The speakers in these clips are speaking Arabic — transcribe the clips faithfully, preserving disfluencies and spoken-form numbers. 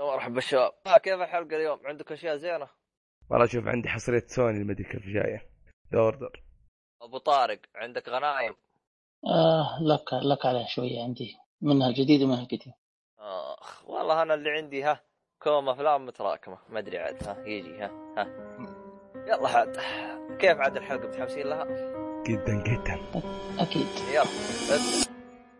مرحبا بالشباب. آه كيف الحلقة اليوم؟ عندك أشياء زينة؟ والله شوف عندي حصرية سوني الميديكال في جاية دوردر. أبو طارق عندك غنايم؟ آه لك لك عليه شوية، عندي منها الجديد ومنها القديم. آخ والله أنا اللي عندي ها كوم أفلام متراكمة ما أدري عاد ها يجي ها ها يلا حاد. كيف عاد الحلقة متحمسين لها؟ جدا جدا أكيد. يلا ابدأ.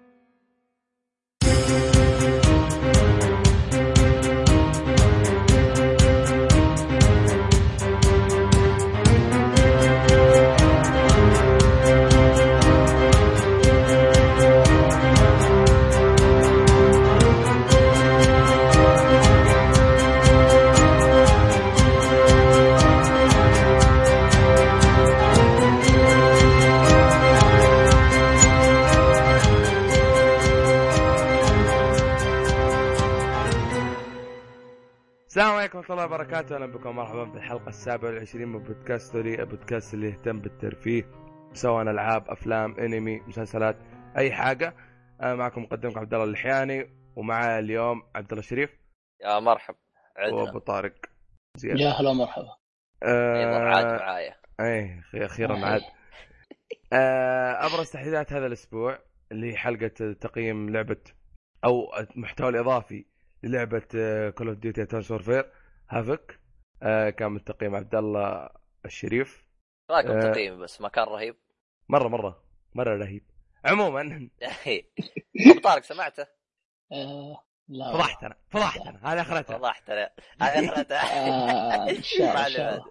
السلام عليكم ورحمة الله وبركاته. أهلا بكم مرحبا في الحلقة السابعة والعشرين من بودكاست ستوري، البودكاست اللي يهتم بالترفيه سواء ألعاب، أفلام، أنمي، مسلسلات، أي حاجة. أنا معكم مقدمكم عبد الله اللحياني، ومعاه اليوم عبد الله الشريف. يا مرحب. عدنا وأبو طارق زيادة. يا هلا مرحبا. أيضا آه... عاد معايا. أي أخيرا عاد. آه... أبرز تحديثات هذا الأسبوع اللي هي حلقة تقييم لعبة أو محتوى الإضافي للعبة كول اوف ديوتي ادفانسد وورفير هافك. كان من تقييم عبد الله الشريف. رايكم آه تقييم بس ما كان رهيب مرة مرة مرة رهيب عموما. أبو طارق سمعته؟ آه لا فضحتنا فضحتنا هذه اخرتها فضحتنا هذه اخرتها. ان شاء الله.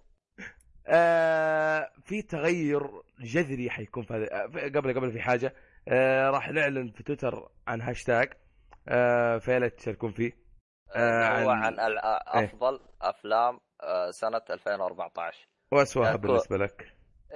آه في تغير جذري حيكون في هذا. قبل قبل في حاجة آه راح نعلن في تويتر عن هاشتاج آه فيلا تشاركون فيه. آه هو عن, عن أفضل ايه؟ أفلام آه سنة ألفين وأربعة عشر وأسوأها بالنسبة لك.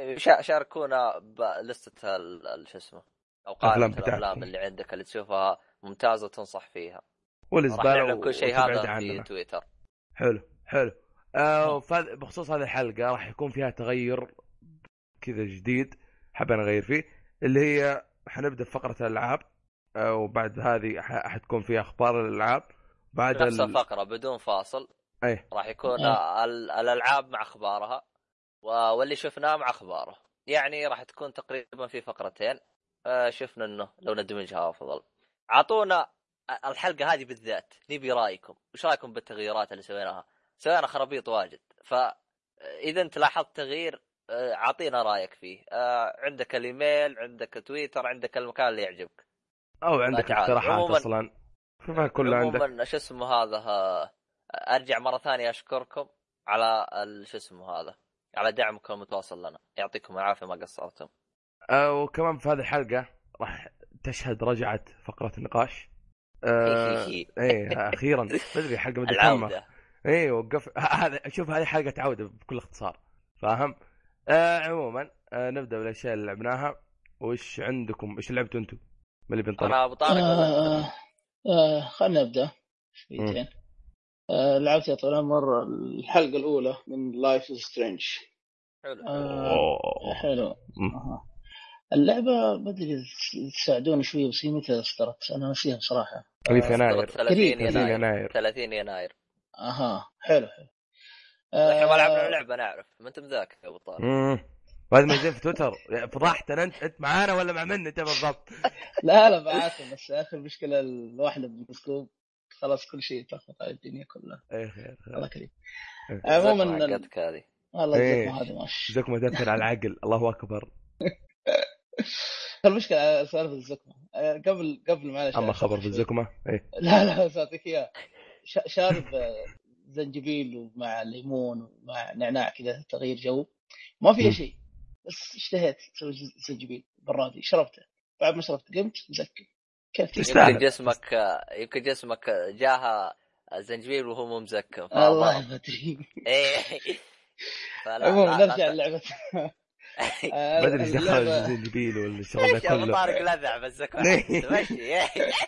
شاركونا بلستة شو اسمه أو قائمة الأفلام اللي عندك اللي تشوفها ممتازة وتنصح فيها. والزبالة كل شيء هذا في تويتر. حلو حلو. آه بخصوص هذه الحلقة راح يكون فيها تغير كذا جديد حابين نغير فيه، اللي هي حنبدأ فقرة الألعاب آه وبعد هذه حتكون فيها أخبار الألعاب بعد نفس ال... الفقرة بدون فاصل. أيه. راح يكون أيه. الألعاب مع أخبارها واللي شفناه مع أخباره، يعني راح تكون تقريبا في فقرتين. آه شفنا إنه لو ندمجها أفضل. عطونا الحلقة هذه بالذات نبي رأيكم، وش رأيكم بالتغييرات اللي سويناها؟ سوينا خرابيط واجد، فإذا أنت لاحظت تغيير عطينا رأيك فيه. آه عندك الإيميل، عندك تويتر، عندك المكان اللي يعجبك أو عندك اقتراحات أصلا فما كله عندك. عموما شو اسمه هذا، أرجع مرة ثانية أشكركم على شو اسمه هذا، على دعمكم المتواصل لنا، يعطيكم العافية ما قصرتم. وكمان في هذه الحلقة راح تشهد رجعة فقرة النقاش. آه ايه اخيرا بدري حلقة متكملة. ايه وقف هذا. شوف هذه حلقة عودة بكل اختصار، فاهم؟ آه عموما آه نبدأ بالاشياء اللي لعبناها. وش عندكم؟ ايش لعبتوا انتم؟ ما اللي بنطلع؟ انا ابو طارق آه آه خلنا نبدأ شويتين. آه لعبت يا طول العمر الحلقة الأولى من لايف سترينج. حلو. آه حلو. آه. اللعبة بدي تساعدوني شوية، بس هي متى اصدرت؟ أنا نسيها بصراحة. في يناير ثلاثين يناير ثلاثين يناير. أها حلو حلو. احنا ما لعبنا اللعبة نعرف، ما انت مذاكر يا ابو طارق. امم بعد ما نزل في تويتر فضحت انت انت معانا ولا مع من انت بالضبط؟ لا لا معاكم، بس اخر مشكلة الواحدة بالاسلوب خلاص كل شيء تخبط على الدنيا كلها. اي خير الله كريم. عموما حقتك هذه والله الزكمة هذه ماشي زكمة تأثر على العقل. الله اكبر. المشكلة سالفة الزكمة قبل قبل معلش. اما خبر في الزكمة ايه. لا لا صاتك يا شارب زنجبيل ومع ليمون ومع نعناع كذا تغيير جو، ما فيها شيء، بس اشتهيت سوي زنجبيل برادي شربته. بعد ما شربت قمت مزكي. كيف يمكن جسمك يمكن جسمك جاها الزنجبيل وهو مو مزكم. الله ما ادري. ايه فلا نرجع للعبة. بدري ايش دخل الزنجبيل والشغل ده كله؟ طارق لذع بالزكمة ماشي.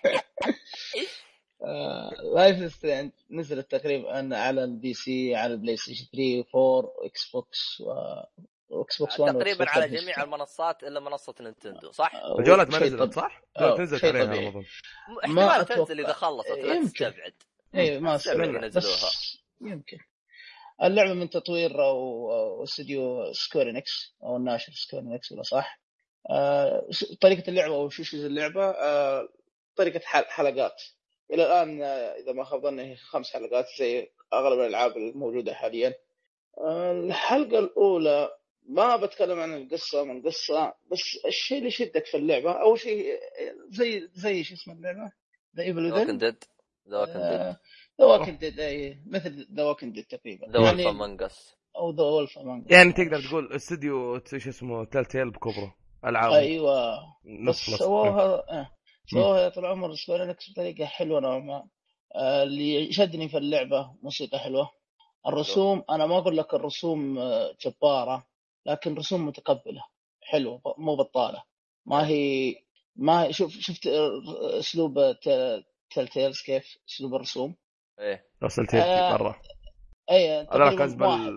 لايف سترينج نزلت تقريبا على البي سي، على البلاي ستيشن ثلاثة وأربعة واكس بوكس واكس بوكس واحد تقريبا على جميع المنصات الا منصة نينتندو صح؟ الجوالات ما نزلت صح؟ لا تنزل عليها رمضان. احتمال تنزل اذا خلصت لا تستبعد. اي ما استنى بس يمكن اللعبه من تطوير او استوديو سكويرينكس او الناشر سكويرينكس ولا صح. آه طريقه اللعبه او شو شو اللعبه آه طريقه حلقات الى الان. آه اذا ما خاب ظني خمس حلقات زي اغلب الالعاب الموجوده حاليا. آه الحلقه الاولى ما بتكلم عن القصه من قصه، بس الشيء اللي يشدك في اللعبه اول شيء زي زي شو اسم اللعبه ذا ايفل وذن ذا ووكينج ديد ذا ووكينج ديد اي مثل ذا ووكينج ديد تقريبا ذا وولف امونج اس او ذا وولف امونج يعني تقدر تقول استوديو ايش اسمه تلتيل بكبره العاب ايوه بس سووها إيه. اه سووها طول عمر سكويرينكس بطريقه حلوه نوعا ما. آه اللي شدني في اللعبه موسيقى حلوه. الرسوم انا ما اقول لك الرسوم جباره، لكن رسوم متقبله حلوه مو بطاله. ما هي ما شوف شفت اسلوب تلتيلز كيف اسلوب الرسوم. ايه وصلت آه مره اي تقريبا واحد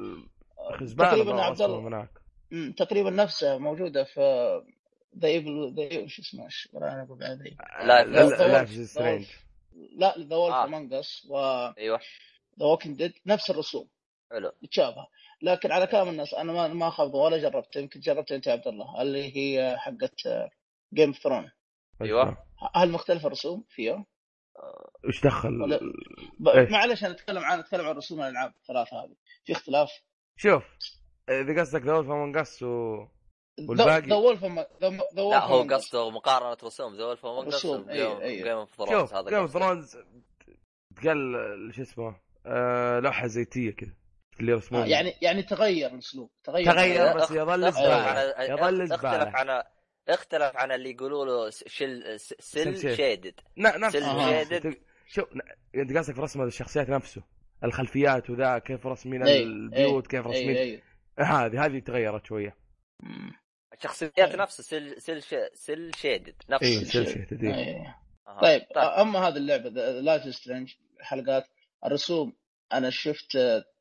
تقريبا عبد الله تقريبا نفسه موجوده في ذا ايفل ذا شو اسمه انا اقول بعد لا لا في سترينج لا ذا وولف امونج اس و ايوه ذا ووكينج ديد نفس الرسوم حلو متشابهه. لكن على كلام الناس انا ما ما اخذ ولا جربت. يمكن جربت انت يا عبد الله اللي هي حقت جيم ثرون. ايوه هل مختلف الرسوم فيها؟ ايش دخل ولا... ب... معلش انا اتكلم عن اتكلم عن رسوم الالعاب الثلاثه هذه في اختلاف. شوف اذا قصدك ذا وولف امونج اس و والباقي ذا وولف م... لا هو قصده مقارنه رسوم ذا وولف امونج اس جيم اوف ثرونز. هذا جيم اوف ثرونز تقل شو اسمه آه لوحه زيتيه كذا اللي رسمه آه يعني يعني تغير الاسلوب تغير تغير بس يظل زباله يظل زباله. اختلف عن اختلف عن اللي يقولوا له شل سل شيدد نفس شيدد. شو انت قصدك في رسم الشخصيات نفسه الخلفيات وذا كيف رسمين أي. البيوت أي. كيف رسمين أي. هذه هذه تغيرت شويه. الشخصيات نفسه سل سل سل شيدد نفس اي سل شيدد. آه. طيب. طيب اما هذه اللعبه لايف سترينج حلقات الرسوم انا شفت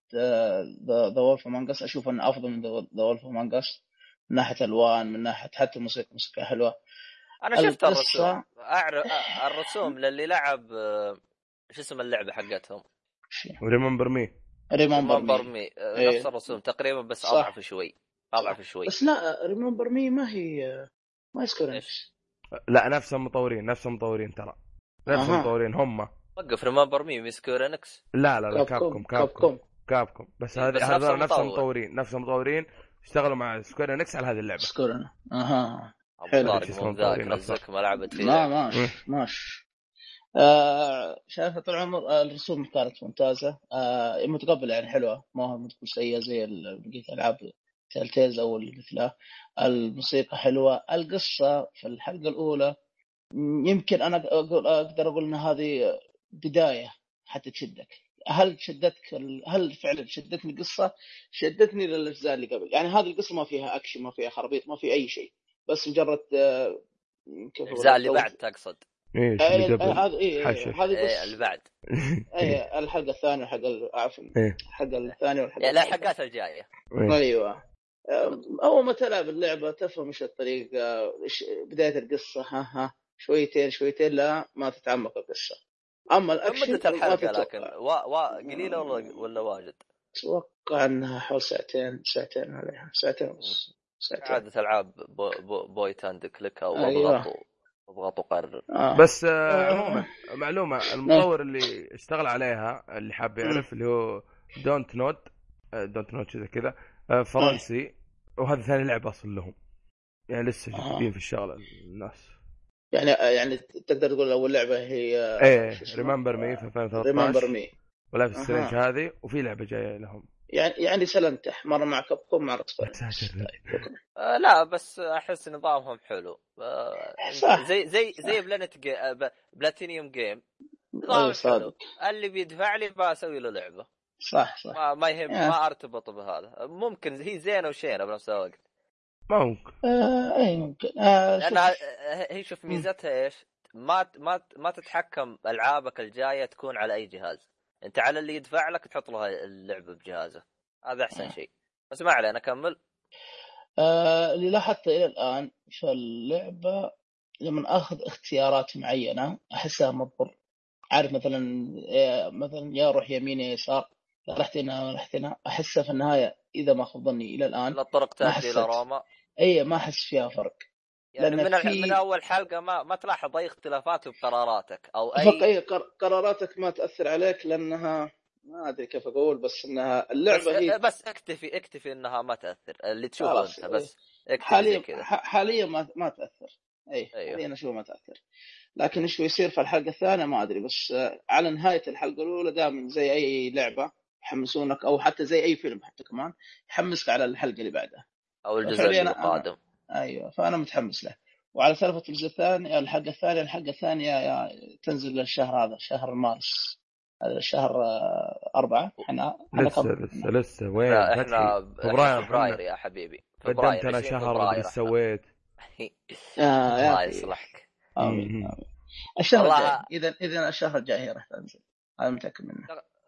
ذا وولف امونج اس اشوف انه افضل من ذا وولف امونج اس من ناحيه الوان من ناحيه حتى الموسيقى موسيقى حلوه. انا شفت الرسوم اعرف الرسوم للي لعب شو اسم اللعبه حقتهم ريممبر مي ريممبر مي نفس الرسوم تقريبا بس صح. اضعف شوي اضعف شوي بس لا ريممبر مي ما هي ما سكورينكس لا نفس المطورين نفس المطورين ترى نفس المطورين هم وقف ريممبر مي مي سكورينكس لا لا لا كابكوم كابكوم كابكوم بس هذه هذول نفس المطورين نفس المطورين اشتغلوا مع سكويرينكس على هذه اللعبه سكورينا اها حلو ذاك رزقك ما لعبت فيه لا ماش ماش آه شايفه طول عمر الرسوم كانت ممتازه آه متقبله يعني حلوه ما هو متكون سيئه زي بقيه الالعاب تيلتيلز او اللي مثلها. الموسيقى حلوه. القصه في الحلقه الاولى يمكن انا اقول اقدر اقول ان هذه بدايه حتى تشدك. هل شدتك هل فعلا شدتني القصه؟ شدتني للاجزاء اللي قبل. يعني هذه القصه ما فيها اكشن ما فيها خرابيط ما في اي شيء بس مجرد الاجزاء اللي بعد تقصد ايش اللي قبل هذه ايه اللي بعد اي الحلقه الثانيه الحلقه عفوا الحلقه الثانيه والحلقه لا الحلقات الجايه ايوه. اول ما تلعب اللعبه تفهم ايش الطريقه بدايه القصه ها ها شويتين شويتين لا ما تتعمق القصه. اما الاكشن مدة الحلقه لكن وا وا قليله ولا ولا واجد؟ اتوقع انها حول ساعتين ساعتين عليها ساعتين ونص ساعتين. عاده العاب بو بو بوينت اند كليك او اضغط اضغط وقرر آه. بس آه عموما معلومه المطور اللي اشتغل عليها اللي حاب يعرف اللي هو دونت نود دونت نود كذا كذا فرنسي وهذا ثاني لعبه اصلا لهم يعني لسه جديدين آه. في الشغله الناس يعني يعني تقدر تقول اول لعبه هي ايه ريممبر مي في ألفين وثلاثة عشر ريممبر مي ولا في سترينج أه. هذه وفي لعبه جايه لهم يعني يعني سلمتح مره مع كابكوم مع روكستار آه لا بس احس نظامهم حلو آه زي زي زي بلانت جي... بلاتينيوم جيم نظام حلو اللي بيدفع لي بسوي له لعبه صح صح ما, ما يهم ما ارتبط بهذا ممكن هي زينه وشينه بنفس الوقت ممكن آه اي ممكن آه لانها هي شوف ميزتها ايش ما ما ما تتحكم العابك الجايه تكون على اي جهاز انت على اللي يدفع لك تحط له اللعبه بجهازه هذا احسن آه. شيء بس ما علينا نكمل. آه اللي لاحظت الى الان في اللعبه لما اخذ اختيارات معينه احسها مضبوط عارف مثلا مثلا يا روح يمين يا يسار، رحت هنا رحت هنا، احسها في النهايه اذا ما خاب ظني الى الان الطرق تؤدي الى روما. اي ما احس فيها فرق يعني من في... من اول حلقه ما ما تلاحظ اي اختلافات بقراراتك او اي اي قراراتك ما تاثر عليك، لانها ما ادري كيف اقول، بس انها اللعبه بس هي بس اكتفي اكتفي انها ما تاثر اللي تشوفه انت بس اكتفي حاليا زي كذا. حاليا ما ما تاثر. اي أيوه. حاليا اشوف ما تاثر، لكن ايش بيصير في الحلقه الثانيه ما ادري. بس على نهايه الحلقه الاولى دائما زي اي لعبه يحمسونك، او حتى زي اي فيلم حتى كمان يحمسك على الحلقه اللي بعدها او الجزء القادم. ايوه فانا متحمس له. وعلى سالفه الجزء الثاني الحلقه الثانيه الحلقه الثانيه تنزل الشهر هذا شهر مارس، هذا الشهر أربعة. احنا لسه لسه لسه وين احنا فبراير فبراير يا حبيبي. قدمت انا شهر بدي سويت. الله يصلحك. امين. الشهر الجاي اذا اذا الشهر الجاي هي راح تنزل، انا متاكد منه.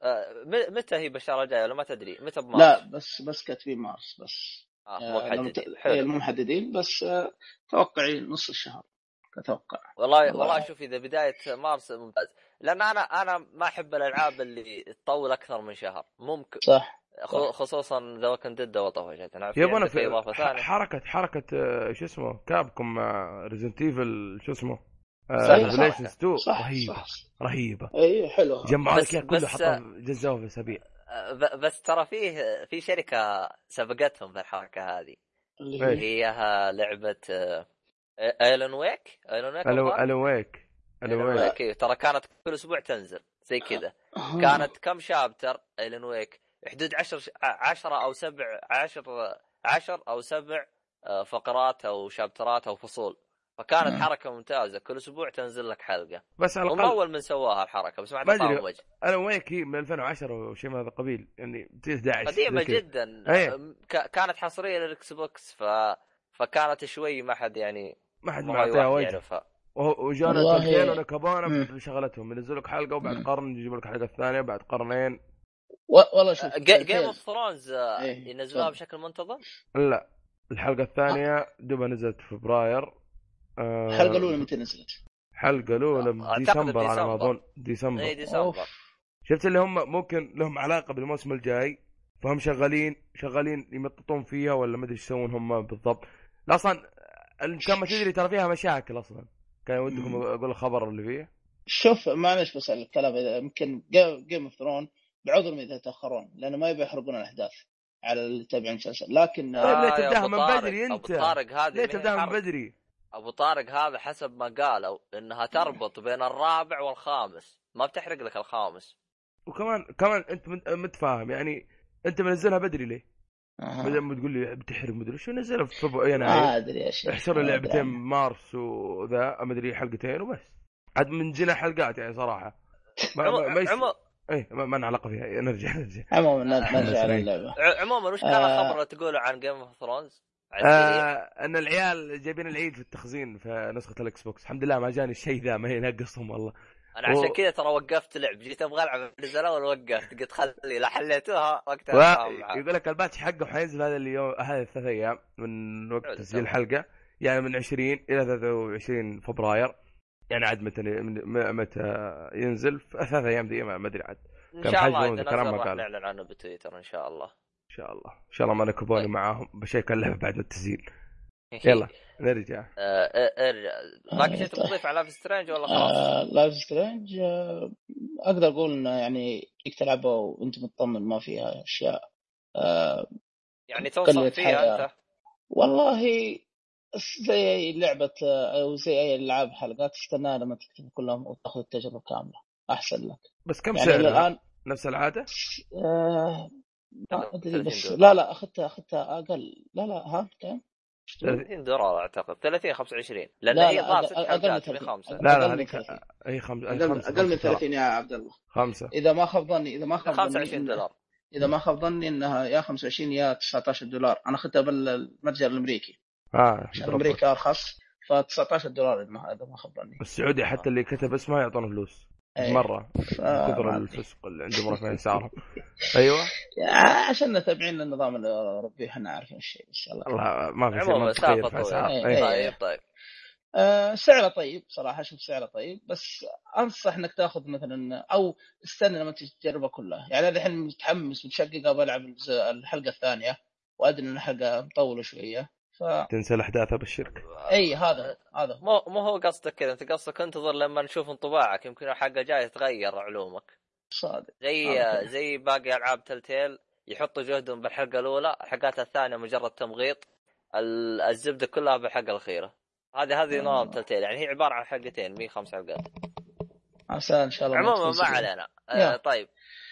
متى هي بالشهر الجاي ولا ما تدري متى بمارس؟ لا بس بس كاتبين مارس بس. اه مو محددين. حلو مو محددين بس توقعي نص الشهر كتوقع. والله والله, والله شوف اذا بدايه مارس ممتاز، لان انا انا ما احب الالعاب اللي تطول اكثر من شهر. ممكن صح, صح. خصوصا ذا وكن ديد وطفشت انا يبغى في اضافه ثانيه حركه حركه شو اسمه كابكم ريزنت ايفل شو اسمه ريفليشنز اثنين رهيبه صح. رهيبه اي حلوه جمعوا لك كله حطوا جزاوه في اسابيع. بس ترى فيه في شركه سبقتهم في الحركه هذه اللي هي لعبه ايلون ويك ايلون ويك ايلون ويك ايلون ويك ترى كانت كل اسبوع تنزل زي كذا. كانت كم شابتر ايلون ويك؟ حدود عشر عشرة او سبع عشر عشر او سبع فقرات او شابترات او فصول. فكانت حركه ممتازه كل اسبوع تنزل لك حلقه. بس على الاقل اول من سواها الحركه بس ما ادري وجه. ايلون ويك من ألفين وعشرة وشيء من هذا القبيل يعني أحد عشر قديمه جدا. كانت حصريه للاكس بوكس ف فكانت شوي ما حد يعني ما حد معطيها وجه. وجانا تلتين ونكبانا بشغلتهم ينزل لك حلقه وبعد مم. قرن يجيب لك حلقه ثانيه بعد قرنين. والله شوف جيم اوف ثرونز ينزلوها بشكل منتظم. لا الحلقه الثانيه دوبها نزلت في فبراير. الحلقه الاولى متى نزلت؟ الحلقه الاولى بديسمبر على ما اظن. ديسمبر. اي ديسمبر. شفت اللي هم ممكن لهم علاقه بالموسم الجاي فهم شغالين شغالين يمططون فيها ولا ما ادري ايش يسوون هم بالضبط. لا اصلا كان ما تدري ترى فيها مشاكل اصلا. كان ودكم اقول الخبر اللي فيه. شوف معلش بس الكلام اذا يمكن جيم اوف ثرون بعذرهم اذا تاخرون لانه ما يبي يحرقون الاحداث على اللي تابعين المسلسل. لكن آه ليه تبداها من بدري انت؟ ابو طارق هذه ليه تبداها من بدري؟ ابو طارق هذا حسب ما قالوا انها تربط بين الرابع والخامس ما بتحرق لك الخامس. وكمان كمان انت متفاهم يعني انت منزلها بدري ليه؟ بدل ما تقول لي بتحرق مدري شو نزلها في فبراير يناير. ما ادري ايش احشر لعبتين مارس وذا ما ادري حلقتين وبس. عاد من جنا حلقات يعني صراحه ما ما, ما يس... ايه ما, ما علاقه فيها. نرجع نرجع عموما نرجع للعبه. عموما وش كان آه الخبر اللي تقوله عن جيم اوف ثرونز؟ آه ان العيال جايبين العيد في التخزين في نسخه الاكس بوكس. الحمد لله ما جاني الشيء ذا ما ينقصهم والله. انا عشان و... كذا ترى وقفت لعب جيت ابغى العب الجزء الاول وقفت قلت خلي لا حليتوها وقتها. و... يقول لك الباتش حقه حينزل هذا اليوم هذه الثلاث ايام من وقت تسجيل الحلقه يعني من عشرين الى ثلاثة وعشرين فبراير يعني عاد متى متى ينزل في ثلاث ايام دي ما ادري عاد. ان شاء الله كلام ما قال نعلن عنه بتويتر ان شاء الله. ان شاء الله ان شاء الله ما نكبوني معاهم بشيك اللعبه بعد التسجيل. يلا نرجع. ارجع باقي شيء تضيف على لايف سترينج ولا خلاص؟ لايف سترينج اقدر اقول انه يعني فيك تلعبه وانت مطمن ما فيها اشياء يعني توصل فيها انت. والله زي اي لعبه او زي اي العاب حلقات تستنى لما تكتب كلهم وتاخذ التجربه كامله احسن لك. بس كم يعني سعر الان؟ نفس العاده؟ آه... بس لا لا اخذتها اخذتها اقل. لا لا ها كم ثلاثين دولار اعتقد ثلاثين خمسة وعشرين لان هي ضاف ست حلقات في خمسة. لا لا هذيك هي خمسة اقل من ثلاثين يا عبد الله. خمسة اذا ما خاب ظني اذا ما خاب خمسة وعشرين دولار اذا ما خاب ظني انها يا خمسة وعشرين يا تسعة عشر دولار. انا اخذتها بالمتجر الامريكي اه عشان امريكا ارخص ف تسعة عشر دولار اذا ما خاب ظني. السعودي حتى اللي كتب اسمه يعطونه فلوس أيه. مرة ف... كثر الفسق اللي عندهم رفعين سعرهم. أيوة عشان نتابعين النظام الأوروبي احنا عارفين الشيء إن شاء الله. الله ما في شيء ما تغير في أسعار. طيب طيب أه سعره طيب صراحه، اشوف سعره طيب، بس انصح انك تاخذ مثلا او استنى لما تجربها كلها. يعني انا الحين متحمس متشقق بلعب الحلقه الثانيه، وادري ان الحلقه مطوله شويه ف تنسى الاحداث بالشركه. اي هذا هذا مو مو هو قصدك كذا، انت قصدك انتظر لما نشوف انطباعك، يمكن الحلقه جايه تغير علومك. صادق. زي زي باقي العاب تلتيل يحطوا جهدهم بالحلقه الاولى، الحلقات الثانيه مجرد تمغيط، الزبده كلها بالحلقه الاخيره. هذه هذه نظام تلتيل، يعني هي عباره عن حلقتين مي خمس حلقات. عسى ان شاء الله. عموما ما علينا. آه طيب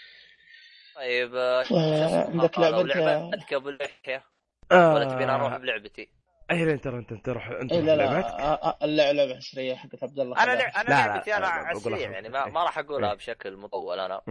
طيب آه عندك لعبه لعبتك ابو اللحيه آه ولا تبين اروح بلعبتي؟ اي ترى انت انت روح انت إيه لا لا اللعبه عسريه حقت عبد الله. انا لع... انا لعبتي انا عسريه يعني ما, ما راح اقولها بشكل مطول. انا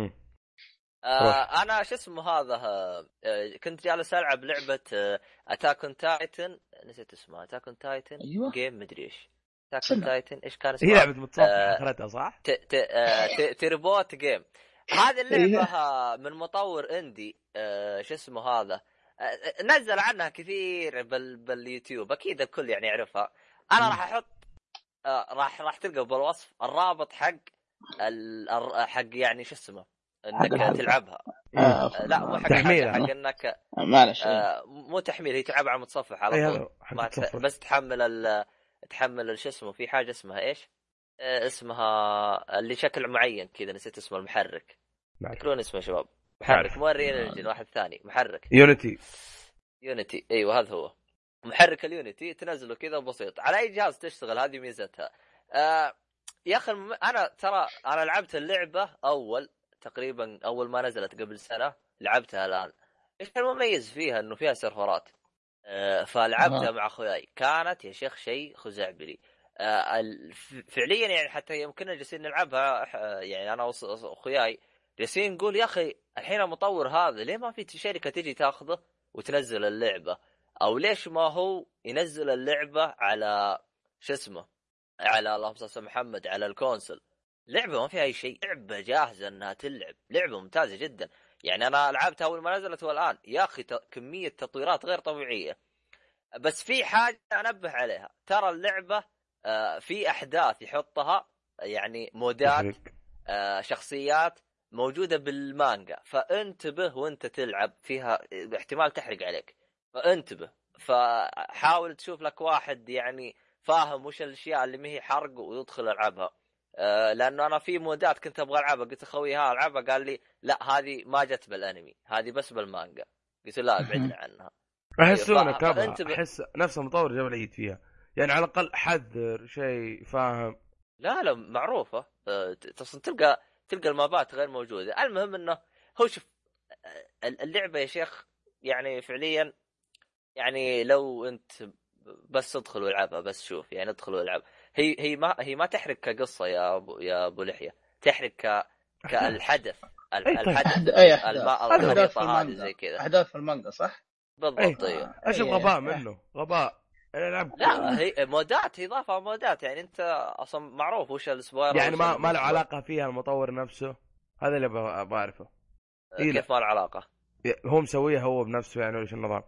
آه انا شو اسمه هذا آه كنت جالس العب لعبه آه اتاك اون تايتن، نسيت اسمها، اتاك اون تايتن أيوة. جيم مدري ايش اتاك اون تايتن ايش كان اسمها؟ هي لعبه متصفح اخرتها آه صح؟ ت... ت... آه ت... تربوت جيم. هذه اللعبه من مطور اندي آه شو اسمه هذا آه نزل عنها كثير بال... باليوتيوب، اكيد الكل يعني يعرفها. انا راح احط آه راح راح تلقى بالوصف الرابط حق ال... حق يعني شو اسمه انك تلعبها. آه لا مو حق تحميل، حق انك معلش آه مو تحميل، هي تلعب على المتصفح على طول ما ت... بس تحمل ال... تحمل شو اسمه، في حاجه اسمها ايش آه اسمها اللي شكل معين كذا، نسيت اسمه المحرك، تذكرون اسمه شباب؟ محرك مو الريال انجن، واحد ثاني محرك يونيتي. يونيتي ايوه هذا هو محرك اليونيتي، تنزله كذا بسيط على اي جهاز تشتغل، هذه ميزتها. آه يا اخي انا ترى انا لعبت اللعبه اول تقريبا اول ما نزلت قبل سنه، لعبتها الان. ايش المميز فيها؟ انه فيها سيرفرات آه فلعبتها مع اخوياي، كانت يا شيخ شيء خزعبلي آه فعليا يعني. حتى يمكن جالسين نلعبها يعني انا واخوياي جالسين نقول يا اخي الحين المطور هذا ليه ما في شركه تيجي تاخذه وتنزل اللعبه، او ليش ما هو ينزل اللعبه على شو اسمه على اللهم صل على محمد على الكونسل. لعبه ما فيها اي شيء، لعبه جاهزه انها تلعب، لعبه ممتازه جدا يعني. انا لعبتها اول ما نزلت والان يا اخي كميه تطويرات غير طبيعيه. بس في حاجه انبه عليها، ترى اللعبه في احداث يحطها يعني مودات شخصيات موجوده بالمانجا، فانتبه وانت تلعب فيها احتمال تحرق عليك، فانتبه. فحاول تشوف لك واحد يعني فاهم وش الاشياء اللي ما هي حرق ويدخل العبها. أه لانه انا في مودات كنت ابغى العبها، قلت اخوي ها العبها، قال لي لا هذه ما جت بالانمي، هذه بس بالمانجا. قلت لا ابعدنا عنها. احسونه كبها، احس نفس المطور جاب العيد فيها يعني، على الاقل حذر شيء فاهم. لا لا معروفه أه تلقى تلقى المابات غير موجوده. المهم انه هو شوف اللعبه يا شيخ يعني فعليا يعني لو انت بس ادخل والعبها، بس شوف يعني ادخل والعب. هي هي ما هي ما تحرق كقصه يا ابو يا ابو لحيه، تحرق ك كالحدث الحدث الخريطه هذه زي كذا احداث في المانجا صح بالضبط. ايوه ايش غباء منه غباء. لا هي مودات، هي اضافه مودات يعني. انت اصلا معروف وش السبويلر يعني ما ما له علاقه فيها المطور نفسه، هذا اللي بعرفه. كيف ما له علاقه؟ هو مسويها هو بنفسه يعني ولا النظام؟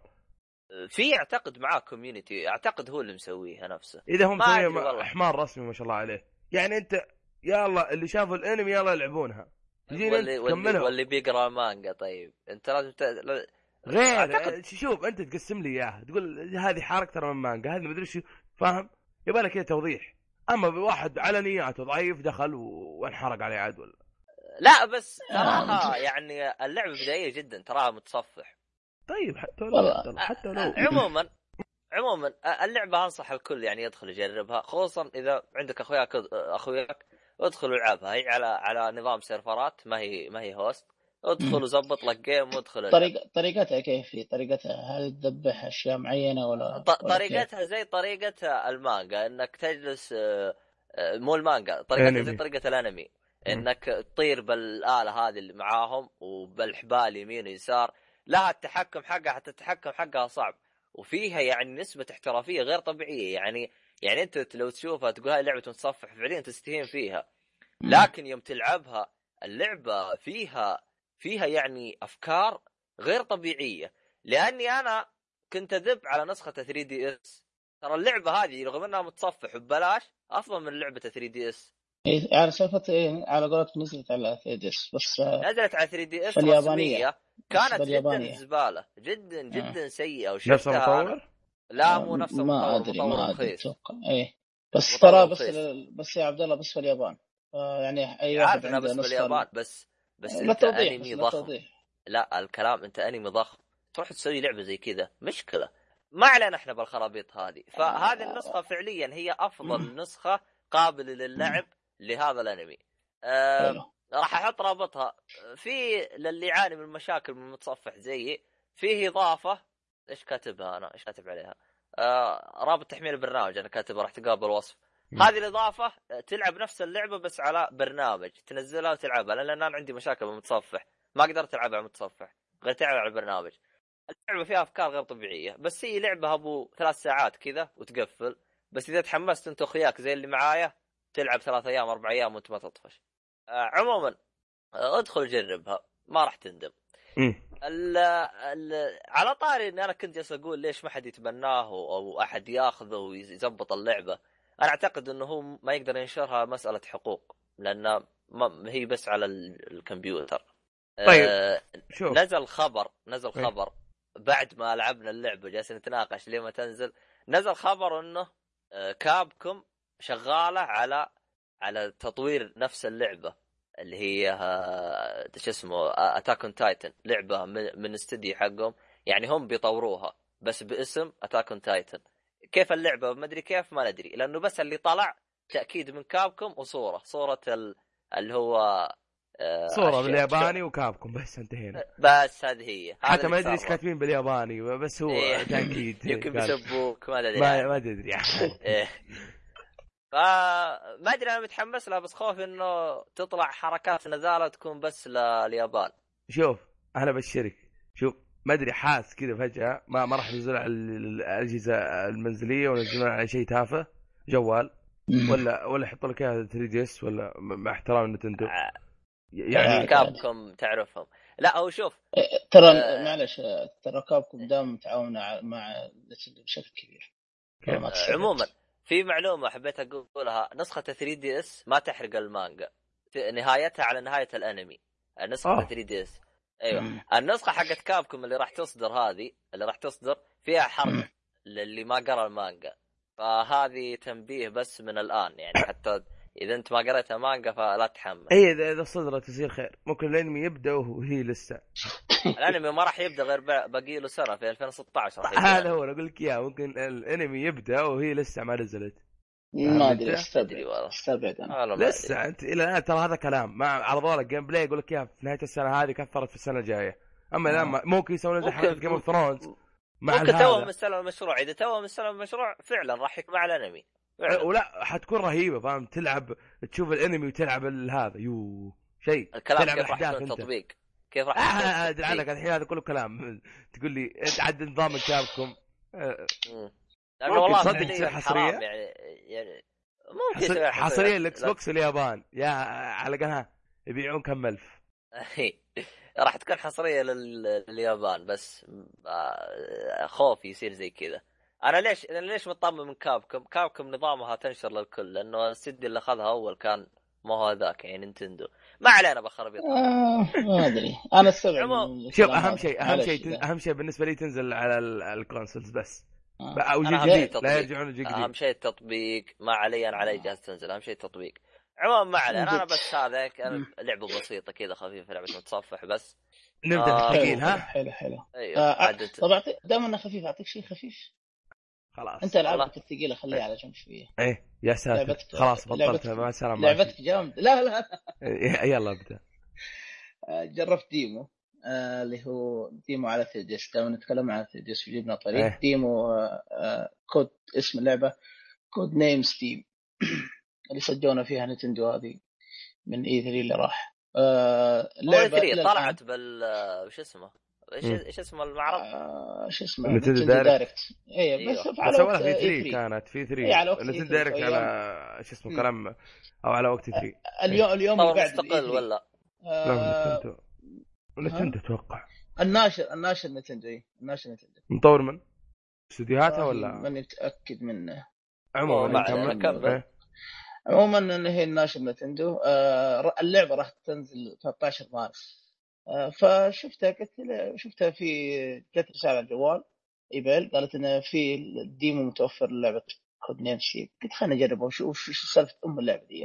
في اعتقد معاه كوميونتي، اعتقد هو اللي مسويها نفسه. اذا هم مسويها حمار رسمي ما شاء الله عليه يعني. انت يلا اللي شافوا الانمي يلا يلعبونها، واللي واللي, واللي بيقرا مانجا. طيب انت لازم ت... غير أعتقد... شوف انت تقسم لي اياها تقول هذه حركه ترى من مانجا، هذه ما ادري شو فاهم، يبقى لك كذا توضيح. اما بواحد على نياته ضعيف دخل وانحرق عليه عاد ولا لا. بس تراها يعني اللعبه بدائيه جدا، تراها متصفح. طيب حتى لو حتى لو عموما عموما اللعبه انصح الكل يعني يدخل يجربها، خصوصا اذا عندك اخوياك اخوياك ادخلوا العبها. هي على على نظام سيرفرات، ما هي ما هي هوست. ادخل وزبط لك جيم وادخل. طريقه طريقتها كيف؟ في طريقتها هل تذبح اشياء معينه ولا طريقتها ولا زي طريقه المانجا، انك تجلس مو المانجا، طريقتها زي طريقه الانمي، انك تطير بالاله هذه اللي معاهم وبالحبال يمين ويسار. لها التحكم حقها، حتى التحكم حقها صعب، وفيها يعني نسبه احترافيه غير طبيعيه يعني. يعني انت لو تشوفها تقول هاي لعبه متصفح فعليا تستهين فيها، لكن يوم تلعبها اللعبه فيها فيها يعني افكار غير طبيعيه. لاني انا كنت اذب على نسخه ثري دي اس ترى اللعبه هذه رغم انها متصفح ببلاش افضل من لعبه ثري دي اس. إيه على سالفة إيه على قولتك نزلت على ثري دي اس بس نزلت على ثري دي اس فاليابانية رسميه بس كانت جدا باليابانية زباله جدا جدا آه. سيئه نفس وشفتها أنا. المطور لا مو نفس ما المطور أدري مطور ما أدري رخيص أتوقع إيه بس مطور ترى بس رخيص. بس يا عبد الله بس في اليابان آه يعني أي واحد عارف انها عنده بس نسخة باليابان بس بس لا انت توضيح بس انمي لا ضخم. توضيح لا الكلام انت انمي ضخم تروح تسوي لعبه زي كذا مشكله. ما علينا احنا بالخرابيط هذه. فهذه النسخه فعليا هي افضل نسخه قابله للعب لهذا الانمي. أه راح احط رابطها في للي يعاني من مشاكل من المتصفح زيي. فيه اضافه ايش كاتبها انا ايش كاتب عليها أه رابط تحميل البرنامج انا كاتبها راح تلقاها بالوصف. هذه الاضافه تلعب نفس اللعبه بس على برنامج تنزلها وتلعبها لان انا عندي مشاكل بالمتصفح ما قدرت العبها على المتصفح غير تلعب على البرنامج. اللعبه فيها افكار غير طبيعيه بس هي لعبه ابو ثلاث ساعات كذا وتقفل. بس اذا تحمست انت واخوياك زي اللي معايا تلعب ثلاث ايام اربع ايام وانت ما تطفش. آه عموما آه ادخل جربها ما راح تندم. ال ال على طاري ان انا كنت جالس اقول ليش ما حد يتبناه او احد ياخذه ويزبط اللعبه. انا اعتقد انه هو ما يقدر ينشرها مساله حقوق لان ما هي بس على الكمبيوتر. طيب آه شوف. نزل خبر نزل خبر بعد ما لعبنا اللعبه جالسين نتناقش ليه ما تنزل. نزل خبر انه آه كابكم شغاله على على تطوير نفس اللعبه اللي هي ايش اسمه اتاك اون تايتن لعبه من استديو حقهم يعني هم بيطوروها بس باسم اتاك اون تايتن. كيف اللعبه ما ادري كيف ما ندري لانه بس اللي طلع تاكيد من كابكم وصوره صوره اللي هو صورة بالياباني وكابكم بس انتهينا. بس هذه هي حتى ما ادري ايش كاتبين بالياباني بس هو إيه. تاكيد يمكن بيسبوك ما ادري ما ما ادري إيه. فما ادري انا متحمس لها بس خوف انه تطلع حركات نزاله تكون بس لليابان. شوف انا بشرك شوف ما ادري حاس كذا فجأة ما ما راح ينزل على الاجهزه المنزليه ونزلون على شيء تافه جوال ولا ولا يحط لك اياها ثري دي اس ولا مع احترام نتندو يعني كابكم تعرفهم. لا هو شوف ترى آه معلش ترى كابكم دام متعاونه مع نتندو بشكل كبير. عموما في معلومه حبيت اقولها نسخه ثري دي اس ما تحرق المانجا نهايتها على نهايه الانمي. نسخه ثري دي اس ايوه مم. النسخه حقت كابكم اللي راح تصدر هذه اللي راح تصدر فيها حرق للي ما قرأ المانجا. فهذه تنبيه بس من الان يعني حتى اذا انت ما قرأت المانجا فلا تحمل. اي اذا صدرت تصير خير ممكن الانمي يبدا وهي لسه الانمي ما راح يبدا غير باقي له سنه في ألفين وستة عشر راح هذا هو اقول لك اياه ممكن الانمي يبدا وهي لسه ما نزلت ما ادري استبعد استبعد انا لسه انت الى الان ترى هذا كلام ما عرضوا لك جيم بلاي يقول لك اياها في نهايه السنه هذه كثرت في السنه الجايه. اما الان ممكن يسوون زي حلقه جيم اوف ثرونز مع ممكن توهم السنه المشروع اذا توهم السنه المشروع فعلا راح يكون مع الانمي فعلا. ولا حتكون رهيبه فاهم تلعب تشوف الانمي وتلعب هذا يو شيء الكلام كيف راح يكون تطبيق كيف راح آه ادري عنك الحين هذا كله كلام تقول لي انت عد نظام كابكم آه. لانه والله صدق تصير حصريه يعني يعني ممكن حصريه, حصرية الاكس بوكس اليابان يا على قناه يبيعون كم الف راح تكون حصريه لليابان بس خوف يصير زي كذا. انا ليش انا ليش مطمن من كابكم كابكم نظامها تنشر للكل لانه السد اللي اخذها اول كان ما هو ذاك يعني نينتندو ما علينا بخربيط آه ما ادري انا السبب شوف اهم شيء اهم شيء اهم شيء بالنسبه لي تنزل على الكونسولز بس او جديد لا يرجعون جديد. اهم شيء التطبيق ما علي انا علي جهاز تنزل اهم شيء التطبيق عموما ما علينا انا بس هذا لعبه بسيطه كذا خفيفه لعبه متصفح بس نبدا آه بالثقيل ها حلو حلو ايوه آه طبعا دام انه خفيف اعطيك شيء خفيف خلاص انت العابك الثقيله خليها على جنب شويه. ايه يا ساتر خلاص بطلت مع السلامه لعبتك جامد لا لا يلا ابدا. جربت ديمو آه اللي هو ديمو على ثري دي اس دام نتكلم عن ثري دي اس وجبنا طريق إيه؟ ديمو آه كود اسم اللعبه كود نيم ستيم اللي سجلونا فيها نتندو هذه من اي ثري اللي راح آه اللعبه طلعت بال وش اسمه ايش ايش اسمه المعرض ايش اسمه نتندو دايركت ايه بس على وقت في ثري كانت في ثري نتندو دايركت على ايش اسمه كلام او على وقت ثري اليوم اليوم اللي بعد مستقل ولا لا نتندو نتندو اتوقع الناشر الناشر نتندو اي الناشر نتندو مطور من استديوهاتها ولا ماني متاكد منه. عموما نكمل. عموما ان هي الناشر نتندو. آه اللعبه راح تنزل ثلاثة عشر مارس. آه فشفتها قلت شفتها في جت رساله على الجوال ايبيل قالت انه في الديمو متوفر لعبه كود نيم شيب. قلت خليني اجربها واشوف شو سالفه ام اللعبه دي.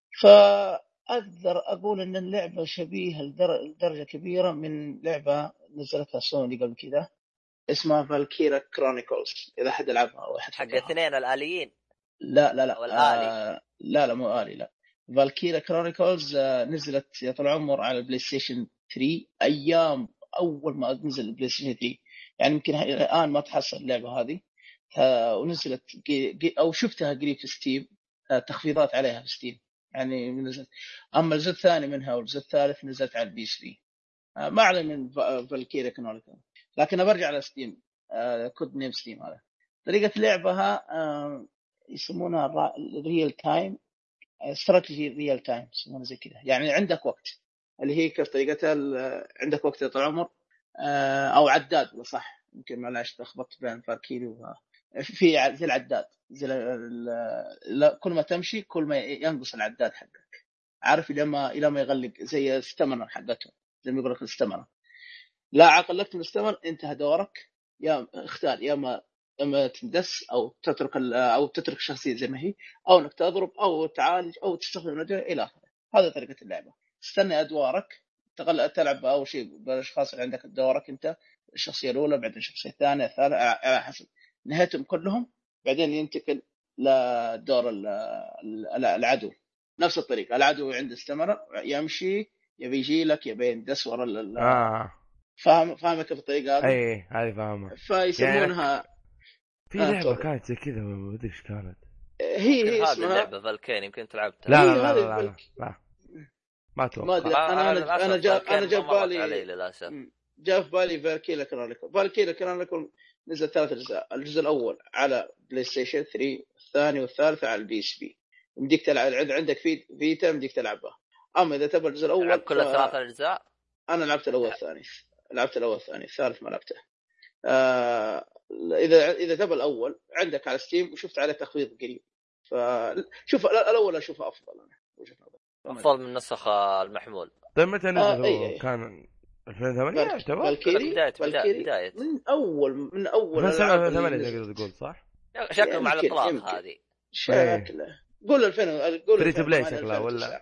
فاقدر اقول ان اللعبه شبيهه لدرجه كبيره من لعبه نزلتها سوني قبل كذا اسمها فالكيرا كرونيكلز. اذا حد لعبها او احد حق اثنين الاليين. لا لا لا آه لا لا مو آلي. لا فالكيرا كرونيكلز آه نزلت يا طول عمر على البلاي ستيشن ثري ايام اول ما نزل البلاي ستيشن ثري. يعني يمكن الان ما تحصل اللعبه هذه. آه ونزلت جي جي او شفتها قريب في ستيم. آه تخفيضات عليها في ستيم يعني نزلت. اما الجزء الثاني منها والجزء الثالث نزلت على البي ثري. آه ما اعلن من فالكيرا كرونيكلز لكن برجع على ستيم. آه كود نيم ستيم. هذا طريقه لعبها آه يسمونها ريال تايم استراتيجي ريال تايم يسمونها زي كذا. يعني عندك وقت اللي هي كيف طريقتها عندك وقت يا طول العمر او عداد صح. يمكن معلش لخبطت بين فالكيري في زي العداد زي كل ما تمشي كل ما ينقص العداد حقك. عارف الى ما الى ما يغلق زي استمر حقتهم زي ما يقول لك استمر. لا عقلت مستمر انتهى دورك. يا اختار يا ما اما تندس او تترك او تترك الشخصيه زي ما هي او انك تضرب او تعالج او تستخدم النجوى الى اخره. هذا طريقه اللعبه. استنى ادوارك تغل... تلعب اول شيء بالاشخاص اللي عندك دورك انت الشخصيه الاولى بعدين الشخصيه الثانيه الثالثه على حسب نهايتهم كلهم. بعدين ينتقل لدور العدو نفس الطريقه. العدو عنده استمر يمشي يبي يجي لك يبي يندس ورا ال... اه فاهم فاهمه كيف الطريقه هذه. اي هذه فاهمه. فيسمونها يعني في آه لعبه كانت زي كذا ما ادري ايش كانت. هي هي اسمها لعبه فالكين يمكن تلعبتها. لا لا لا, لا, لا, لا, لا. ما اتوقع. انا انا انا, أنا جاب انا جاب بالي علي للاسف. جاء في بالي فالكيلا كرونيكل. فالكيلا كرونيكل نزل ثلاث اجزاء. الجزء الاول على بلاي ستيشن ثري الثاني والثالث على البي اس بي. يمديك تلعب عندك في فيتا يمديك تلعبها. اما اذا تبغى الجزء الاول لعب كل الثلاث اجزاء. انا لعبت الاول الثاني لعبت الاول الثاني الثالث ما لعبته. آه اذا اذا تبغى الاول عندك على ستيم وشفت عليه تخفيض قريب. فشوف الاول اشوفه افضل. انا وجهه نظري افضل من النسخ المحمول. طيب متى نزل؟ آه أي أي. كان ألفين وثمانية يعتبر فالكيري بداية بداية بداية من اول من اول ألفين وسبعة ألفين وثمانية تقدر تقول صح؟ شكله مع الاطلاق هذه شكله قول ألفين قول فري تو بلاي شكله ولا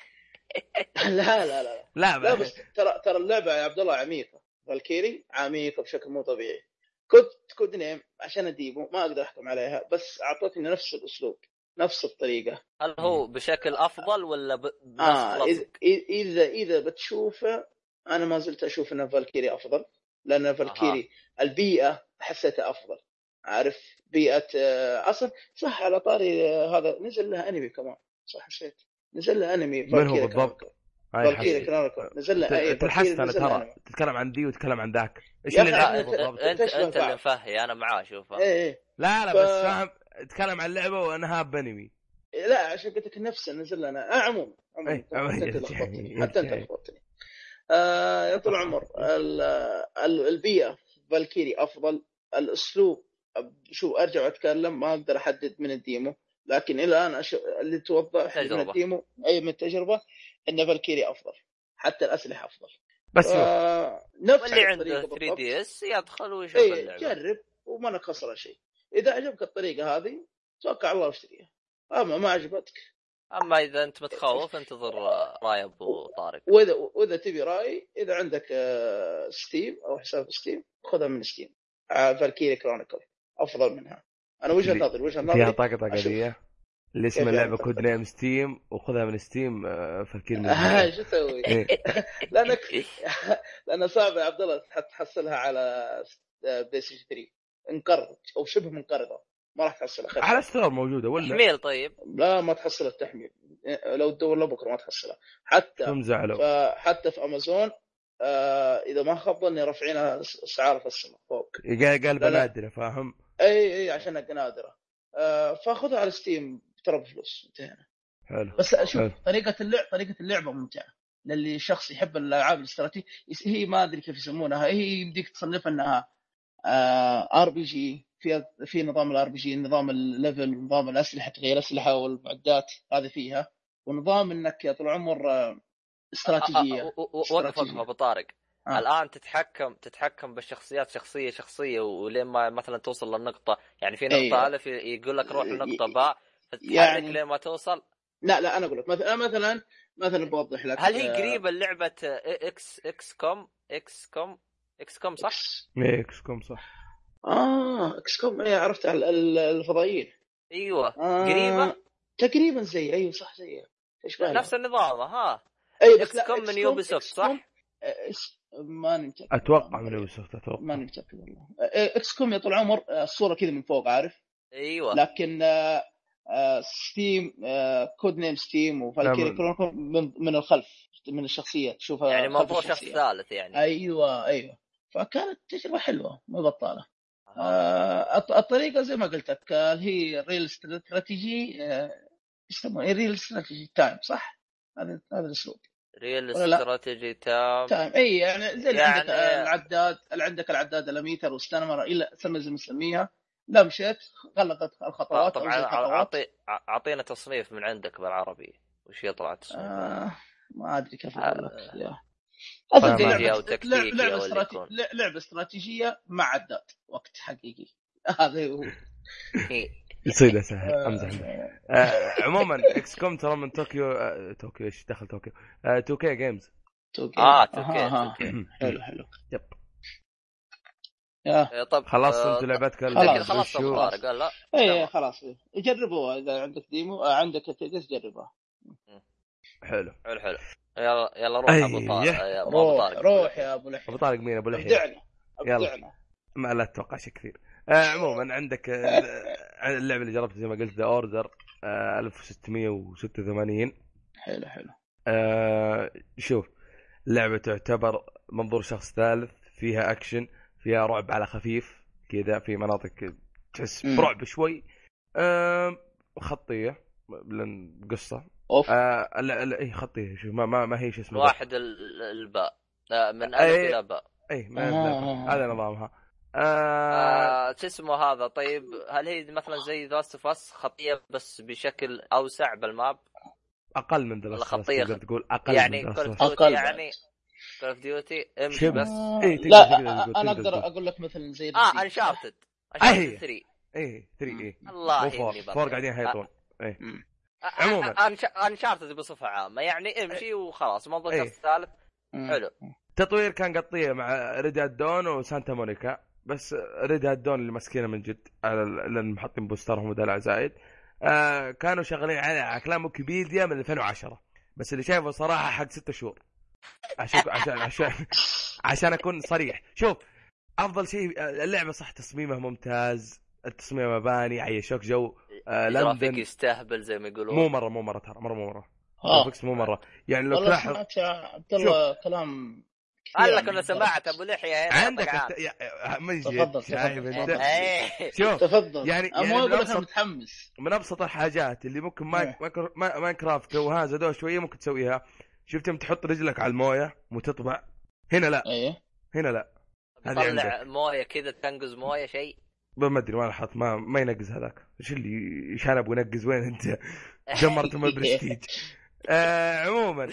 لا لا لا لا لا, لا بس ترى ترى اللعبه يا عبد الله عميقه. فالكيري عميقه بشكل مو طبيعي. كنت كود نيم عشان اديبه ما اقدر احكم عليها بس اعطتني نفس الاسلوب نفس الطريقه. هل هو بشكل افضل ولا بنفس آه إذا, اذا اذا بتشوفه انا ما زلت اشوف ان فالكيري افضل. لان فالكيري آه. البيئه حسيتها افضل. عارف بيئه اصلا صح. على طاري هذا نزل لها انمي كمان صح نسيت نزل لها انمي من هو بالضبط؟ فالكيري كرونيكل نزل لها اي تحس انا ترى تتكلم عن دي وتتكلم عن ذاك ايش اللي بالضبط؟ انت انت اللي مفهي انا معاه شوفه. ايه لا لا ف... بس فاهم تتكلم عن اللعبه وانا هاب انمي. لا عشان قلت لك نفسه نزل لنا آه عموما حتى انت لخبطتني. آه يا طول العمر البيئه فالكيري افضل. الاسلوب شو ارجع اتكلم ما اقدر احدد من الديمو لكن الى الان أش... اللي توضح من الديمو اي من التجربه ان فالكيري افضل. حتى الاسلحه افضل بس آه... نفس اللي عنده ثري دي اس يدخل ويشوف ايه اللعبه جرب وما نخسر شيء. اذا عجبك الطريقه هذه توقع الله واشتريها. اما ما عجبتك اما اذا انت متخوف انتظر راي ابو طارق. واذا واذا تبي راي اذا عندك ستيم او حساب ستيم خذها من ستيم. فالكيري كرونيكل افضل منها. انا وجهه نظري وجهه نظري فيها طاقه قضيه اللي اسم اللعبه كود نيم ستيم وخذها من ستيم. فالكيري من ها شو تسوي؟ لانك لان صعب يا عبد الله تحصلها على بلاي ستيشن ثري انقرض او شبه منقرضه ما راح تحصلها. على ستور موجوده ولا تحميل؟ طيب لا ما تحصل التحميل. لو تدور لبكره ما تحصلها حتى حتى في امازون. آه اذا ما خاب ظني رافعين اسعار في السماء فوق. قال بنادره فاهم. اي اي عشانها نادره. آه فاخذها على ستيم ترى بفلوس انتهينا. حلو. بس اشوف حلو. طريقه اللعب طريقه اللعبه ممتعه للي شخص يحب الالعاب الاستراتيجيه. هي ما ادري كيف يسمونها. هي يمديك تصنفها انها ار بي جي في في نظام الار بي جي، نظام الليفل، نظام الاسلحه، تغيير الاسلحه والمعدات هذه فيها، ونظام انك يا طول العمر استراتيجيه. وقف وقف ابو طارق. آه. الان تتحكم تتحكم بالشخصيات شخصيه شخصيه ولين ما مثلا توصل للنقطه، يعني في نقطه أيوة. الف يقول لك روح لنقطه باء فتتحرك يعني... لين ما توصل. لا لا انا اقول لك مثلا مثلا مثلا بوضح لك. هل هي قريبه لعبه اكس اكس كوم اكس كوم اكس كوم صح؟ ايه اكس كوم صح. اه اكس كوم ايه عرفت الفضائيين. ايوه آه... قريبه تقريبا زي ايوه صح زي نفس النظام. ها ايوه اكس كوم من يوبي سوفت صح؟ ما نمتأكد اتوقع من يوبي سوفت اتوقع ما نمتأكد والله. اكس كوم يا طول العمر الصوره كذا من فوق عارف. ايوه لكن آه آه ستيم آه كود نيم ستيم وفالكيري كلهم من, من الخلف من الشخصيات تشوفها يعني منظور شخص ثالث يعني. ايوه ايوه فكانت تجربه حلوه ما بطاله. آه الطريقه زي ما قلت لك هي ريل استراتيجي يسمونه ريل استراتيجي تايم صح. هذا هذا الاسلوب ريل استراتيجي تايم تايم اي يعني زي اللي يعني عندك العداد اللي عندك العداد الاميتر واستنمر الى سمي زي ما نسميها. لا مشيت غلقت الخطوات. طبعا اعطي اعطينا تصنيف من عندك بالعربي وش يطلع تصنيف. آه ما ادري كيف اقول لك يا استراتيجيه او تكتيكيه او اللي يكون لعبه استراتيجيه مع عداد وقت حقيقي. هذا هو يصير سهل امزح. آه عموما اكس كوم ترى من طوكيو. آه طوكيو ايش دخل طوكيو؟ آه تو كي جيمز. اه تو كي حلو حلو. يب يا طب خلاص انتوا لعبتك خلاص خلاص قال لا اي خلاص جربوها اذا عندك ديمو عندك تقدر جربها. حلو حلو حلو يلا يلا روح ابو طارق يا ابو طارق روح يا ابو لحية. ابو طارق مين ابو لحية؟ ابدعنا ابدعنا ما لا اتوقع شيء كثير. آه عموما عندك اللعبه اللي جربتها زي ما قلت ذا اوردر آه ألف وستمية وستة وثمانين. حلو حلو. آه شوف اللعبه تعتبر منظور شخص ثالث فيها اكشن فيها رعب على خفيف كذا في مناطق تحس برعب شوي. آه خطيه لان قصه آه لا لا اي خطيه شوف ما ما, ما هي شو اسمه واحد الباء من الف الى باء اي ما آه. هذا نظامها. آه شو اسمه هذا. طيب هل هي مثلا زي لاست اوف اس خطيه بس بشكل اوسع بالماب اقل من ذا الخطيه تقدر تقول اقل يعني من كول اوف ديوتي يعني كول اوف ديوتي امشي بس إيه لا انا اقدر اقول لك مثلا زي اه انشارتد انشارتد ثلاثة ايه ثلاثة ايه الله يهني فور قاعدين هيطون ايه عموما انشارتد بصفه عامه يعني امشي وخلاص منظور ايه. الثالث حلو. تطوير كان قطيه مع ريد دون وسانتا مونيكا بس ريد دون اللي مسكينه من جد لان محطين بوسترهم ودلع زايد. آه كانوا شغالين على كلام ويكيبيديا من ألفين وعشرة بس اللي شايفه صراحه حق ستة شهور عشان عشان عشان عشان اكون صريح. شوف افضل شيء اللعبه صح تصميمها ممتاز التصميم مباني عيشوك جو آه لندن يستهبل زي ما يقولون. مو مره مو مره ترى مره مو مره اه مو مره يعني لو تلاحظ عبد الله كلام قال لك انا سمعت ابو لحيه هنا عندك من جد شايف انت شوف تفضل يعني مو اقول لك متحمس من ابسط الحاجات اللي ممكن ما ماينكرافت وهذا دو شويه ممكن تسويها. شفت يوم تحط رجلك على المويه وتطبع هنا لا ايه هنا لا هذه طلع مويه كذا تنقز مويه شيء ما ادري ما لاحظت ما ما ينقز هذاك ايش اللي شنب ونقز وين انت دمرت من البرستيج. آه عموما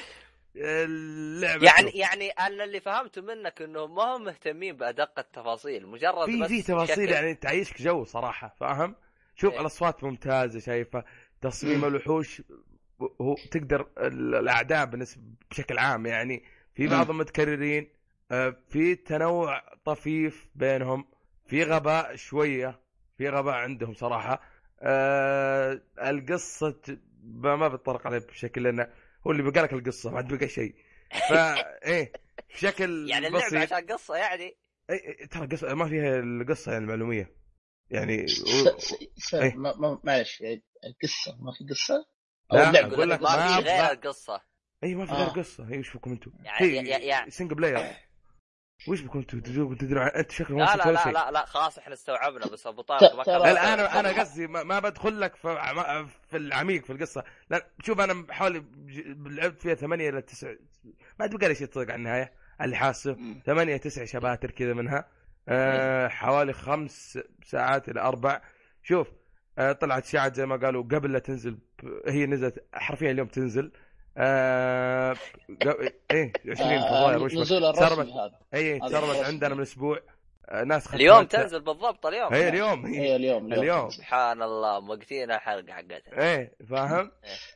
اللعبه يعني يعني انا اللي فهمته منك انه ما هم مهتمين بادق التفاصيل مجرد في بس في تفاصيل شكل. يعني تعيشك جو صراحه فاهم. شوف إيه؟ الاصوات ممتازه شايفه تصميم الوحوش هو تقدر الاعداء بالنسبه بشكل عام يعني في بعضهم متكررين في تنوع طفيف بينهم في غباء شويه في غباء عندهم صراحه. أه القصه ما بتطرق عليه بشكل لانه هو اللي بقى لك القصه ما عاد بقى شيء فا ايه بشكل يعني اللعبه عشان قصه يعني اي ترى قصه ما فيها القصه يعني المعلوميه يعني س... إيه؟ ما ما معلش القصه ما في قصه او اللعبه اقول لك ما في غير القصه. اي ما في غير قصه هي وش بكم انتم يعني يعني سنجل بلاير وش بكم انتم تدرون تدرون انت شكلك لا لا لا, لا لا خلاص احنا استوعبنا بس ابو طارق ما كان الان انا انا قصدي ما, ما بدخل لك في في العميق في القصه. لا شوف انا حوالي لعبت فيها ثمانية الى تسعة ما ادري قال شيء تصدق على النهايه اللي حاسه ثمانية تسعة شباتر كذا منها أه حوالي خمس ساعات الى اربع. شوف أه طلعت شاعة زي ما قالوا قبل لا تنزل، هي نزلت حرفيا اليوم تنزل. أه ايه عشرين فبراير وش نزول الرسمي هذا. اي تسربت عندنا من اسبوع. أه ناس خدتها اليوم تنزل بالضبط اليوم. هي اليوم هي اليوم اليوم سبحان الله موقتين الحلقه حقتها. ايه فاهم.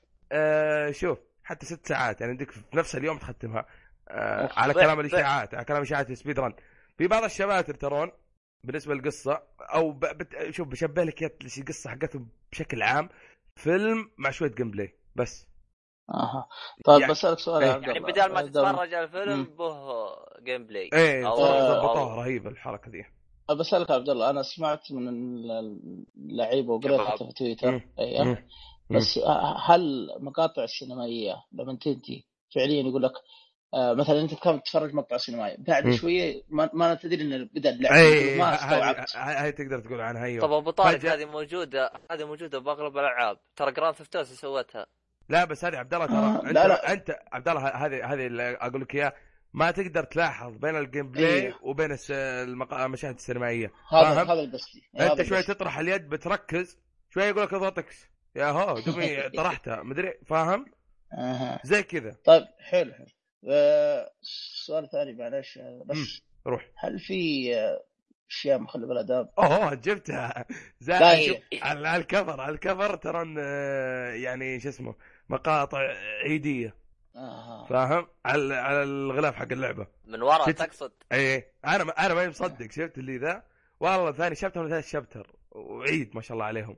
أه شوف حتى ست ساعات يعني عندك في نفس اليوم تختمها. أه على كلام الاشاعات، على كلام اشاعات السبيد ران. في بعض الشباتر ترون بالنسبه للقصه او ب... بت... شوف بشبه لك القصه حقتهم بشكل عام فيلم مع شويه جيم بلاي بس. اها طيب يعني... بسالك سؤال ايه. يا عبد الله، يعني بدل ما تتفرج على الفيلم به جيم بلاي ايه او ضبطوها رهيبه الحركه دي. بسالك يا عبد الله، انا سمعت من اللعيبه وقريت حتى في تويتر ايوه بس هل مقاطع السينمائيه لما تنتهي فعليا يقول لك آه مثلا انت كم تتفرج مقطع سينمائي بعد شويه ما, ما تدري ان بدا اللعب أيه ما استوعبت. هاي تقدر تقول عنها ايوه. طب ابو طارق هذه موجوده، هذه موجوده باغلب الالعاب ترى. جراند ثيفت اوتو سوتها. لا بس هذه عبد الله ترى آه انت لا لا. انت عبد الله هذه هذه اللي اقول لك اياها ما تقدر تلاحظ بين الجيم بلاي أيه. وبين المشاهد السينمائيه. هذا هذا القصدي. انت شوي تطرح اليد بتركز شوي يقول لك اضغط اكس يا هو دومي طرحتها مدري فاهم. أه. زي كذا. طيب حلو حلو. أه سؤال ثاني معلش بس مم. روح. هل في اشياء مخلبه الاداب؟ اوه جبتها زي على الكفر، على الكفر ترى يعني شو اسمه مقاطع عيديه. آه. فاهم على على الغلاف حق اللعبه من وراء شت... تقصد. ايه انا ما... انا ما مصدق شفت اللي ذا والله ثاني شابتر من ثالث شابتر وعيد ما شاء الله عليهم.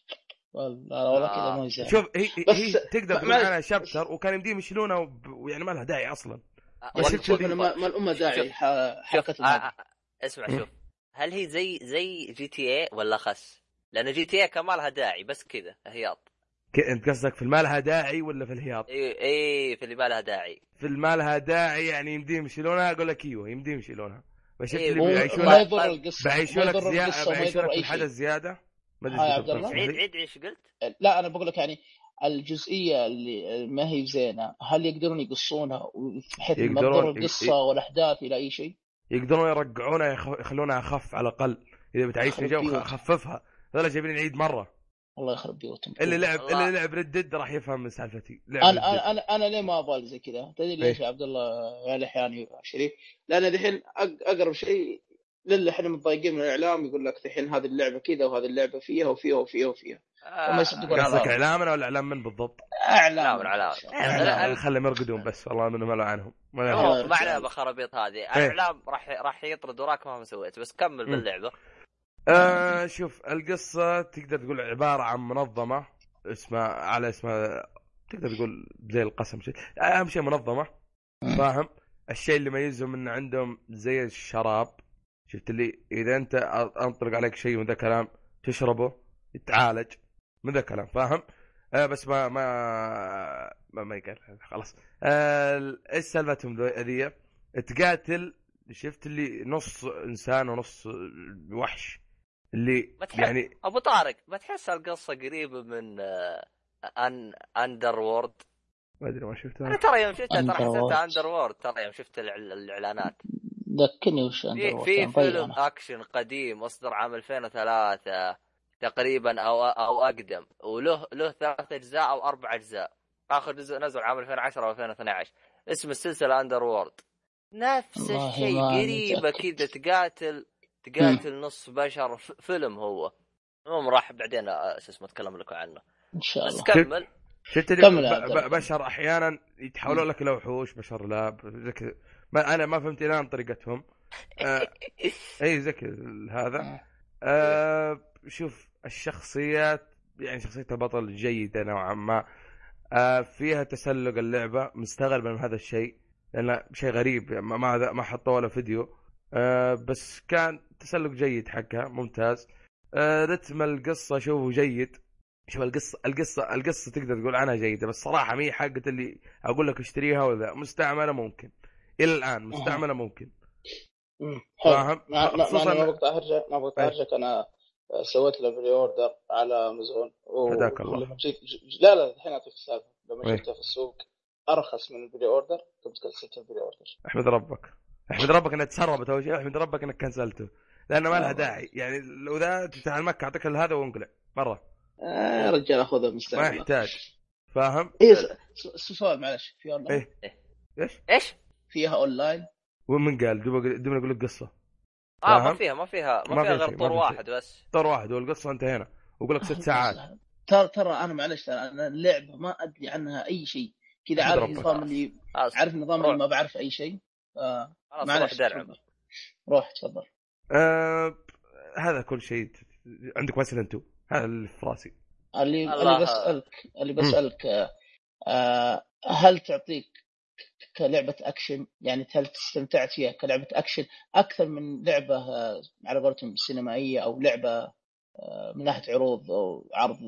والله والله كذا مو زين. شوف هي, هي تقدر تقول عنها شابتر وكان يمديهم يشيلونه ويعني ما لها داعي اصلا. بس شوف ما, ما الامه داعي حركه. آه اسمع شوف هل هي زي زي جي تي اي ولا خس؟ لان جي تي اي كمان لها داعي بس كذا هياط. انت قصدك في المالها داعي ولا في الهياط؟ اي اي في اللي بالها داعي. في المالها داعي يعني يمديهم يشيلونها. اقول لك ايوه يمديهم يشيلونها بس شفت إيه اللي بيعيشوا ما يضر القصه بيعيشوا لك زياده بيعيشوا لك الحدث زياده. ما ادري عبد الله عيد عيد ايش قلت؟ لا انا بقول لك يعني الجزئيه اللي ما هي زينه هل يقدرون يقصونها بحيث ما تضر القصه والاحداث الى اي شيء؟ يقدرون يرجعونها يخلونها اخف على الاقل. اذا بتعيش جو خففها. هذول جايبين العيد مره. الله يخرب بيوتهم. اللي لعب اللي لعب ردد راح يفهم من سالفتي. انا انا انا انا ليه ما ابغى زي كذا؟ تدري ليش يا عبد الله يا لحياني شريف؟ لان الحين اقرب شيء للي احنا متضايقين من الاعلام يقول لك الحين هذه اللعبه كذا وهذه اللعبه فيها وفيها وفيها وفيها آه وما يصدقون. قصدك اعلامنا ولا اعلام من بالضبط؟ اعلام اعلام خليهم يرقدون بس والله منهم ما عنهم. ما عليه بخرابيط هذه. الاعلام راح راح يطرد وراك مهما سويت بس كمل باللعبه. آه شوف القصة تقدر تقول عبارة عن منظمة اسمها على اسمها تقدر تقول زي القسم شيء أهم شيء منظمة. فاهم الشيء اللي يميزهم إن عندهم زي الشراب. شفت اللي إذا أنت أنطلق عليك شيء من ذا كلام تشربه يتعالج من ذا كلام. فاهم آه بس ما ما ما, ما يقال خلاص. آه إيش سالفتهم ذي تقاتل. شفت اللي نص إنسان ونص وحش اللي يعني ابو طارق بتحس القصه قريبه من ان اندر وورد. ما ادري ما شفتها انا ترى يوم شفتها ترى حسيتها اندر وورد. ترى يوم شفت الاعلانات ذكرني وش اندر وورد. في فيلم اكشن قديم اصدر عام ألفين وثلاثة تقريبا او او اقدم وله له ثلاث اجزاء او اربع اجزاء. اخر جزء نزل عام ألفين وعشرة او ألفين واثني عشر اسم السلسله اندر وورد. نفس الشيء قريبه كذا تقاتل تقاتل نص بشر. فيلم هو المهم راح بعدين اساس ما اتكلم لكم عنه ان شاء الله. بس كمل. شفت ب- بشر احيانا يتحولوا لك لوحوش بشر لا زي ما انا ما فهمت الان طريقتهم. آه اي زي هذا. آه شوف الشخصيات يعني شخصيه البطل جيده نوعا ما. آه فيها تسلق اللعبه مستغرب من هذا الشيء لانه شيء غريب ما ما, ما حطوا ولا فيديو. آه بس كان تسلق جيد حقها ممتاز. آه رتم القصة شوفه جيد. شوف القصة القصة القصة تقدر تقول عنها جيدة بس صراحة مي حقة اللي أقول لك اشتريها ولا مستعملة ممكن إلى الآن مستعملة ممكن. فاهم؟ ما ما ما بقطع هرجة ما بقطع هرجة. أنا سويت له بري أوردر على أمازون. هداك الله. لما جيت لا لا الحين أعطيك السالفة. لما شفتها في السوق أرخص من البري أوردر كنت كسرت البري أوردر. أحمد ربك. احمد ربك انك تسربت اول شيء، احمد ربك انك كنسلته لانه ما لها داعي. يعني لو ذا تفتح المكة اعطيك هذا وانقلع برا. آه يا رجال اخذها مستعمله ما يحتاج، فاهم؟ ايه سؤال معلش، في اونلاين؟ ايه ايش ايش فيها اونلاين؟ ومن قال دبنا اقول لك قصه. اه ما فيها ما فيها ما, ما فيها غير طور واحد بس، طور واحد والقصه انتهينا ويقول لك ست ساعات. ترى ترى انا معلش انا اللعبه ما ادري عنها اي شيء كذا، عارف النظام اللي عارف النظام اللي ما بعرف اي شيء. آه معلش روح تفضل. آه هذا كل شيء عندك مثلا انتو، هذا اللي في راسي. اللي اللي بسالك اللي بسالك آه هل تعطيك كلعبه اكشن؟ يعني هل استمتعت فيها كلعبه اكشن اكثر من لعبه على قولتهم سينمائيه او لعبه من ناحيه عروض او عرض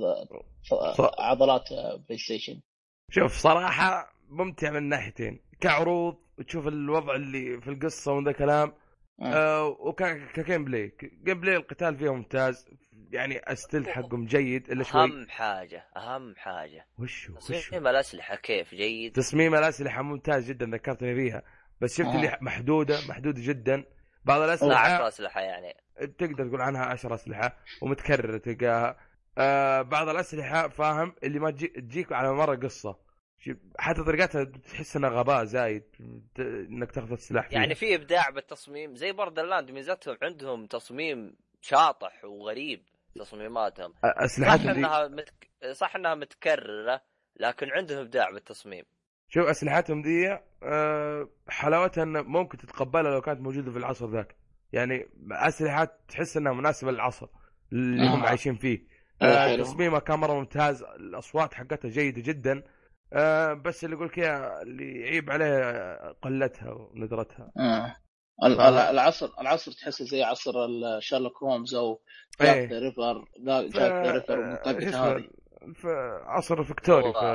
عضلات بلاي ستيشن؟ شوف صراحه ممتع من ناحيتين، كعروض تشوف الوضع اللي في القصه وذا كلام آه. آه وكجيم بلاي جيم بلاي القتال فيه ممتاز، يعني استيل حقهم جيد الا شوي. اهم حاجه اهم حاجه وش تصميم الاسلحه كيف جيد، تصميم الاسلحه ممتاز جدا، ذكرتني فيها بس شفت آه. اللي محدوده محدوده جدا. بعض الاسلحه عشر اسلحه يعني تقدر تقول عنها عشر اسلحه ومتكرره تلقاها. آه بعض الاسلحه فاهم اللي ما تجي تجيك على مره قصه، حتى طريقتها تحس انها غباء زايد انك تاخذ السلاح فيها. يعني في ابداع بالتصميم زي بوردرلاند، ميزتهم عندهم تصميم شاطح وغريب تصميماتهم. اسلحتهم صح انها متك... صح انها متكرره لكن عندهم ابداع بالتصميم. شوف اسلحتهم دي أه حلاوتها ان ممكن تتقبلها لو كانت موجوده في العصر ذاك، يعني اسلحات تحس انها مناسبه للعصر اللي آه. هم عايشين فيه. أه تصميمها كاميرا ممتاز، الاصوات حقتها جيده جدا. أه بس اللي يقولك يا اللي يعيب عليه قلتها وندرتها. آه. العصر العصر تحسه زي عصر شارلوك هومز او جاك ذا ريفر جاك ذا ريفر منطقه هذه في عصر فيكتوري. ف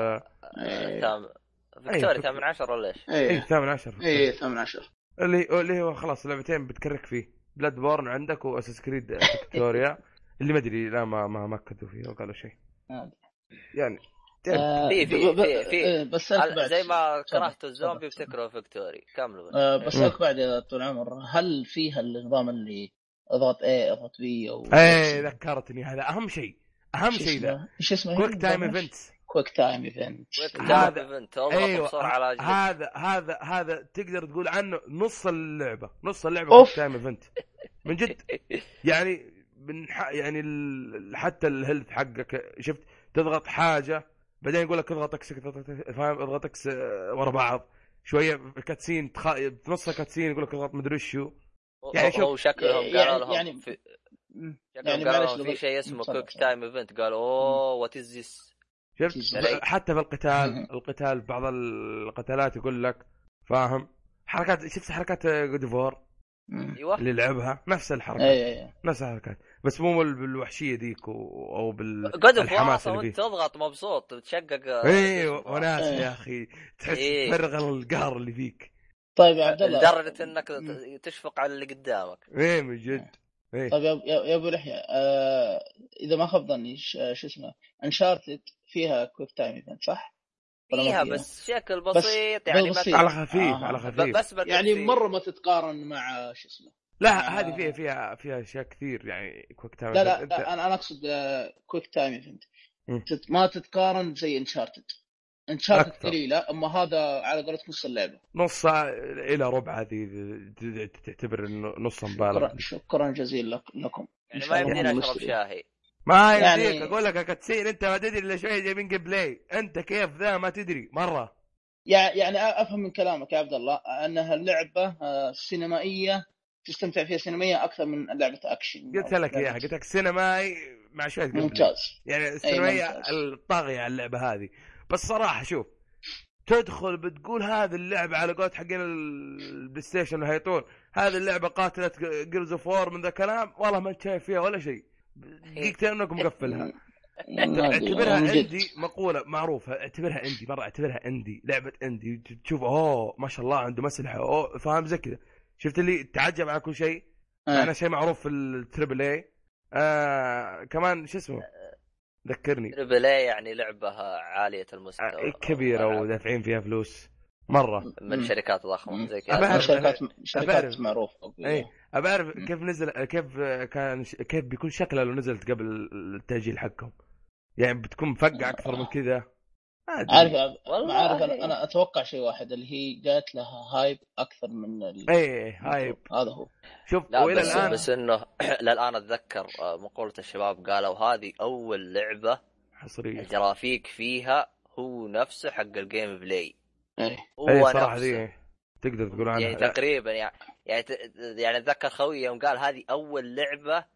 تام فيكتوري ثامن عشر ولا ايش؟ اي ثامن عشر اي ثامن عشر اللي اللي هو خلاص لعبتين بتكرك فيه، بلاد بورن عندك واساس كريد فيكتوريا اللي ما ادري لا ما ما مكدوا فيه وقالوا شيء يعني في في في في بس زي ما كرهت الزومبي بتكره فيكتوري كامله. أه بس لك بعد يا طول العمر، هل فيها النظام اللي اضغط ايه اضغط بي او ايه ذكرتني هذا اهم شيء اهم شيء ذا ايش اسمه كويك تايم ايفنت كويك تايم ايفنت هذا ايوه على هذا هذا هذا تقدر تقول عنه نص اللعبه نص اللعبه كويك تايم ايفنت من جد. يعني من يعني حتى الهيلث حقك شفت تضغط حاجه بعدين يقول لك اضغط اكس فاهم اضغط اكس ورا بعض شويه كاتسين تخ... في نص كاتسين يقول لك اضغط مدري شو. يعني شوف هو شكلهم قالوا لهم يعني في يعني قالوا في شيء اسمه كويك تايم ايفنت قالوا اوه وات از ذس. شفت حتى في القتال القتال بعض القتالات يقول لك فاهم حركات شفت حركات جود فور ايوه اللي لعبها نفس الحركات أيه. نفس الحركات بس مو بالوحشيه ذيك او بالحماس اللي فيه تضغط مبسوط تشقق ايوه وناس يا اخي تحس إيه. تفرغ القهر اللي فيك. طيب يا عبد الله لدرجه انك تشفق على اللي قدامك. ايه من جد. إيه. طيب يا يا ابو لحيه آه اذا ما خاب ظني شو اسمه انشارتد فيها كويك تايم ايفنت صح؟ فيها بس شكل بسيط بس يعني بسيط. على خفيف آه. على خفيف بس يعني مره ما تتقارن مع شو اسمه. لا هذه فيها فيها فيها اشياء كثير يعني كويك تايم. لا لا, انت... لا انا انا اقصد كويك تايم ايفنت تت... ما تتقارن زي انشارتد. انشارتد قليله اما هذا على قولة نص اللعبه نص الى ربع هذه تعتبر انه نص مبالغ. شكرا جزيلا لكم يعني ما يمدينا اشرب شاهي ما يمديك يعني... اقول لك كتسين انت ما تدري الا شويه جايبين جيم بلاي انت كيف ذا ما تدري مره. يعني افهم من كلامك يا عبد الله انها اللعبه سينمائيه تستمتع فيها سينمائيه اكثر من لعبه اكشن. قلت لك اياها قلت لك سينمائي مع شويه ممتاز يعني السينمائيه الطاغيه على اللعبه هذه. بس صراحه شوف تدخل بتقول هذه اللعبه على قولت حقين البلاي ستيشن الهيطون هذه اللعبه قاتلت جيرز اوف وور من ذا كلام والله ما شايف فيها ولا شيء دقيقتين انك مقفلها. اعتبرها عندي مقوله معروفه اعتبرها عندي مره اعتبرها عندي لعبه عندي تشوف اوه ما شاء الله عنده مسلحه اوه فاهم زي كذا شفت اللي تعجب على كل شيء. آه. انا شيء معروف في التريبل اي آه كمان شو اسمه ذكرني تريبل اي يعني لعبه عاليه المستوى كبيره ودافعين فيها فلوس مره من شركات ضخمه زي كذا. أبعرف شركات شركات أبعرف معروفه. اي ابعرف كيف نزل، كيف كان، كيف بيكون شكلها لو نزلت قبل التاجيل حقهم. يعني بتكون مفقع اكثر من كذا. عارف ما عارف انا, أنا اتوقع شيء واحد اللي هي جات لها هايب اكثر من اي هايب. هذا هو. شوف والى الان بس انه للان اتذكر مقولة الشباب قالوا هذه اول لعبة حصرية الجرافيك فيها هو نفسه حق الجيم بلاي. اي هو صراحة دي تقدر تقول عنها يعني تقريبا يعني يعني يعني اتذكر خوي يوم قال هذه اول لعبة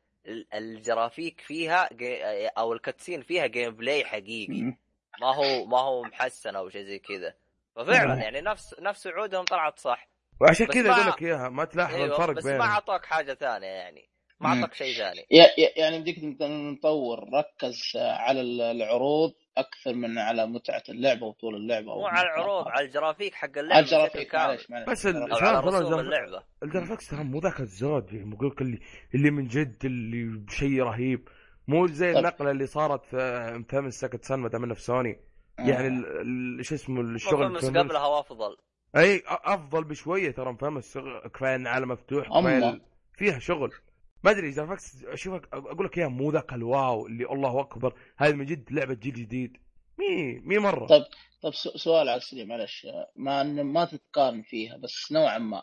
الجرافيك فيها او الكاتسين فيها جيم بلاي حقيقي، ما هو ما هو محسن او شيء زي كذا. ففعلا يعني نفس نفس وعودهم طلعت صح، وعشان كذا اقول لك اياها ما تلاحظ أيوة الفرق بس بينهم. ما اعطاك حاجه ثانيه، يعني ما اعطاك شيء ثاني. يعني بديك نطور ركز على العروض اكثر من على متعه اللعبه وطول اللعبه. مو على العروض، على الجرافيك حق اللعبه، على الجرافيك معلش معلش. بس على رسوم اللعبه الجرافيكس ترى مو ذاك الزود، يعني بقول لك اللي اللي من جد اللي شيء رهيب، مو زي طب. النقله اللي صارت في ثامن سكت سن ما دام في سوني. يعني ايش اسمه الشغل بس قبلها افضل. اي افضل بشويه ترى، مفهمس كفايه ان عالم مفتوح كفايه فيها شغل. ما ادري اذا فاكس اشوفك اقول لك اياها مو ذاك الواو اللي الله اكبر هذه من جد لعبه جيل جديد مي مي مره. طب طب سؤال على السريع معلش، ما ما تتقارن فيها بس نوعا ما.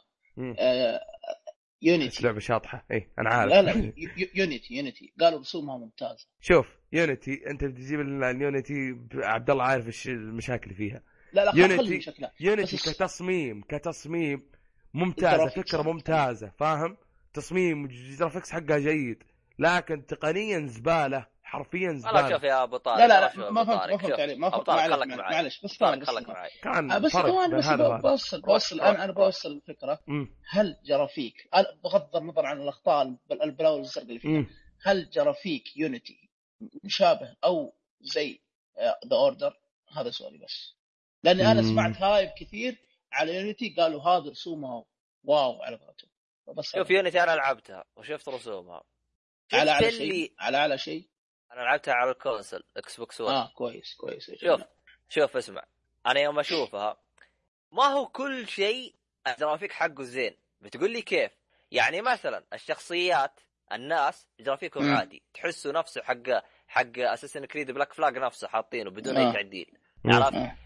آه يونيتي لعبه شاطحه. اي انا عارف. لا لا يونيتي يونيتي قالوا رسومها ممتازه. شوف يونيتي انت بتجيب اليونيتي عبد الله عارف ايش المشاكل فيها. لا لا يونيتي يونيتي كتصميم كتصميم ممتازه، فكره ممتازه، فاهم؟ تصميم جرافيكس حقها جيد، لكن تقنيا زباله، حرفيا زباله. لا شوف يا ابو طارق، لا لا, لا ما فهمت ما فهمت عليه ما فهمت. معلش بس خلك معي كان بس انا بس بوصل بوصل انا انا بوصل الفكره. هل جرافيك بغض النظر عن الاخطاء البلاوي الزرق اللي فيها، هل جرافيك يونيتي مشابه او زي ذا اوردر؟ هذا سؤالي بس، لاني انا سمعت هايب كثير على يونيتي قالوا هذا رسومها واو على قولتهم. شوف يونيتي انا لعبتها وشفت رسومها على على شيء على على شيء انا لعبتها على الكونسل اكس بوكس ون. اه كويس كويس. شوف شوف اسمع، انا يوم اشوفها ما هو كل شيء الجرافيك حقه زين. بتقول لي كيف؟ يعني مثلا الشخصيات الناس جرافيكهم عادي، تحسوا نفسه حق حق اساسن كريد بلاك فلاج نفسه حاطينه بدون آه. اي تعديل. عرفت؟ آه.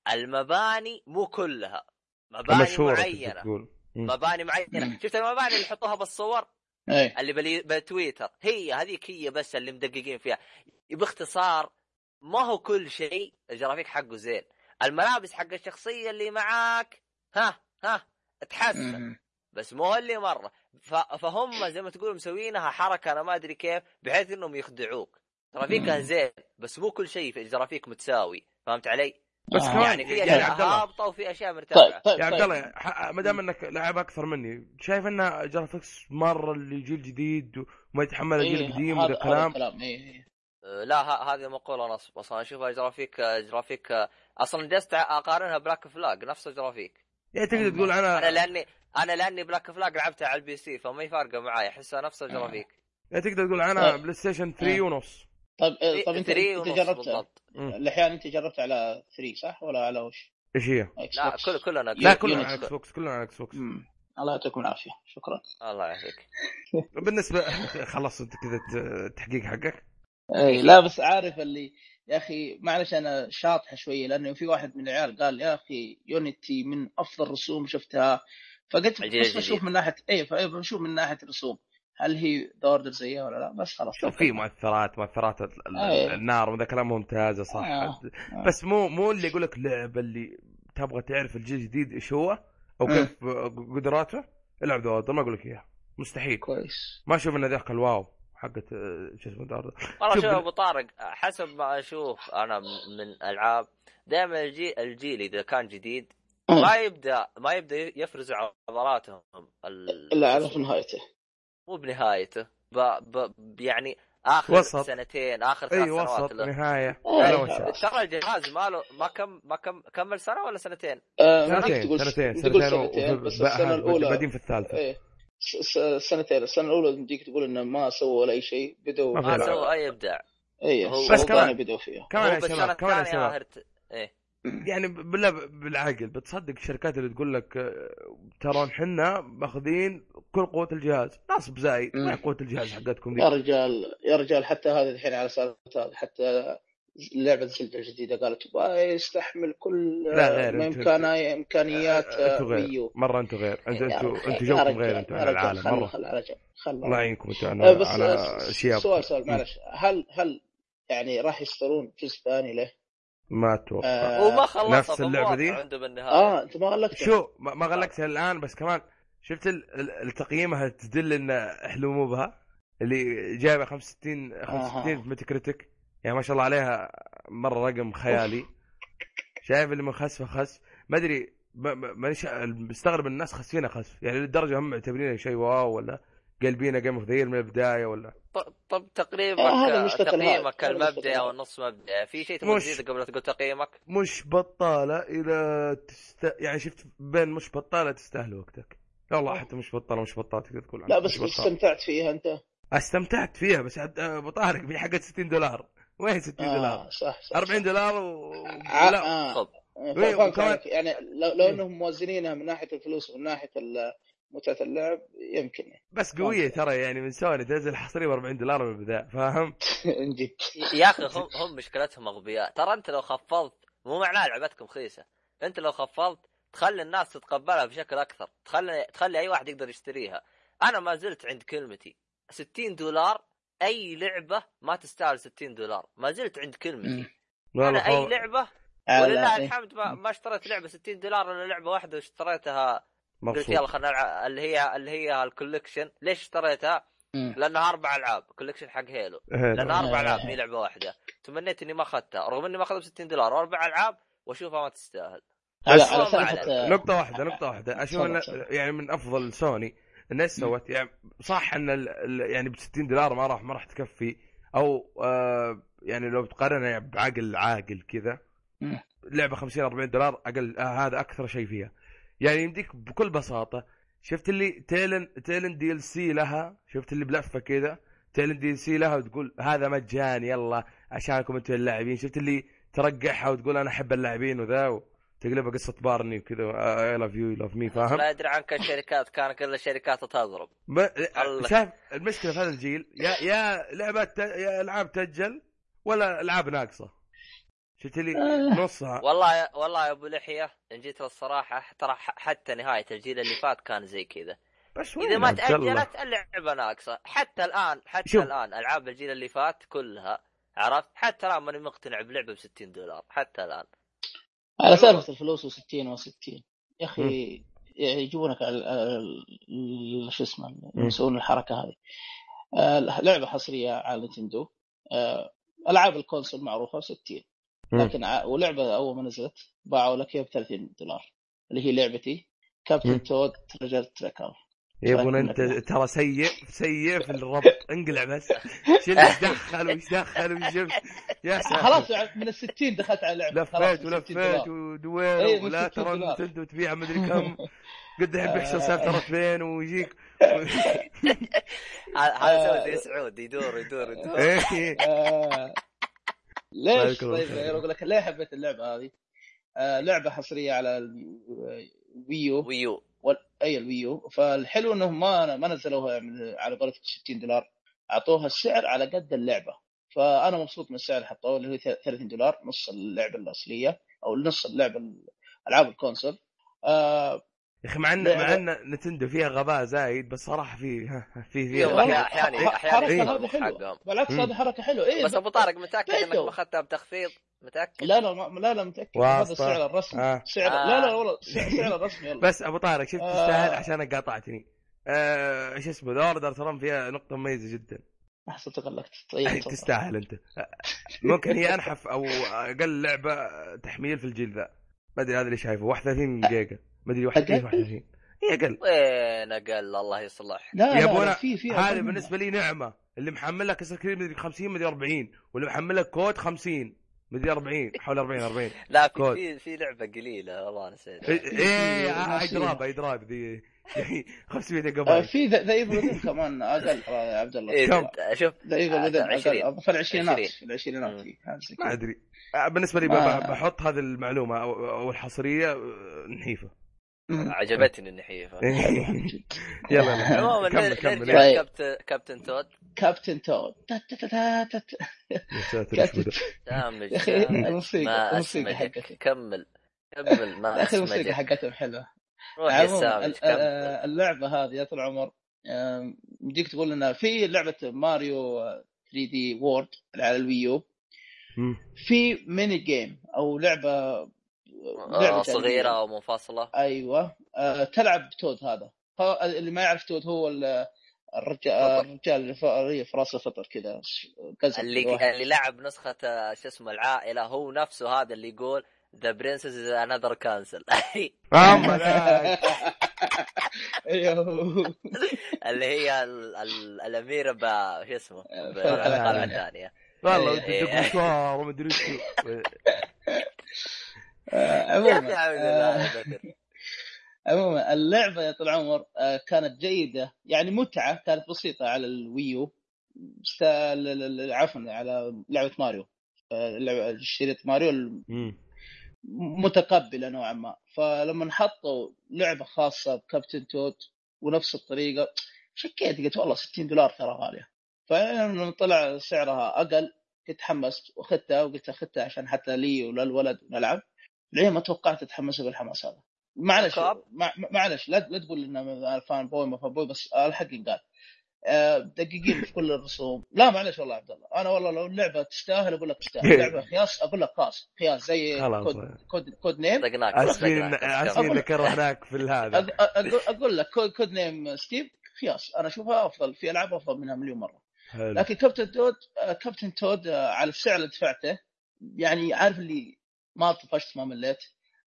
المباني مو كلها مباني معينه، مباني معينه. شفت المباني اللي يحطوها بالصور أي. اللي بتويتر، هي هذيك هي بس اللي مدققين فيها. باختصار ما هو كل شيء الجرافيك حقه زين. الملابس حق الشخصيه اللي معاك ها ها تحسن، بس مو اللي مره. فهم زي ما تقول مسوينها حركه انا ما ادري كيف، بحيث انهم يخدعوك. جرافيكها زين بس مو كل شيء في الجرافيك متساوي، فهمت علي؟ بس آه. كمان يعني في اشياء هابطه وفي اشياء مرتفعه. طيب طيب يا عبد الله ما دام انك لعب اكثر مني، شايف ان جرافيكس مره اللي جيل جديد وما يتحمل الجيل إيه القديم وذا الكلام. إيه. لا هذه مقوله نصب اصلا. اشوفها جرافيك جرافيك اصلا جست اقارنها بلاك فلاج نفس الجرافيك. يعني تقدر تقول انا انا لاني انا لاني بلاك فلاج لعبتها على البي سي فما يفارقه معاي، احسها نفس الجرافيك. يعني تقدر تقول انا بلاي ستيشن ثلاثة ونص. طيب طب انت انت جربت الاحيان انت جربت على ثلاثة صح ولا على وش؟ ايش هي؟ لا كل كلنا لا كلنا على اكس بوكس كلنا على اكس بوكس. الله يعطيكم العافيه. شكرا. الله يعافيك. بالنسبه خلصت كذا التحقيق حقك؟ اي لا بس عارف اللي يا اخي معلش انا شاطحه شويه، لانه في واحد من العيال قال يا اخي يونيتي من افضل رسوم شفتها، فقلت بس بشوف من ناحيه اي فبشوف من ناحيه الرسوم هل هي اوردر زيها ولا لا. بس خلاص شوف في مؤثرات مؤثرات أيه. النار وذا كلام ممتازه صح. آه. بس مو مو اللي يقول لك لعبه اللي تبغى تعرف الجيل الجديد ايش هو او كيف قدراته العب ذا اوردر، ما اقول لك اياها مستحيل. كويس. ما اشوف ان ذاك الواو حقت شو اسمه دار. والله شوف ابو طارق حسب ما اشوف انا من العاب دائما الجيل الجيل اذا كان جديد ما يبدا ما يبدا يفرزوا عضلاتهم الا على في نهايته، مو بنهايته ب... ب... يعني اخر وسط. سنتين اخر ثلاث أي سنوات وسط نهايه. ترى الجهاز ماله ما كم ما كم كمل سنه ولا سنتين آه سنتين تقول سنتين سنتين, سنتين بس السنه الاولى بعدين في الثالثه ايه سنتين. السنه الاولى بديك تقول انه ما سووا ولا اي شيء، بدوا ما سووا اي ابداع. ايه بس كمان بدوا فيها كمان يا شباب كمان يا شباب ايه يعني بالله بالعقل بتصدق الشركات اللي تقول لك ترى حنا ماخذين كل قوة الجهاز نصب زايد ما قوة الجهاز حقتكم دي يا رجال يا رجال حتى هذا الحين على سالفة هذا حتى لعبة زلدة الجديدة قالت يبغى يستحمل كل ما إمكانية إمكانيات ويو. مرة أنتوا غير أنتوا أنتوا أنتوا جوكم غير أنتوا على العالم مرة. خل على جنب خل الله يعينكم أنتوا أنا بس على شيء. سؤال سؤال معلش هل هل يعني راح يصدرون جزء ثاني له؟ ما أتوقع. آه وما خلص نفس اللعبة دي عنده بالنهاية. آه أنت ما غلقتها. شو ما غلقتها الآن بس كمان شفت التقييمها تدل إن أحلموا بها اللي جايبة خمسة وستين خمسة وستين في ميتاكريتيك يعني ما شاء الله عليها مرة رقم خيالي. شايف اللي من خسفة خسف ما أدري مانيش مستغرب الناس خسفينها خسف يعني للدرجة هم معتبرينه شيء واو ولا قلبينا جيم اوف ذا يير من البداية ولا. طب تقريبا آه تقييمك المبدئي او النص مبدئي في شيء تبغى تزيد قبل تقول تقييمك؟ مش بطالة إلى تست... يعني شفت بين مش بطالة تستاهل وقتك والله حتى مش بطالة مش بطالة تقدر تقول لا بس استمتعت فيها أنت. استمتعت فيها بس أبو طارق في حقت ستين دولار وين ستين آه دولار صح صح أربعين دولار و... ع... لا آه. وكمان يعني لو, لو انهم موازنينها من ناحيه الفلوس ومن ناحيه متعه اللعب يمكن بس قويه ترى يعني من سوني تنزل حصري ب أربعين دولار من البدايه فاهم. يا اخي هم هم مشكلتهم اغبياء ترى. انت لو خفضت مو معناه لعبتكم رخيصه. انت لو خفضت تخلي الناس تتقبلها بشكل اكثر تخلي تخلي اي واحد يقدر يشتريها. انا ما زلت عند كلمتي ستين دولار اي لعبه ما تستاهل ستين دولار ما زلت عند كلمتي. انا اي لعبه ولله الحمد ما, ما اشتريت لعبه ستين دولار الا لعبه واحده واشتريتها قلت يلا خلنا اللي هي اللي هي الكولكشن. ليش اشتريتها؟ لانها اربع العاب كولكشن حق هيلو لانها اربع العاب مي لعبه واحده. تمنيت اني ما اخذتها رغم اني ما اخذت ستين دولار واربع العاب واشوفها ما تستاهل. على على نقطه واحده نقطه واحده اشوف يعني من افضل سوني الناس سوت يعني صح ان يعني ب ستين دولار ما راح ما راح تكفي او آه يعني لو تقارنها يعني بعقل عاقل كذا لعبه خمسين أربعين دولار اقل آه هذا اكثر شيء فيها يعني يمديك بكل بساطه. شفت اللي تيلن تيلن دي ال سي لها شفت اللي بلفه كذا تيلن دي ال سي لها وتقول هذا مجاني يلا عشانكم انتم اللاعبين. شفت اللي ترقعها وتقول انا احب اللاعبين وذا تقلبها قصه بارني وكذا اي لاف يو لاف مي فاهم. لا ادري عنك الشركات كان كل الشركات تضرب ب... شايف المشكله في هذا الجيل يا يا لعبات ت... يا العاب تاجل ولا العاب ناقصه. شفت لي نصها والله والله يا ابو لحيه ان جيت للصراحه ترى حتى نهايه الجيل اللي فات كان زي كذا. اذا ما تاجلت اللعبه ناقصه حتى الان حتى شوف. الان العاب الجيل اللي فات كلها عرفت حتى الان ماني مقتنع بلعبه ب ستين دولار حتى الان على سالفه الفلوس وستين وستين يا اخي يجونك على شو اسمه يسوون الحركه هذه. لعبه حصريه على نينتندو العاب الكونسول معروفه ستين لكن ولعبه اول ما نزلت باعوا لك ب ثلاثين دولار اللي هي لعبتي كابتن تود تريجر تريكر. يبون انت ترى سيء سيء في الربط انقلع بس شو اللي دخل وش دخل وش جبت يا ساتر خلاص من الستين دخلت على لعبه لفيت ولفيت ودوير ولا ترى نتندو تبيع مدري كم قد الحين بيحصل سالفه فين ويجيك هذا سوي سعود يدور يدور يدور ليش طيب يقول لك ليه حبيت اللعبه هذه؟ آه لعبه حصريه على الويو ويو وال... اي الويو. فالحلو انهم ما ما نزلوها على بركه ستين دولار اعطوها السعر على قد اللعبه. فانا مبسوط من السعر اللي حطوه اللي هو ثلاثين دولار نص اللعبه الاصليه او نص اللعبه العاب الكونسول. آه يا اخي مع ان مع ان نتندو فيها غباء زايد بس صراحه في في في احيانا احيانا هذا حلو بالعكس هذه حركه حلوه ايه بس ابو طارق متاكد انك ما اخذتها بتخفيض متاكد؟ لا لا لا لا متاكد هذا السعر الرسمي آه. سعر آه. لا لا والله سعر الرسمي يلا. بس ابو طارق شفت تستاهل آه. عشان قاطعتني آه ايش اسمه ذا اوردر ترى فيها نقطه مميزه جدا احسن تغلقت طيب تستاهل انت ممكن هي انحف او اقل لعبه تحميل في الجيل ذا ما ادري هذا اللي شايفه واحد وثلاثين جيجا ما ادري واحد وثلاثين هي اقل وين اقل الله يصلح يا ابونا في في هذا بالنسبه لي نعمه اللي محمل لك سكرين مدري خمسين مدري أربعين واللي محمل لك كود خمسين مدري أربعين حول أربعين أربعين لا في في لعبه قليله والله نسيت ايه اي درايف اي درايف ذي خمسمية قبل. في ذا ايفل كمان اقل يا عبد الله. كم شوف ذا ايفل اقل في العشرينات في العشرينات فيه ما ادري بالنسبه لي بحط هذه المعلومه او الحصريه نحيفه. عجبتني النحيفه. يلا عموما كمل كمل كمل. كابتن كابتن تود كابتن تود سامج يا اخي الموسيقى الموسيقى حقته كمل كمل ما يا اخي الموسيقى حقتهم حلوه. روح يا سامج كمل. اللعبه هذه يا طول العمر بديك تقول لنا في لعبه ماريو ثري دي وورد على الويو في ميني جيم او لعبه لعبه صغيره او منفصله. ايوه أه تلعب تود. هذا اللي ما يعرف تود هو الرجال الرجال اللي في راس الفطر كذا اللي اللي لعب نسخه شو اسمه العائله هو نفسه هذا اللي يقول ذا برنسس از انذر كانسل. اما لا اللي هي الاميره ب شو اسمه القلعه الثانيه والله تدق مشوار وما ادري شو. عموما اللعبه يا طول العمر كانت جيده يعني متعه كانت بسيطه على الويو عفوا على لعبه ماريو لعبه شريط ماريو متقبله نوعا ما. فلما نحطوا لعبه خاصه بكابتن تود ونفس الطريقه شكيت قلت والله ستين دولار ترى غاليه. فلما طلع سعرها اقل كنت حمست واخذتها وقلت اخذتها عشان حتى لي وللولد نلعب. ليه ما توقعت اتحمس بالحماس هذا. معلش معلش لا لا تقول انه فان بوي ما فان بوي بس الحق قال دقيقين في كل الرسوم. لا معلش والله عبد الله انا والله لو اللعبه تستاهل اقول لك تستاهل. لعبه خياس اقول لك خاص خياس زي كود كود كود نيم اسفين اسفين ذكر هناك في هذا اقول لك كود كود نيم ستيف خياس انا اشوفها افضل في العاب افضل منها مليون مره. لكن كابتن تود كابتن تود على السعر اللي دفعته يعني عارف اللي ما طفشت ما مليت.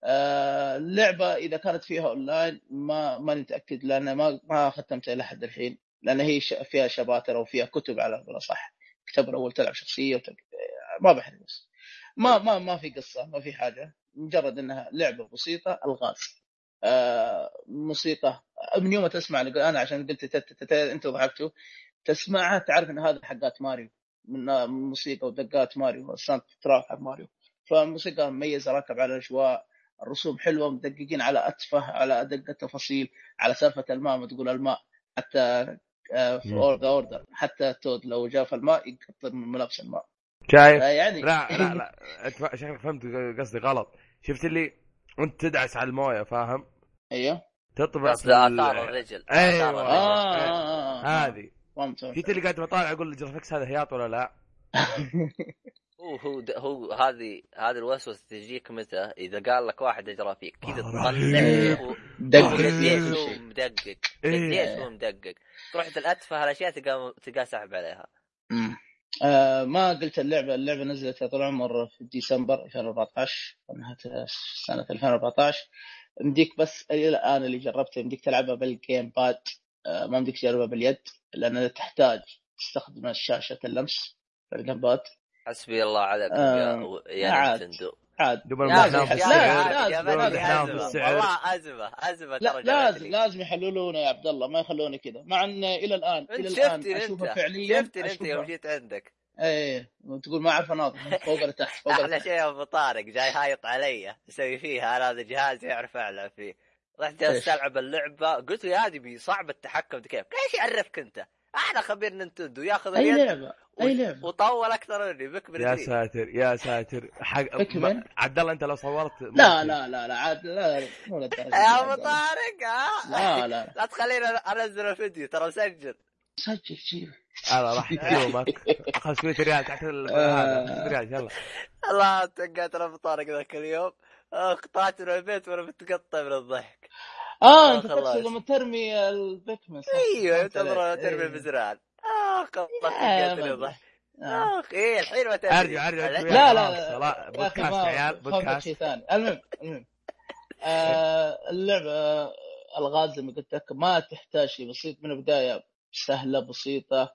اللعبه اذا كانت فيها اونلاين ما ما متاكد لان ما ما ختمتها الى حد الحين لان هي فيها شباتر او فيها كتب على ولا صح كتاب الاول تلعب شخصيه وتلعب. ما بحرق بس ما ما ما في قصه ما في حاجه مجرد انها لعبه بسيطه الغاز. آه موسيقى من يوم تسمع انا عشان قلت انت ضحكتوا تسمعها تعرف ان هذا حقات ماريو من موسيقى ودقات ماريو والساوند تراك حق ماريو. فالموسيقى مميزه راكب على الاجواء الرسوم حلوه مدققين على اتفه على ادق التفاصيل على سالفه الماء ما تقول الماء حتى في اوردر اوردر حتى تود لو جاء في الماء يقطر من ملابس الماء شايف يعني لا لا لا انت شكلك فهمت قصدي غلط. شفت اللي انت تدعس على المويه فاهم ايوه تطبع في اثار الرجل. ايوه هذه شفت اللي قاعد بطالع اقول الجرافيكس هذا هياط ولا لا. هو هو هو هذه هذه الوسوسه تجيك متى اذا قال لك واحد اجرى فيك كذا تطلع قديش هو مدقق قديش هو مدقق تروح الاتفه هالاشياء تلقى تلقى سحب عليها. آه ما قلت اللعبه اللعبه نزلت طول عمر في ديسمبر ألفين وأربعطعش نهايه سنه ألفين وأربعطعش. مديك بس الى الان اللي جربته مديك تلعبها بالجيم باد آه ما مديك تجربها باليد لان تحتاج تستخدم شاشه اللمس بالجيم باد. حسبي الله عليك آه يا نينتندو عاد لازم والله ازمه ازمه لازم لازم يحللونه يا عبد الله ما يخلونه كذا مع ان الى الان الى الان اشوفه فعليا شفت انت يوم جيت عندك ايه وتقول ما اعرف اناظر فوق لتحت فوق احلى شيء ابو طارق جاي هايط علي اسوي فيها انا هذا جهاز يعرف العب فيه. رحت استلعب اللعبه قلت له يا دي صعب التحكم كيف ايش يعرفك انت احنا خبير نينتندو ياخذ اي لعبه اي لعبه وطول اكثر مني بك يا ساتر يا ساتر حق عبد الله انت لو صورت لا لا لا لا عاد لا مو للدرجه يا ابو طارق لا لا لا تخليني انزل الفيديو ترى مسجل سجل شيء انا راح يومك خمسمية ريال تحت هذا ريال يلا الله تقعت انا ابو طارق ذاك اليوم قطعت من البيت وانا متقطع من الضحك. اه انت تقصد لما ترمي البيكمن ايوه تمر ترمي البزران اه قطعت ضحك اخ ايه الحين ما تدري ارجع ارجع لا لا لا بودكاست عيال بودكاست شيء ثاني. المهم المهم اللعبه الغاز زي ما قلت لك ما تحتاج شيء بسيط من البدايه سهله بسيطه.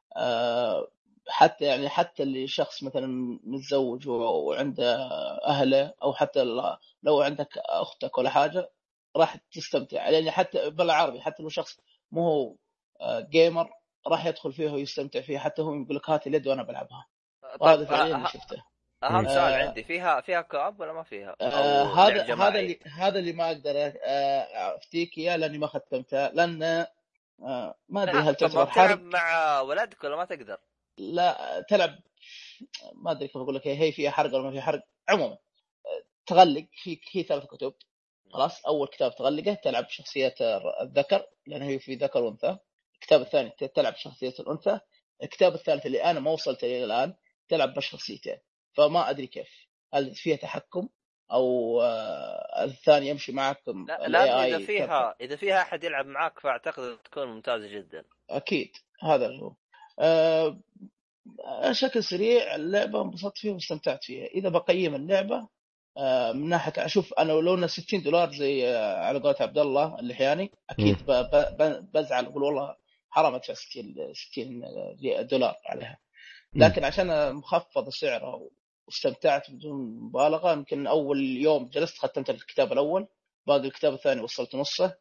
حتى يعني حتى اللي شخص مثلا متزوج وعنده اهله او حتى لو عندك اختك ولا حاجه راح تستمتع، لان حتى بالعربي حتى لو شخص مو هو جيمر راح يدخل فيه ويستمتع فيه، حتى هو يقول لك هات اليد وانا بلعبها. وهذا فعليا اللي شفته. اهم سؤال آه عندي، فيها فيها كواب ولا ما فيها؟ آه او لعب هذا جماعي؟ هذا اللي هذا اللي ما اقدر آه افتيك اياه لاني ما ختمتها، لان آه ما ادري هل طب ما تعتبر بتلعب حرق. مع ولدك ولا ما تقدر؟ لا تلعب، ما ادري كيف اقول لك، هي فيها حرق ولا ما فيها حرق. عموما تغلق في هي ثلاث كتب. خلاص اول كتاب تغلقه تلعب شخصيه الذكر لانه هي في ذكر وانثى. الكتاب الثاني تلعب شخصيه الانثى. الكتاب الثالث اللي انا ما وصلت الى الان تلعب بشخصيتين، فما ادري كيف هل فيها تحكم او آه الثاني يمشي معك. لا لان اذا فيها اذا فيها احد يلعب معك فاعتقد تكون ممتازه جدا. اكيد هذا اللي هو. آه بشكل سريع اللعبه انبسطت فيها واستمتعت فيها. اذا بقيم اللعبه آه من ناحيه اشوف انا لو انه ستين دولار زي آه على قولة عبد الله اللحياني اكيد ب ب بزعل اقول والله حرام ادفع ستين دولار عليها. لكن عشان مخفض سعره واستمتعت بدون مبالغه. يمكن اول يوم جلست ختمت الكتاب الاول، باقي الكتاب الثاني وصلت نصه.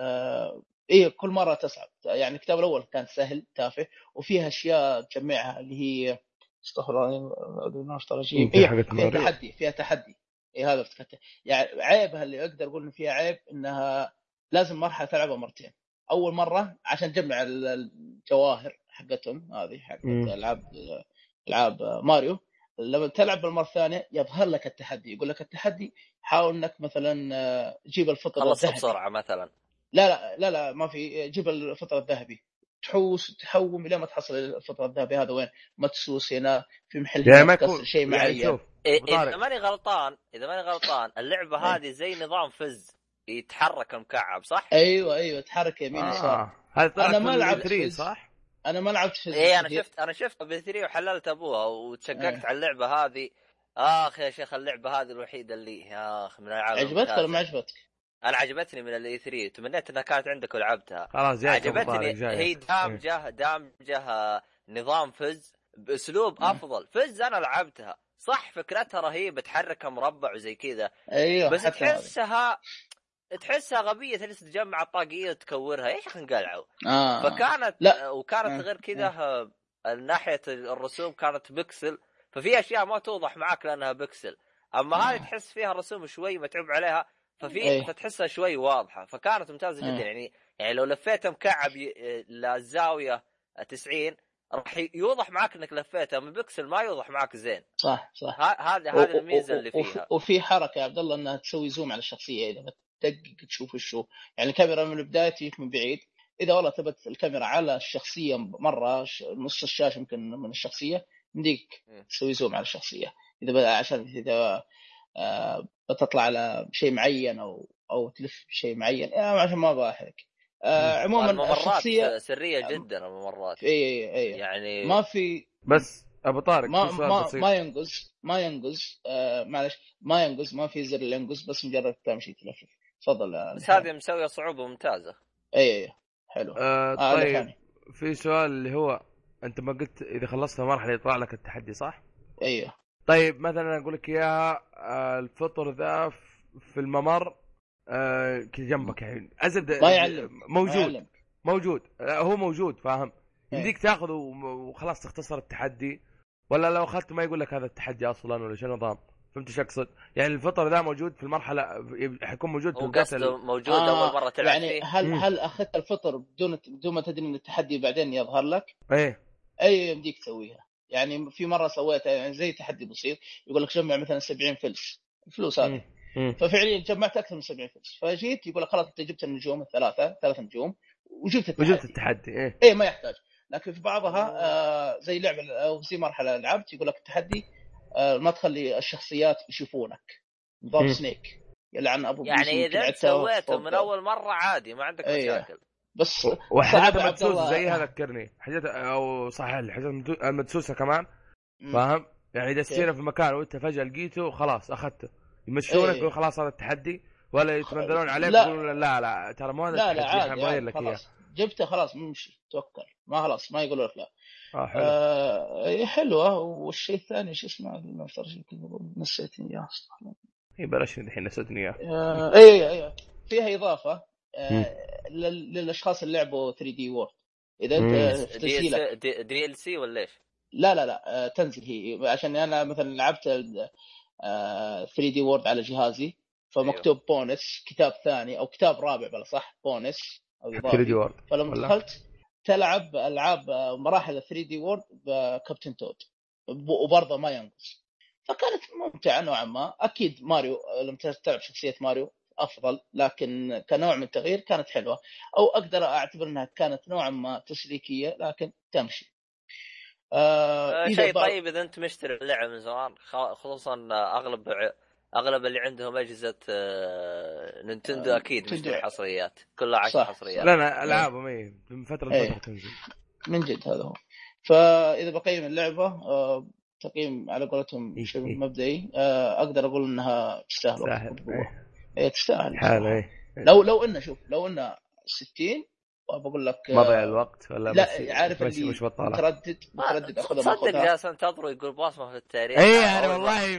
آه إيه كل مرة تصعب. يعني الكتاب الأول كان سهل تافه وفيها أشياء تجمعها اللي هي استغفر الله رجيم. إيه فيها تحدي فيها تحدي إيه هذا افتكرته. يعني عيبها اللي أقدر أقول إن فيها عيب إنها لازم مرحلة تلعبها مرتين. أول مرة عشان تجمع الجواهر حقتهم هذه حقت ألعاب ألعاب ماريو. لما تلعب بالمرة الثانية يظهر لك التحدي، يقول لك التحدي حاول إنك مثلا تجيب الفطر الذهبي بسرعة مثلا. لا لا لا لا ما في. جيب الفطر الذهبي تحوس تحوم الى ما تحصل الفطر الذهبي. هذا وين مدسوس هنا في محل يعني هنا تكسر شيء معين. يعني شوف إيه اذا ماني غلطان اذا ماني غلطان اللعبه هذه زي نظام فز يتحرك مكعب صح؟ ايوه ايوه تحرك يمين يسار. آه. انا ما لعبت فز صح. انا ما لعبت فز. ايه انا شفت انا شفت بي ثري وحللت ابوها وتشققت ايه. على اللعبه هذه. اخ يا شيخ اللعبه هذه الوحيده اللي يا اخ من العالم. عجبتك ولا ما عجبتك؟ انا عجبتني من الاي ثري تمنيت انها كانت عندك ولعبتها. خلاص عجبتني هي دامجه دامجه نظام فز باسلوب افضل. فز انا لعبتها صح فكرتها رهيبه تحرك مربع وزي كذا ايوه بس تحسها تحسها غبيه تجلس تجمع الطاقيه وتكورها ايش خنقلعوا. آه. فكانت لا. وكانت آه. غير كذا ناحيه الرسوم كانت بكسل ففي اشياء ما توضح معك لانها بكسل. اما هذه آه. تحس فيها الرسوم شوي متعوب عليها ففي أيه. فتحسها شوي واضحه فكانت ممتازه جدا. أيه. يعني يعني لو لفيتها مكعب للزاويه تسعين راح يوضح معك انك لفيتها من بكسل ما يوضح معك زين. صح صح. هذا هذا الميزه اللي فيها. وفي حركه يا عبد الله انها تسوي زوم على الشخصيه اذا بتدقق تشوف الشو. يعني الكاميرا من البدايه تجيك من بعيد. اذا والله ثبت الكاميرا على الشخصيه مره نص الشاشه يمكن من الشخصيه مديك تسوي زوم على الشخصيه اذا عشان اذا آه بتطلع على شيء معين او او تلف شيء معين يعني عشان ما باحرق. آه عموما الشخصيه سريه جدا الممرات. اي اي اي يعني ما في. بس ابو طارق ما في سؤال ما, بسيط. ما ينقز ما ينقز آه معلش ما ينقز ما في زر اللي ينقز بس مجرد تمشي تلفف. تفضل. بس هذه مسويه صعوبه ممتازه. اي اي حلو. آه آه طيب في سؤال اللي هو انت ما قلت اذا خلصت مرحله يطلع لك التحدي صح؟ ايوه. طيب مثلا اقول لك اياها الفطر ذا في الممر آه كذا جنبك يعني ازد ما يعلم. موجود ما يعلم. موجود هو موجود فاهم يمديك تاخذه وخلاص تختصر التحدي ولا لو اخذته ما يقول لك هذا التحدي اصلا ولا شنو نظام؟ فهمت ايش اقصد؟ يعني الفطر ذا موجود في المرحله حيكون موجود في القتل موجود آه اول مره تلعب يعني فيه. هل هل اخذت الفطر بدون بدون ما تدري ان التحدي بعدين يظهر لك؟ ايه اي يمديك تسويها. يعني في مره سويتها يعني زي تحدي بسيط يقول لك جمع مثلا سبعين فلس الفلوس هذه ففعليا جمعت اكثر من سبعين فلس فجيت يقول لك خلاص انت جبت النجوم الثلاثه ثلاث نجوم وجبت التحدي. وجبت التحدي ايه ايه ما يحتاج. لكن في بعضها آه زي لعبه او زي مرحله لعبت يقول لك التحدي آه ما تخلي الشخصيات يشوفونك نظام سنيك يلعن ابو يعني اذا سويته من اول مره عادي ما عندك أيه. مشاكل. بس وحاجات مدسوسه زي هذا ذكرني حاجات او صحيح الحاجات مدسوسه كمان فاهم يعني اذا تصير في مكان وانت فجاه لقيته خلاص اخذته يمشونك أيه. خلاص هذا التحدي ولا يتمنذرون عليك يقولون لا لا ترى مو هذا التحدي احنا نغير لك اياه جبته خلاص نمشي توكل ما خلاص ما يقولوا لك لا. اه حلو. آه حلوه. والشيء الثاني شو اسمه نسيتني اياه هي بلاش الحين نسيتني اياه. اي اي فيها اضافه آه للاشخاص اللي لعبوا ثري دي وورد. اذا انت في تسجيلك دي, دي ال سي ولا ايش؟ لا لا لا آه تنزل هي، عشان انا مثلا لعبت آه ثري دي وورد على جهازي، فمكتوب أيوه. بونس كتاب ثاني او كتاب رابع بلا صح بونس او اضافي. فلما دخلت تلعب العاب مراحل ثري دي وورد بكابتن تود وبرضه ما ينقص، فكانت ممتعه نوعا ما. اكيد ماريو لما تلعب شخصيه ماريو افضل، لكن كنوع من التغيير كانت حلوه، او اقدر اعتبر انها كانت نوعا ما تسليكيه لكن تمشي. آه شيء بعض... طيب اذا انت مشتري اللعبه من زمان، خصوصا اغلب اغلب اللي عندهم اجهزه آه نينتندو اكيد مشتري حصريات كلها عشر حصريات. لا لا العابهم ايه من فتره لفتره تنزل من جد هذا هو. فاذا بقيم اللعبه آه تقييم على قولتهم إيه شيء إيه. مبدئي آه اقدر اقول انها تستاهل إيه. إيه تستاهل حال إيه. لو لو انه شوف لو انه ستين وبقول لك مضيع الوقت ولا لا بس عارف مش مش بطاله متردد متردد اخذها ما اخذها. صدق جالس انتظر يقول بصمه في التاريخ. اي يعني والله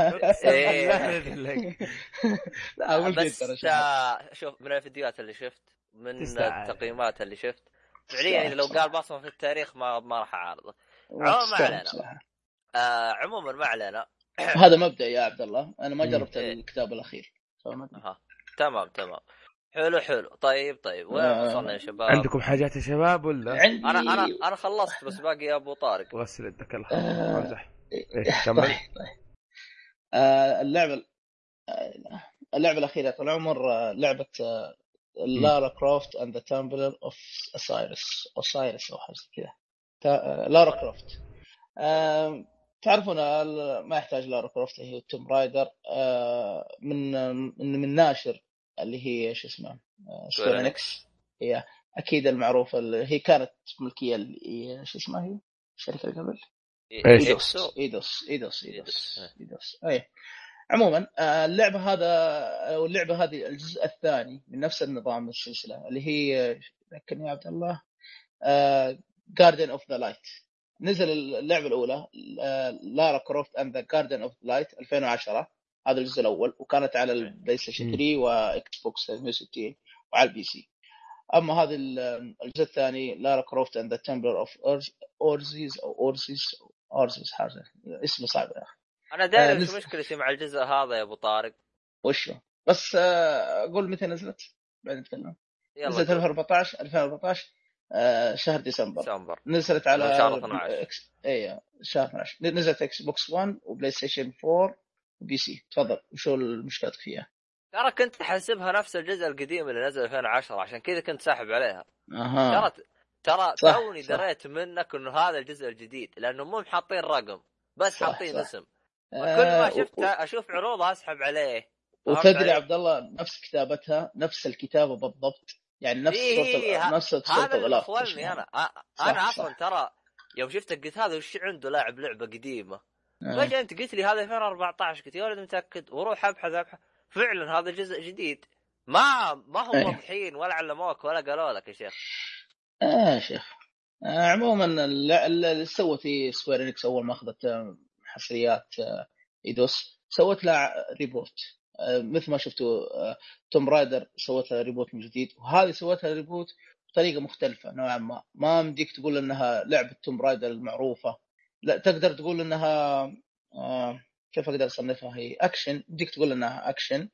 لا بس شوف من الفيديوهات اللي شفت من التقييمات اللي شفت فعليا اذا لو قال بصمه في التاريخ ما ما راح اعارضه. عموما ما علينا آه عموما ما علينا. هذا مبدأ يا عبد الله، انا ما جربت الكتاب الاخير اها تمام تمام حلو حلو. طيب طيب وين وصلنا يا شباب؟ عندكم حاجات يا شباب ولا؟ عندي... انا انا انا خلصت بس باقي يا ابو طارق. غسل يدك الله امزح. ايش كمل. طيب طيب. آه اللعبه اللعبه الاخيره طال عمر لعبه لارا كروفت اند ذا تمبلر اوف اسايرس اوسايرس او حاجه كذا. لارا كروفت آه تعرفون ما يحتاج لارا كروفت هي توم رايدر آه من من ناشر اللي هي شو اسمه سكوير انكس. هي اكيد المعروفه اللي هي كانت ملكيه اللي شو اسمها هي الشركه اللي قبل ايدوس ايدوس ايدوس ايدوس ايدوس اي. عموما اللعبه هذا او اللعبه هذه الجزء الثاني من نفس النظام من السلسله اللي هي ذكرني يا عبد الله جاردن اوف ذا لايت. نزل اللعبه الاولى لارا كروفت اند ذا جاردن اوف ذا لايت ألفين وعشرة، هذا الجزء الاول، وكانت على البلاي ستيشن ثري واكس بوكس ثلاثمية وستين وعلى البي سي. اما هذا الجزء الثاني لارا كروفت اند ذا تمبلر اوف اورزيز او اورزيز اورزيز حاجه اسمه صعب يا اخي. انا داري آه وش مشكلتي مع الجزء هذا يا ابو طارق. وشو بس آه اقول متى نزلت بعدين نتكلم. نزلت ألفين وأربعتاشر ألفين وأربعتاشر آه شهر ديسمبر. ديسمبر نزلت على شهر اثناشر. إكس... اي شهر اثناشر نزلت اكس بوكس ون وبلاي ستيشن فور وبي سي. تفضل وشو المشكلة فيها؟ ترى كنت حاسبها نفس الجزء القديم اللي نزل ألفين وعشرة عشان كذا كنت ساحب عليها. أها. ترى ترى توني دريت منك انه هذا الجزء الجديد لانه مو حاطين رقم بس حاطين اسم. آه كل ما شفت و... اشوف عروضها اسحب عليه. وتدري عبد الله نفس كتابتها نفس الكتابه بالضبط يعني نفس إيه صوت إيه نفس صوت هذا اللي خولني انا انا اصلا ترى يوم شفتك قلت هذا وش عنده لاعب لعبه قديمه فجاه انت قلت لي هذا ألفين وأربعتاشر قلت يا ولد متاكد وروح ابحث ابحث فعلا هذا جزء جديد ما ما هم واضحين ولا علموك ولا قالوا لك يا شيخ. اه شيخ آه عموما اللي سوت سكوير انكس اول ما اخذت حصريات ايدوس سوت لها ريبوت آه مثل ما شفتوا آه توم رايدر سوت لها ريبوت من جديد وهذه سوت لها ريبوت بطريقه مختلفه نوعا ما. ما مديك تقول انها لعبه توم رايدر المعروفه، لا تقدر تقول انها آه كيف اقدر اصنفها هي اكشن. بديك تقول انها اكشن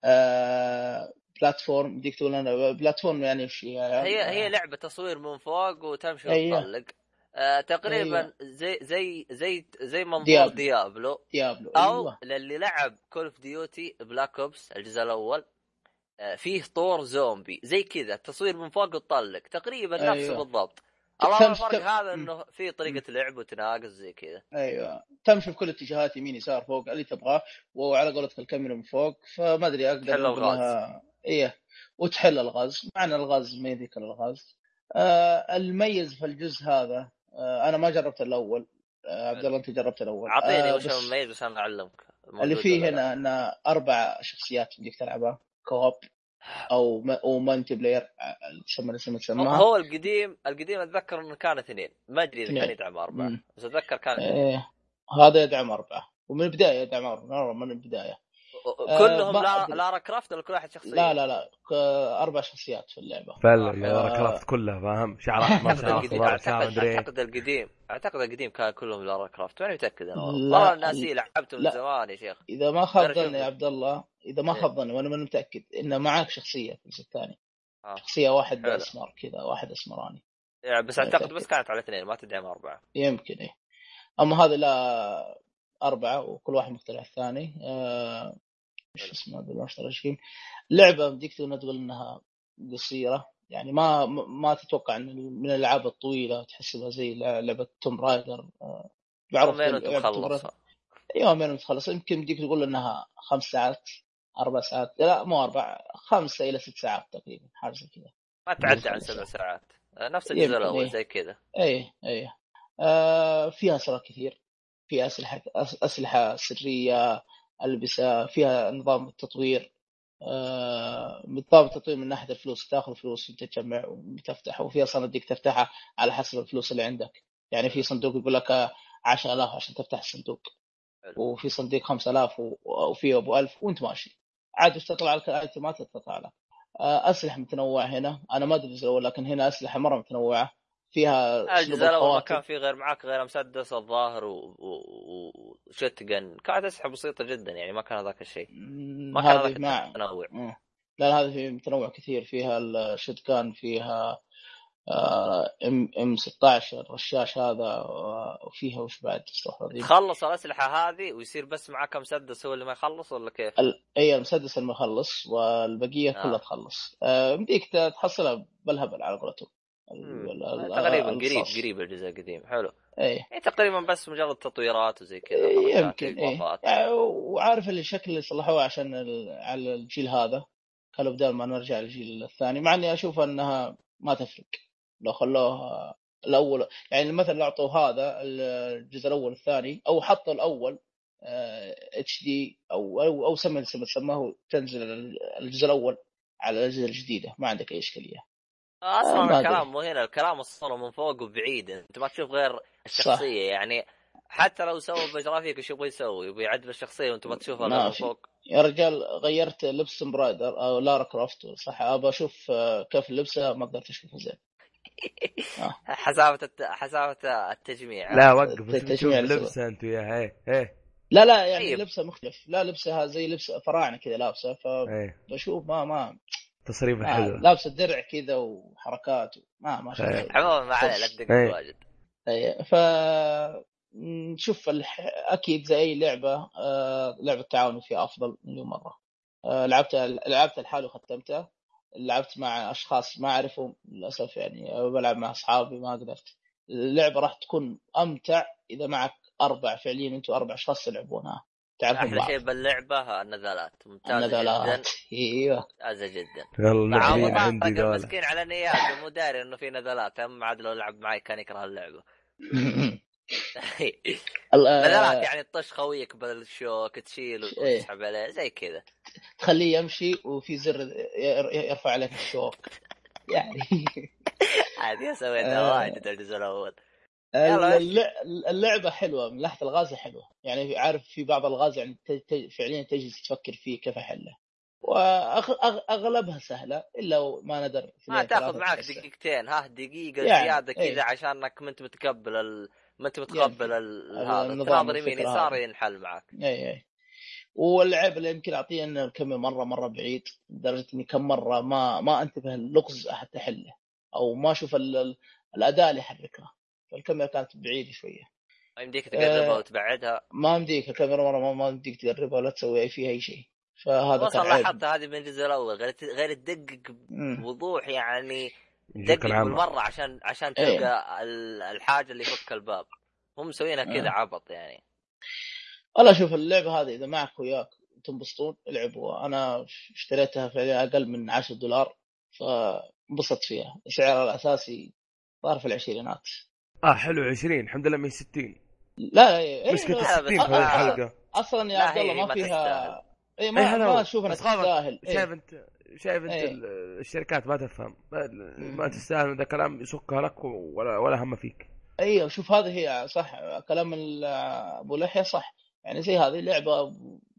آه بلاتفورم. بديك تقول انا بلاتفورم يعني وش هي هي لعبه تصوير من فوق وتمشي وتطلق آه تقريبا أيوة. زي زي زي زي منظور ديابلو ديابلو, ديابلو. او أيوة. للي لعب كول اوف ديوتي بلاك اوبس الجزء الاول آه فيه طور زومبي زي كذا تصوير من فوق وتطلق تقريبا أيوة. نفسه بالضبط. الله الفرق تم... هذا انه في طريقه لعب وتناقص زي كذا. ايوه تمشي في كل اتجاهات يمين يسار فوق اللي تبغاه وعلى قولتك الكاميرا من فوق. فما ادري اقدر اقول لها ايه وتحل الغاز معنى الغاز ما يذيك الغاز. آه المميز في الجزء هذا آه انا ما جربت الاول آه عبد الله انت جربت الاول اعطيني آه وش المميز بس انا اعلمك اللي فيه هنا ان اربع شخصيات بدك تلعبها كوب او او مالتي بلاير تسمى اسمه تسمى. هو القديم القديم اتذكر انه كان اثنين ما ادري اذا كان يدعم اربعه بس اتذكر كان إيه. هذا يدعم اربعه ومن البدايه يدعم اربعه من البدايه كلهم لا لارا كرافت ولا كل واحد شخصيه؟ لا لا لا اربع شخصيات في اللعبه فعلا لارا كرافت كلها فاهم شعر احمر شعر اخضر شعر ادري. اعتقد القديم اعتقد القديم كان كلهم لارا كرافت ماني متاكد انا والله ناسي لعبته من زمان يا شيخ. اذا ما خاب ظني يا عبد الله اذا ما خاب ظني وانا ما متاكد انه معك شخصيه في الجزء الثاني آه. شخصيه واحد اسمر كذا واحد اسمراني يعني بس اعتقد بس كانت على اثنين ما تدعم اربعه يمكن ايه. اما هذا لا اربعه وكل واحد مختلف عن الثاني. آه... ايش اسمه هذا المشتركين لعبه بديك تقول انها قصيره يعني ما ما تتوقع ان من الالعاب الطويله تحسبها زي لعبه توم رايدر. آه... بعرف تخلصها يومين تخلص يمكن بديك تقول انها خمس ساعات اربع ساعات لا مو اربع خمسة الى ست ساعات تقريبا حاجه زي كذا ما تعدى عن سبع ساعات نفس الجزء الاول زي كذا. اي اي آه فيها اسرار كثير فيها اسلحه اسلحه سريه البسه فيها نظام التطوير. آه نظام التطوير من ناحيه الفلوس تاخذ فلوس وتجمع وتفتح وفيها صناديق تفتحها على حسب الفلوس اللي عندك يعني في صندوق يقول لك عشرة آلاف عشان تفتح الصندوق وفي صندوق خمسة آلاف وفيه أبو ألف وأنت ماشي عاد تطلع لك الأيتمات تطلع لك. أسلحة متنوعة هنا أنا ما أدري الأول لكن هنا أسلحة مرة متنوعة فيها الجزء الأول ما كان في غير معك غير مسدس الظاهر وشتقن كانت أسلحة بسيطة جدا يعني ما كان ذاك الشيء ما كان هذاك مع... التنوع. لا هذا في متنوع كثير فيها الشتقن فيها ام ام ستة عشر الرشاش هذا وفيها وش بعد تخلص الأسلحة هذه ويصير بس معك مسدس هو اللي ما يخلص ولا كيف؟ ال... اي المسدس اللي ما يخلص والبقيه آه. كلها تخلص. بديك تحصلها بالهبل على قولتهم تقريبا قريب قريب الجزء القديم حلو اي يعني تقريبا بس مجرد تطويرات وزي كذا يمكن إيه. يعني وعارف اللي شكل اللي صلحوه عشان ال... على الجيل هذا قالوا بدل ما نرجع للجيل الثاني مع اني اشوف انها ما تفرق لو خلوه الاول يعني مثلا اعطوا هذا الجزء الاول الثاني او حطوا الاول اتش دي او او, أو سمى سماه تنزل الجزء الاول على الاجهزه الجديده ما عندك اي اشكاليه اصلا آه الكلام مو هنا الكلام الصوره من فوق وبعيد انت ما تشوف غير الشخصيه صح. يعني حتى لو سووا بجرافيك ايش يبغى يسوي يبغى يعدل الشخصيه وانت ما تشوفها من فوق. يا رجال غيرت لبس برايدر او لارا كرافت صح ابى اشوف كيف لبسها ما قدرت اشوفه زين. حسابة الت... حسابة التجميع لا وقف التجميع لبسه انت يا هي هي لا لا يعني طيب. لبسه مختلف لا لبسها زي لبس فراعنه كذا لابسه فبشوف ما ما تصريف حلو لابسه درع كذا وحركات ما ما شفت عموما ما عليه لا تدق واجد. اي ف نشوف الح... اكيد زي اي لعبه آه... لعبه تعاون فيها افضل مليون مره. آه... لعبت لعبت الحال وختمتها لعبت مع اشخاص ما اعرفهم للاسف يعني بلعب مع اصحابي ما قدرت. اللعبه راح تكون امتع اذا معك اربع فعليا انتم اربع اشخاص تلعبونها تعرفون احلى شيء باللعبه النزالات ممتازه النزالات. جدا ايوه ممتازه جدا والله عندي مسكين على نيات مو داري انه في نزالات اما عاد لو لعب معي كان يكره اللعبه. نزالات يعني تطش خويك بالشوك تشيل وتسحب عليه زي كذا تخليه يمشي وفي زر يرفع عليك الشوك يعني عادي سويتها واجد الجزء الاول. اللعبه حلوه من ناحيه الغاز حلوه يعني عارف في بعض الغاز يعني فعليا تجلس تفكر فيه كيف احله واغلبها سهله الا ما ندر ما تاخذ معك دقيقتين ها دقيقه يعني زياده كذا ايه. عشانك ما انت متقبل ال... ما انت متقبل يعني هذا تناظر يمين يسار ينحل معك اي اي. واللعب اللي يمكن اعطيه انه كم مره مره بعيد لدرجه اني كم مره ما ما انتبه اللغز حتى احله او ما اشوف ال... الاداء اللي يحركها فالكاميرا كانت بعيده شويه ما يمديك تقربها أه وتبعدها ما يمديك الكاميرا مره ما, ما يمديك تقربها ولا تسوي فيها اي شيء فهذا وصل لاحظت هذه من الجزء الاول غير غير تدقق بوضوح يعني دقق بالمره عشان عشان تلقى ايه. الحاجه اللي يفك الباب هم مسوينها كذا اه. عبط يعني والله شوف اللعبه هذه اذا معك وياك تنبسطون العبوا انا اشتريتها في اقل من عشرة دولار فانبسطت فيها سعرها الاساسي صار في العشرينات اه حلو عشرين الحمد لله من ستين لا ايه مسكت ستين في الحلقه اصلا يا عبد الله ما فيها اي ما, ما اشوف انها تستاهل شايف انت شايف انت ايه. الشركات ما تفهم ما تستاهل هذا كلام يسكها لك ولا ولا هم فيك ايوه شوف هذه هي صح كلام ابو لحيه صح يعني زي هذه لعبه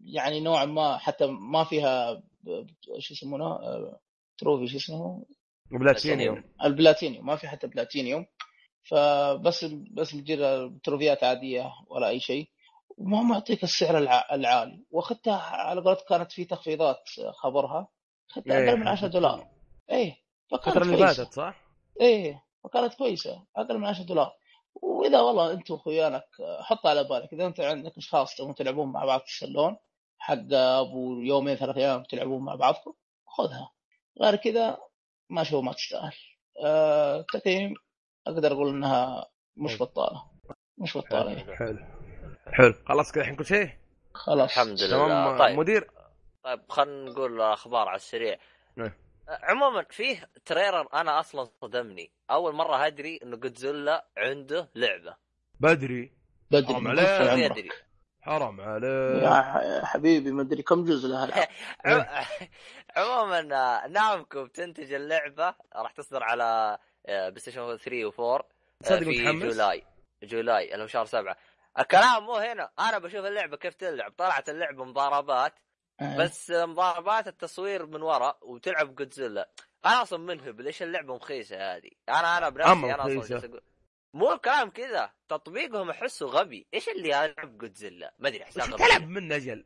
يعني نوعا ما حتى ما فيها شو يسمونه تروفي شو اسمه بلاتينيوم البلاتينيوم ما في حتى بلاتينيوم فبس بس بتجي تروفيات عاديه ولا اي شيء وما معطيك السعر العالي واخذتها على قولت كانت في تخفيضات خبرها اخذتها اقل من عشرة دولار ايه الفتره اللي فاتت صح ايه فكانت كويسه اقل من عشرة دولار واذا والله انت واخوانك حط على بالك اذا انت عندك اشخاص تبون تلعبون مع بعض تسلون حق ابو يومين ثلاث ايام تلعبون مع بعضكم خذها غير كذا ما شو ما تستاهل أه تقييم اقدر اقول انها مش بطاله مش بطاله حلو حلو خلاص كذا الحين كل شيء خلاص الحمد لله. طيب مدير طيب خلينا نقول اخبار على السريع. نه. عموما فيه تريلر انا اصلا صدمني اول مره ادري انه جودزيلا عنده لعبه بدري بدري حرام عليك ادري حرام عليك يا حبيبي ما ادري كم جزء لها. عموما نامكو بتنتج اللعبه راح تصدر على بلاي ستيشن ثلاثة و4 في جولاي جولاي اللي هو شهر سبعة. الكلام مو هنا انا بشوف اللعبه كيف تلعب. طلعت اللعبه مضاربات بس مضاربات التصوير من وراء وتلعب جودزيلا. انا اصلا منهب ليش اللعبه مخيسه هذه. انا انا بنفسي انا اصلا مو الكلام كذا تطبيقهم احسه غبي. ايش اللي يلعب جودزيلا ما ادري احسها تلعب من اجل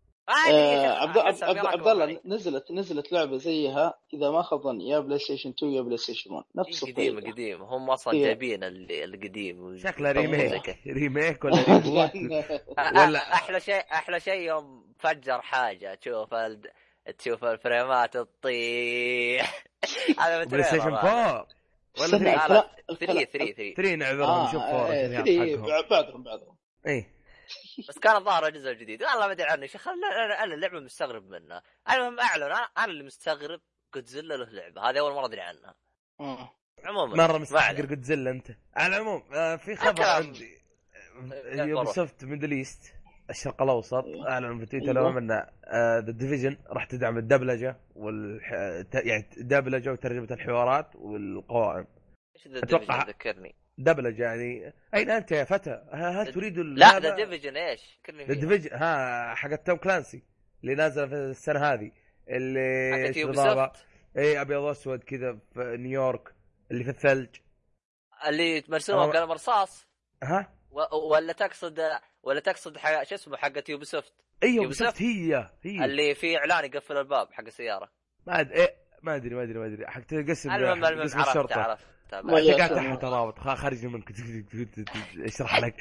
عبد عبد الله نزلت نزلت لعبه زيها اذا ما خاب يا بلاي ستيشن اثنين يا بلاي ستيشن واحد نفس القديم قديم هم اصلا جايبين القديم شكله ريميك ريميك ولا ريبوت ولا احلى شيء احلى شيء يوم فجر حاجه تشوف ال... تشوف الفريمات تطيح. هذا بلاي ستيشن أربعة ولا ثلاثة ثلاثة ثلاثة ثلاثة نعذرهم شوف فور بعدهم بعدهم ايه بس كان ظاهر الجزء الجديد والله ما ادري عنه شيخ. انا انا اللعبه مستغرب منها. المهم اعلن انا اللي مستغرب جودزيلا له لعبه هذه اول مره ادري عنها. عموما مره مستحقر جودزيلا انت. على العموم في خبر عندي يوبيسوفت ميدل ايست الشرق الاوسط اعلن في تويتر ان ذا ديفيجن راح تدعم الدبلجه وال يعني دبلجه وترجمه الحوارات والقوائم. ايش ذا ديفيجن ذكرني دبلجه يعني اين انت يا فتى هل تريد لا ذا ديفيجن ايش ذا ديفيجن ها حق توم كلانسي اللي نازله في السنه هذه اللي ايش بالضبط اي ابيض اسود كذا في نيويورك اللي في الثلج اللي مرسومه بقلم رصاص ها ولا تقصد ولا تقصد حق شو اسمه حق يوبيسوفت ايوه يوبيسوفت هي هي اللي في اعلان يقفل الباب حق السياره ما ادري إيه ما ادري ما ادري ما ادري حق تقسم اسم الشرطه عرفت انت قاعد تحت رابط خارج منك اشرح لك.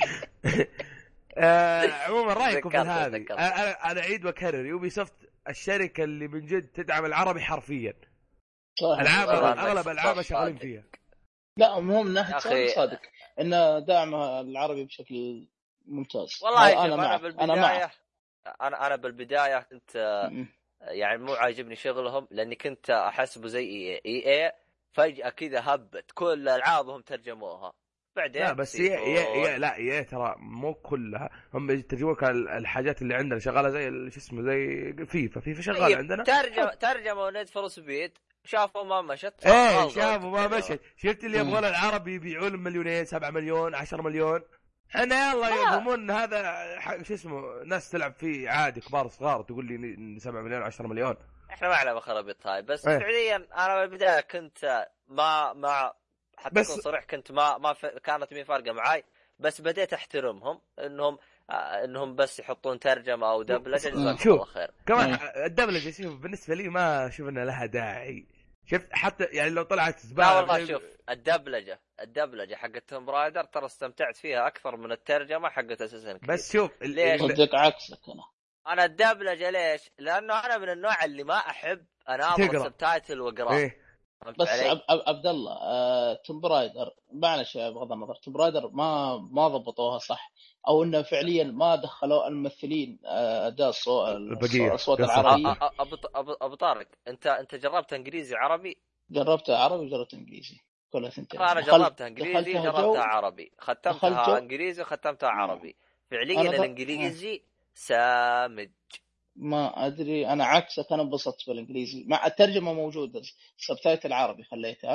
عموما رايكم في هذه انا انا اعيد واكرر يوبيسوفت الشركه اللي من جد تدعم العربي حرفيا العاب اغلب العاب شغالين فيها. لا مو من ناحيه صادق ان دعم العربي بشكل ممتاز والله. انا انا بالبدايه انا انا بالبدايه كنت يعني مو عاجبني شغلهم لاني كنت احسبه زي اي اي, اي فجاه كذا هبت كل العابهم ترجموها بعدين. لا بس هي هي لا هي ترى مو كلها هم يترجموا الحاجات اللي عندنا شغاله زي شو اسمه زي فيفا فيفا شغال عندنا ترجم ترجموا نيد فور سبيد شافوا ما مشت ايه شافوا ما مشت. شفت اللي يبغون العربي يبيعون مليونين سبعة مليون عشرة مليون احنا يلا يفهمون هذا شو اسمه ناس تلعب فيه عادي كبار صغار تقول لي سبعة مليون عشرة مليون احنا ما على خرابيط هاي بس ايه. فعليا انا بالبدايه كنت ما ما حتى اكون صريح كنت ما ما ف... كانت مي فارقه معاي بس بديت احترمهم انهم انهم بس يحطون ترجمه او دبلجه جزاك الله خير. كمان الدبلجه شوف بالنسبه لي ما اشوف ان لها داعي. شفت حتى يعني لو طلعت زباله لا والله شوف الدبلجه الدبلجه حقت توم برايدر ترى استمتعت فيها اكثر من الترجمه حقت اساسن كريد. بس شوف ليش بدك عكسك انا انا الدبلجه ليش لانه انا من النوع اللي ما احب اناظر سبتايتل واقرا إيه؟ بس عبد الله آه، توم برايدر معلش بغض النظر توم برايدر ما ما ضبطوها صح او انه فعليا ما دخلوا الممثلين اداء الصوت العربي. ابو ابو طارق انت انت جربت انجليزي عربي؟ جربت عربي وجربت انجليزي كلها ثنتين. انا جربتها انجليزي جربتها عربي ختمتها انجليزي وختمتها عربي. فعليا الانجليزي سامج ما ادري انا عكسك انا انبسطت بالانجليزي مع الترجمه موجوده السبتايتل العربي خليتها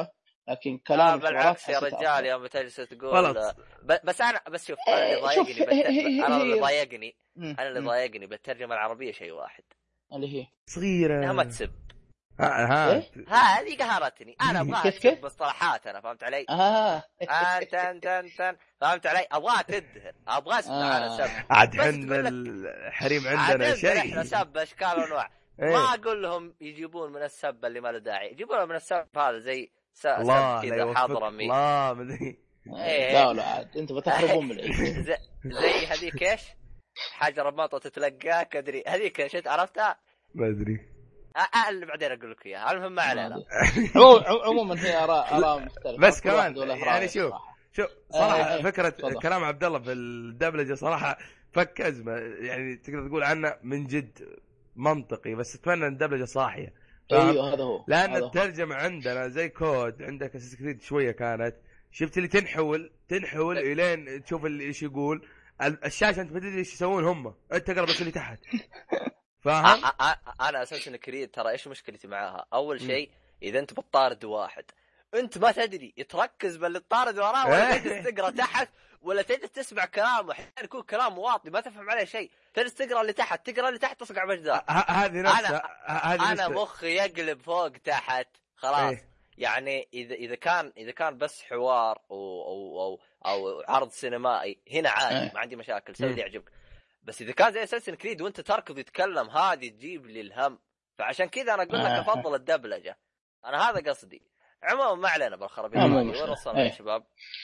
لكن كلام آه بالعكس يا رجال يوم تجلس تقول بس انا بس شوف انا اللي ضايقني بت... انا اللي ضايقني انا اللي ضايقني بالترجمه العربيه شيء واحد اللي هي صغيره انها ما تسب. ها ها هذه قهرتني انا ابغاها تسب مصطلحات انا فهمت علي. اه انت انت انت فهمت علي ابغاها تدهن ابغى اسمع على سب عاد عندنا الحريم عندنا شيء احنا سب اشكال وانواع ما اقول لهم يجيبون من السب اللي ما له داعي يجيبون من السب هذا زي سب كذا حضرمي الله مدري لا لا عاد انتوا بتخربون من زي, زي هذيك ايش حجر بمطه تتلقاك ادري هذيك ايش عرفتها ما ادري أه اللي بعدين اقول لك اياها المهم ما علينا. عموما هي اراء اراء مختلفه بس كمان يعني شوف شوف صراحه فكره فضل. كلام عبد الله في الدبلجه صراحه فك ازمه يعني تقدر تقول عنه من جد منطقي بس اتمنى ان الدبلجه صاحيه. ايوه هذا هو لان الترجمه عندنا زي كود عندك اساس كريد شويه كانت شفت اللي تنحول تنحول الين تشوف اللي ايش يقول الشاشه انت ما تدري ايش يسوون هم انت تقرا بس اللي تحت فاهم. انا اساسا كريد ترى ايش مشكلتي معاها اول شيء اذا انت بتطارد واحد انت ما تدري يتركز باللي تطارد وراه ولا تجلس تقرا تحت ولا تجلس تسمع كلامه احيانا يكون كلام واطي ما تفهم عليه شيء تجلس تقرا اللي تحت تقرا اللي تحت تصقع بجدار. هذه نفسها انا انا مخي يقلب فوق تحت خلاص. ايه. يعني اذا اذا كان اذا كان بس حوار او او او, أو عرض سينمائي هنا عادي ما عندي مشاكل سوي اللي يعجبك بس اذا كان زي اساسن كريد وانت تركض يتكلم هذه تجيب لي الهم فعشان كذا انا اقول لك افضل الدبلجه انا هذا قصدي. عموما ما علينا بالخرابيط هذه وين وصلنا يا شباب؟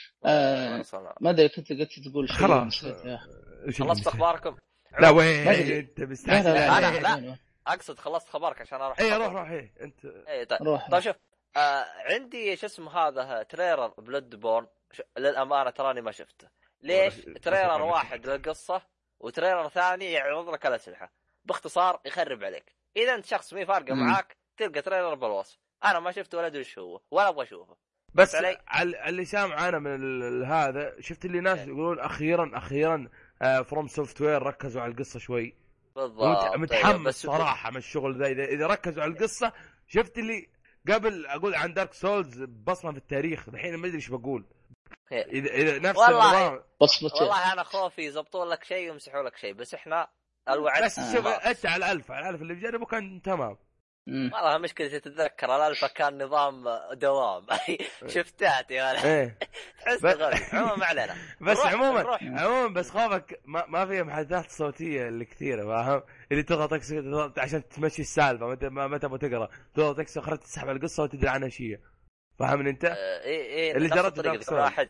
آه ما ادري كنت قلت تقول شيء خلاص خلصت اخباركم؟ لا وين انت مستعجل؟ انا لا اقصد خلصت خبرك عشان اروح. اي روح روح ايه انت اي طيب طيب شوف آه عندي شو اسمه هذا تريلر بلود بورن للامانه تراني ما شفته. ليش؟ تريلر واحد للقصه وتريلر ثاني يعرض لك الاسلحه باختصار يخرب عليك. اذا انت شخص مي فارقه معاك تلقى تريلر بالوصف انا ما شفته ولا ادري ايش هو ولا ابغى اشوفه بس على اللي سامع انا من هذا شفت اللي ناس يقولون اخيرا اخيرا فروم سوفت وير ركزوا على القصه شوي بالضبط. متحمس صراحه من الشغل ذا اذا, إذا ركزوا على القصه شفت اللي قبل اقول عن دارك سولز بصمه في التاريخ الحين ما ادري ايش بقول اذا اذا نفس والله والله انا خوفي يضبطون لك شيء ويمسحوا لك شيء بس احنا الوعد بس شوف انت على الالف على الالف اللي بجربه كان تمام. والله مشكلة تتذكر الالفا كان نظام دوام شفتات يا ولد تحس غبي. عموما ما علينا بس عموما عموما بس خوفك ما, ما فيها محادثات صوتيه اللي كثيره فاهم اللي تضغط اكس عشان تمشي السالفه متى ما تبغى تقرا تضغط اكس اخرت تسحب على القصه وتدري عنها شيء فاهمني انت؟ ايه ايه اللي جربت دارك واحد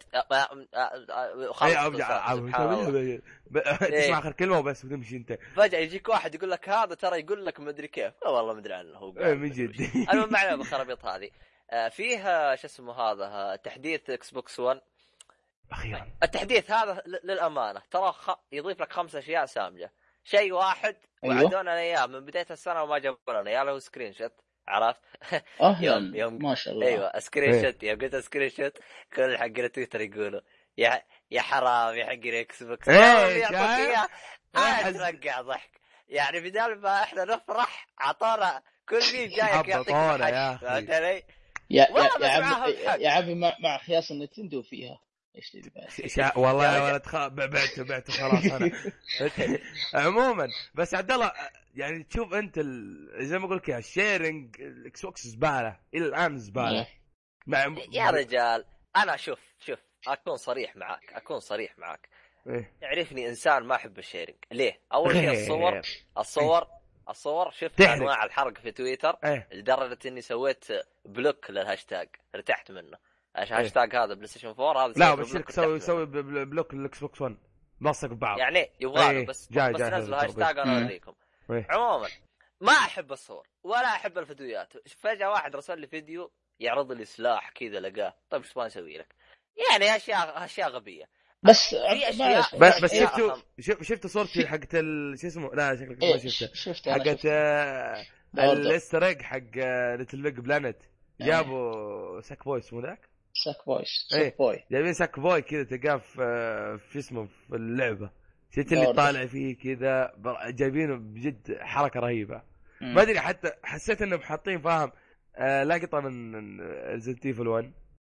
تسمع اخر كلمه وبس وتمشي انت فجاه يجيك واحد يقول لك هذا ترى يقول لك ما ادري كيف والله ما ادري عنه هو ايه من جد. المهم معنا بالخرابيط هذه فيها شو اسمه هذا تحديث اكس بوكس ون اخيرا. التحديث هذا للامانه ترى خ... يضيف لك خمس اشياء سامجه شيء واحد وعدونا اياه من بدايه السنه وما جابوا لنا يا له سكرين شوت عرفت اه يوم يوم ما شاء الله ايوه سكرين شوت يوم قلت سكرين شوت كل حق تويتر يقولوا يا يا حرام يا حق اكس بوكس ايه اترقع ضحك يعني بدال ما احنا نفرح عطانا كل مين جايك يعطيك يا فهمت علي يا يا عبي يا عبي مع مع خياس النتندو فيها ايش تبي والله يا ولد خ... بعته بعته خلاص انا عموما بس عبد الله يعني تشوف انت ال... زي ما اقول لك يا الشيرنج الاكس بوكس زباله الى الان زباله مع... يا رجال انا شوف شوف اكون صريح معاك اكون صريح معاك إيه؟ يعرفني انسان ما احب الشيرنج ليه اول شيء الصور الصور الصور شفت انواع الحرق في تويتر إيه؟ لدرجه اني سويت بلوك للهاشتاج ارتحت منه عشان هاشتاج هذا بلاي ستيشن فور هذا لا بس تسوي تسوي بلوك للاكس بوكس ون ملصق ببعض يعني يبغى ايه بس جاي بس جاي نزلوا هاشتاج انا اوريكم. عموما ما احب الصور ولا احب الفيديوهات فجاه واحد رسل لي فيديو يعرض لي سلاح كذا لقاه طيب ايش ما نسوي لك يعني اشياء اشياء غبيه بس بس, بس شفتوا شفتوا صورتي حقت شو اسمه لا شكلك ما شفته حقت الاستريج حق ليتل بيج بلانت جابوا ساك بوي اسمه ذاك ساك بوي ساك بوي جايبين ساك بوي كذا تلقاه في اسمه في اللعبه شفت اللي طالع فيه كذا جايبينه بجد حركه رهيبه ما ادري حتى حسيت انهم حاطين فاهم لقطه من ريزنت ايفل ون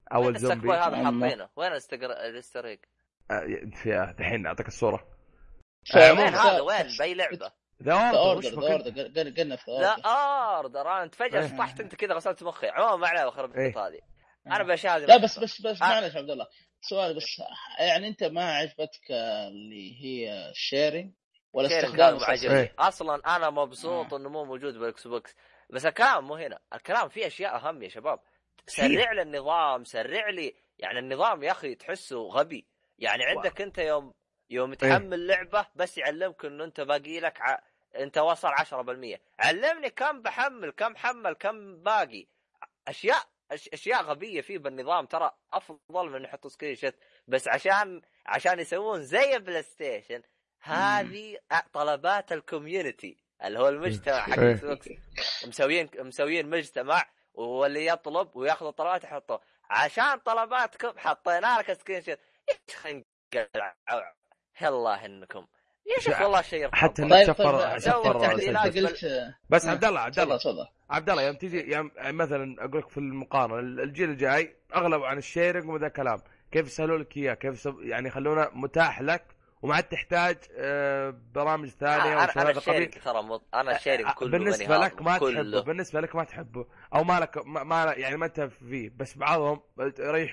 اول زومبي هذا حاطينه وين الاستريق في الحين اعطيك الصوره وين هذا وين باي لعبه ذا اوردر ذا اوردر قلنا في ذا اوردر انت فجاه شطحت انت كذا غسلت مخي عموما ما عليه خرب القطه هذه انا بشاهد لا بس بس بس معلش عبد الله سؤال بس يعني انت ما عجبتك اللي هي الشيرنج ولا استخدام عجبني اصلا انا مبسوط انه مو موجود بالاكس بوكس بس الكلام مو هنا الكلام فيه اشياء اهم يا شباب سرع لي النظام سرع لي يعني النظام يا اخي تحسه غبي يعني عندك انت يوم يوم تحمل لعبه بس يعلمك انه انت باقي لك ع... انت وصل عشرة بالمية علمني كم بحمل كم حمل كم باقي اشياء اشياء غبيه فيه بالنظام ترى افضل من يحطوا سكرين شوت بس عشان عشان يسوون زي بلاي ستيشن هذه طلبات الكوميونتي اللي هو المجتمع حق السوكس مسويين مسويين مجتمع واللي يطلب وياخذ الطلبات يحطه عشان طلباتكم حطينا لك سكرين شوت يلا انكم يا شيخ والله شيء حتى طيب شفر شفر قلت بس عبد الله عبد الله تفضل عبد الله يوم تيجي يوم مثلا اقول لك في المقارنه الجيل الجاي اغلب عن الشيرنج وذا كلام كيف يسهلوا لك اياه كيف سب... يعني يخلونه متاح لك وما تحتاج برامج ثانيه او شغلات قبيل ترى مط... انا الشيرنج كله بالنسبه لك ما كله. تحبه بالنسبه لك ما تحبه او ما لك ما, ما يعني ما انت فيه بس بعضهم يريح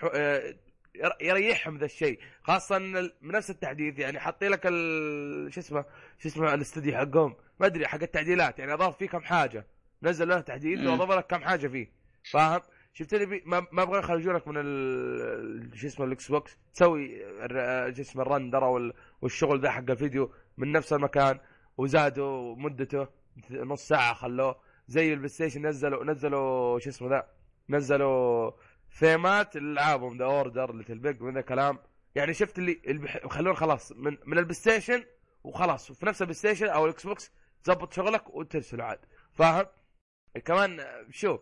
يريحهم ذا الشيء خاصه من نفس التحديث يعني حاطين لك ال... شو اسمه شو اسمه الاستوديو حقهم ما ادري حق التعديلات يعني اضاف فيه كم حاجه نزل له تحديث واضاف لك كم حاجه فيه فاهم شفت لي بي... ما ما ابغى يخرجونك من ال... شو اسمه الاكس بوكس تسوي شو اسمه الرندر وال... والشغل ذا حق الفيديو من نفس المكان وزادوا مدته نص ساعه خلوه زي البلاي ستيشن نزلوا نزلوا شو اسمه ذا نزلوا ثيمات العابهم ذا اوردر ليتل بيج من ذا كلام يعني شفت اللي, اللي خلونا خلاص من من البلاي ستيشن وخلاص وفي نفس البلاي ستيشن او الاكس بوكس تظبط شغلك وترسل عاد فاهم كمان شوف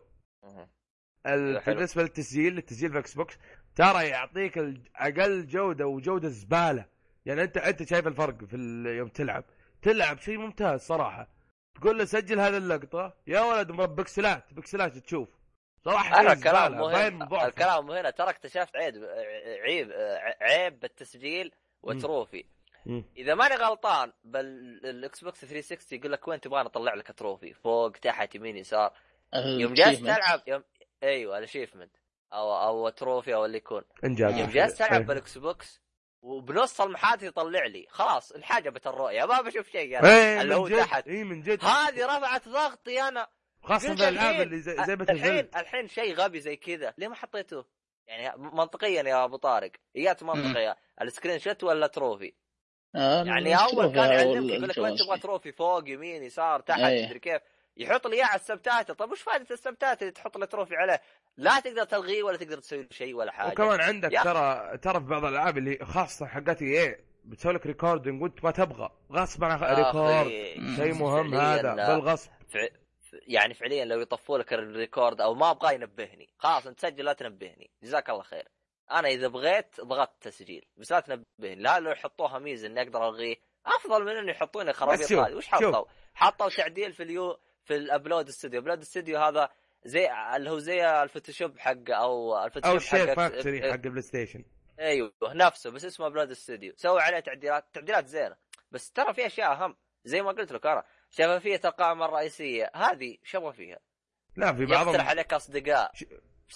بالنسبه للتسجيل التسجيل في اكس بوكس ترى يعطيك اقل جوده وجوده زباله يعني انت انت شايف الفرق في يوم تلعب تلعب شيء ممتاز صراحه تقول له سجل هذه اللقطه يا ولد بكسلات بكسلات تشوف صراحه أنا الكلام مهم الكلام هنا ترى اكتشفت عيب عيب عيب بالتسجيل وتروفي م. اذا ماني غلطان بالاكس بوكس ثلاثمية وستين يقول لك وين تبغى نطلع لك تروفي فوق تحت يمين يسار يوم جالس تلعب يوم ايوه الاشيفمنت او او تروفي او اللي يكون انجاز يوم جالس تلعب بالاكس بوكس وبنص المحادثه يطلع لي خلاص الحاجه الرؤيه ما بشوف شيء يعني اللي هو تحت اي من جد هذه رفعت ضغطي انا خاصه بالالعاب اللي زي, زي الحين الحين شيء غبي زي كذا ليه ما حطيته يعني منطقيا يا ابو طارق ايات منطقيه السكرين شوت ولا تروفي آه يعني اول كان يعلمك يقول لك وين تبغى تروفي فوق يمين يسار تحت تدري كيف يحط لي اياه على السبتات طب وش فائده السبتات اللي تحط له تروفي عليه لا تقدر تلغيه ولا تقدر تسوي شيء ولا حاجه وكمان عندك ترى ترى في بعض الالعاب اللي خاصه حقتي ايه بتسوي لك ريكوردنج وانت ما تبغى غصب عن ريكورد شيء مهم هذا بالغصب يعني فعليا لو يطفوا لك الريكورد او ما ابغى ينبهني خلاص انت سجل لا تنبهني جزاك الله خير انا اذا بغيت ضغطت تسجيل بس لا تنبهني لا لو يحطوها ميزه اني اقدر الغيه افضل من انه يحطون خرابيط هذه وش حطوا حطوا تعديل في اليو في الابلود استوديو ابلود استوديو هذا زي اللي هو زي الفوتوشوب حق او الفوتوشوب حق فاكتوري حق البلاي ستيشن ايوه نفسه بس اسمه ابلود استوديو سوي عليه تعديلات تعديلات زينه بس ترى في اشياء اهم زي ما قلت لك انا شفافيه القائمه الرئيسيه هذه شبه فيها لا في بعضهم يقترح عليك اصدقاء ش...